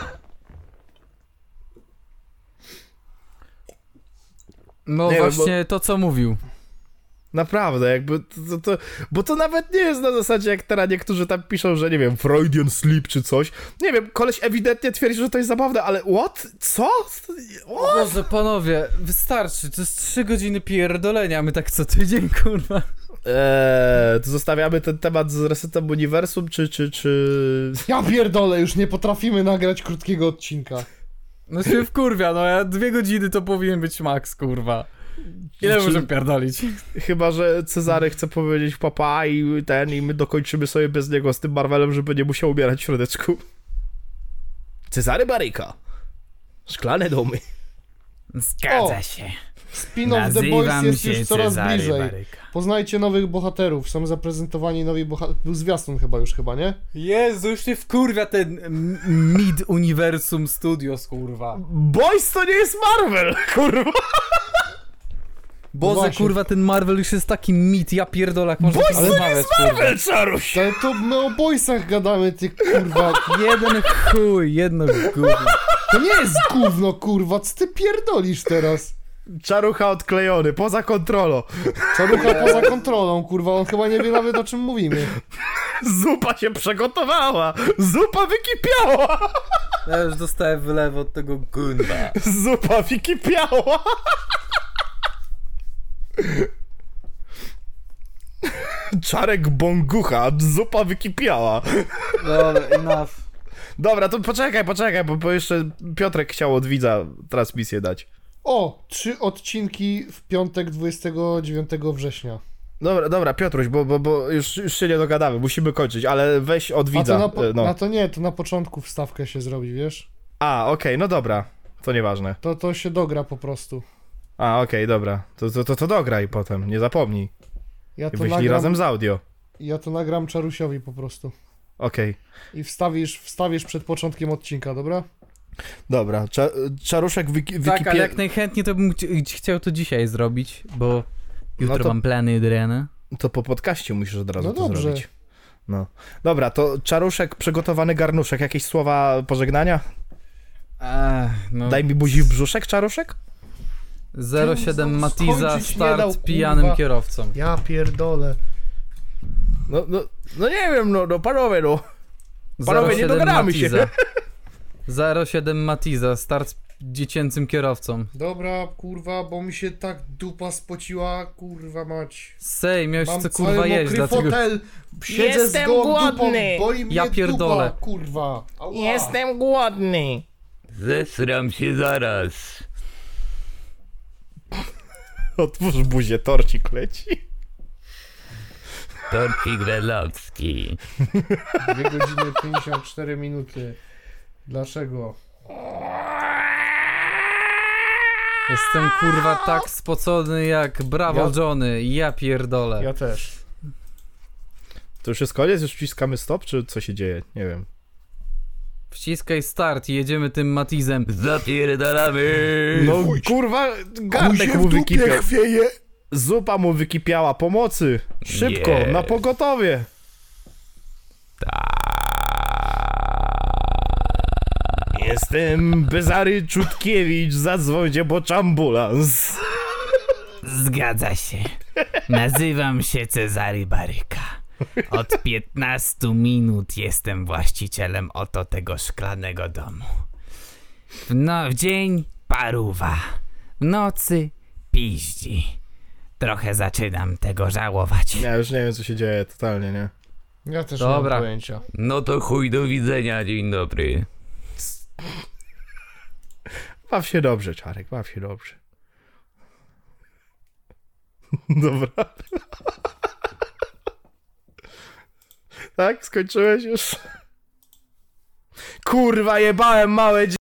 No Nie, właśnie bo... to, co mówił. Naprawdę, jakby to, to, to, bo to nawet nie jest na zasadzie, jak teraz niektórzy tam piszą, że nie wiem, Freudian sleep czy coś. Nie wiem, koleś ewidentnie twierdzi, że to jest zabawne, ale what? Co? O Boże, panowie, wystarczy, to jest trzy godziny pierdolenia, my tak co tydzień, kurwa. Eee, to zostawiamy ten temat z Resetem Uniwersum, czy, czy, czy... Ja pierdolę, już nie potrafimy nagrać krótkiego odcinka. No się wkurwia, no ja dwie godziny to powinien być max, kurwa. Ile Czy- możemy pierdolić? Chyba, że Cezary chce powiedzieć papa i ten, i my dokończymy sobie bez niego z tym Marvelem, żeby nie musiał umierać w środeczku. Cezary Baryka. Szklane domy. Zgadza O! się. Spin-off The Boys Nazywam jest się już coraz Cezary bliżej. Baryka. Poznajcie nowych bohaterów, są zaprezentowani nowi bohaterowie. Był zwiastun chyba już, chyba, nie? Jezu, już się wkurwia ten m- Mid-Universum Studios, kurwa. Boys to nie jest Marvel, kurwa. Boże, właśnie. kurwa, ten Marvel już jest taki mit, ja pierdolę, jak można Boys tak to nie rozmawiać, jest kurwa. Marvel, Czaruś. Ale to my o boysach gadamy, ty kurwa. Jeden chuj, jedno gówno. To nie jest gówno, kurwa, co ty pierdolisz teraz? Czarucha odklejony, poza kontrolą. Czarucha poza kontrolą, kurwa, on chyba nie wie nawet o czym mówimy. Zupa się przygotowała. Zupa wykipiała. Ja już dostałem wylew od tego gunda. Zupa wykipiała. Czarek Bongucha, zupa wykipiała. Dobra, enough. Dobra, to poczekaj, poczekaj, bo, bo jeszcze Piotrek chciał od widza transmisję dać. O, trzy odcinki w piątek dwudziestego dziewiątego września. Dobra, dobra, Piotruś, bo, bo, bo już, już się nie dogadamy, musimy kończyć, ale weź od A widza. to na, po, e, no. na to nie, to na początku wstawkę się zrobi, wiesz? A, okej, no dobra, to nieważne. To, to się dogra po prostu. A, okej, dobra, to, to, to, to dograj potem, nie zapomnij. Ja I to wyślij nagram, razem z audio. ja to nagram Czarusiowi po prostu. Okej, I wstawisz, wstawisz przed początkiem odcinka, dobra? dobra, Cza, Czaruszek wyki, Tak, ale wykipie... jak najchętniej to bym chci- chciał to dzisiaj zrobić, bo jutro No to- mam plany dreny. To po podcaście musisz od razu No to dobrze. zrobić. No. Dobra, to Czaruszek, przygotowany garnuszek, jakieś słowa pożegnania? Ech, no. Daj mi buzi w brzuszek, Czaruszek? zero siedem Matiza, skończyć nie start dał, pijanym kurwa. kierowcą. Ja pierdolę. No, no, no nie wiem, no, no panowie, no. Panowie, nie dogadamy się. zero siedem Matiza, start z dziecięcym kierowcą. Dobra, kurwa, bo mi się tak dupa spociła, kurwa mać. Sej, miałeś Mam co cały kurwa jeść, mokry dlatego... fotel, siedzę Jestem z gołą głodny. dupą, boli mnie Ja pierdolę. dupa, kurwa. Ała. Jestem głodny. Zesram się zaraz. Otwórz buzię, torcik leci. Torcik Relowski. dwie godziny pięćdziesiąt cztery minuty. Dlaczego? Jestem kurwa tak spocony jak brawo Ja- Johnny, ja pierdolę. Ja też. To już jest koniec? Już wciskamy stop, czy co się dzieje? Nie wiem. Wciskaj start i jedziemy tym Matizem. Zapierdalamy. No kurwa, garnek mu wykipiał. chwieje. Zupa mu wykipiała, pomocy. Szybko, Nie. na pogotowie. Jestem Bezary Czutkiewicz, zadzwońcie po ambulans. Zgadza się. Nazywam się Cezary Baryka. Od piętnastu minut jestem właścicielem oto tego szklanego domu. W, no, w dzień paruwa, w nocy piździ. Trochę zaczynam tego żałować. Ja już nie wiem, co się dzieje, totalnie, nie? Ja też nie Dobra. mam pojęcia. No to chuj, do widzenia, dzień dobry. Baw się dobrze, Czarek, baw się dobrze. Dobra. Tak, skończyłeś już? Kurwa, jebałem małe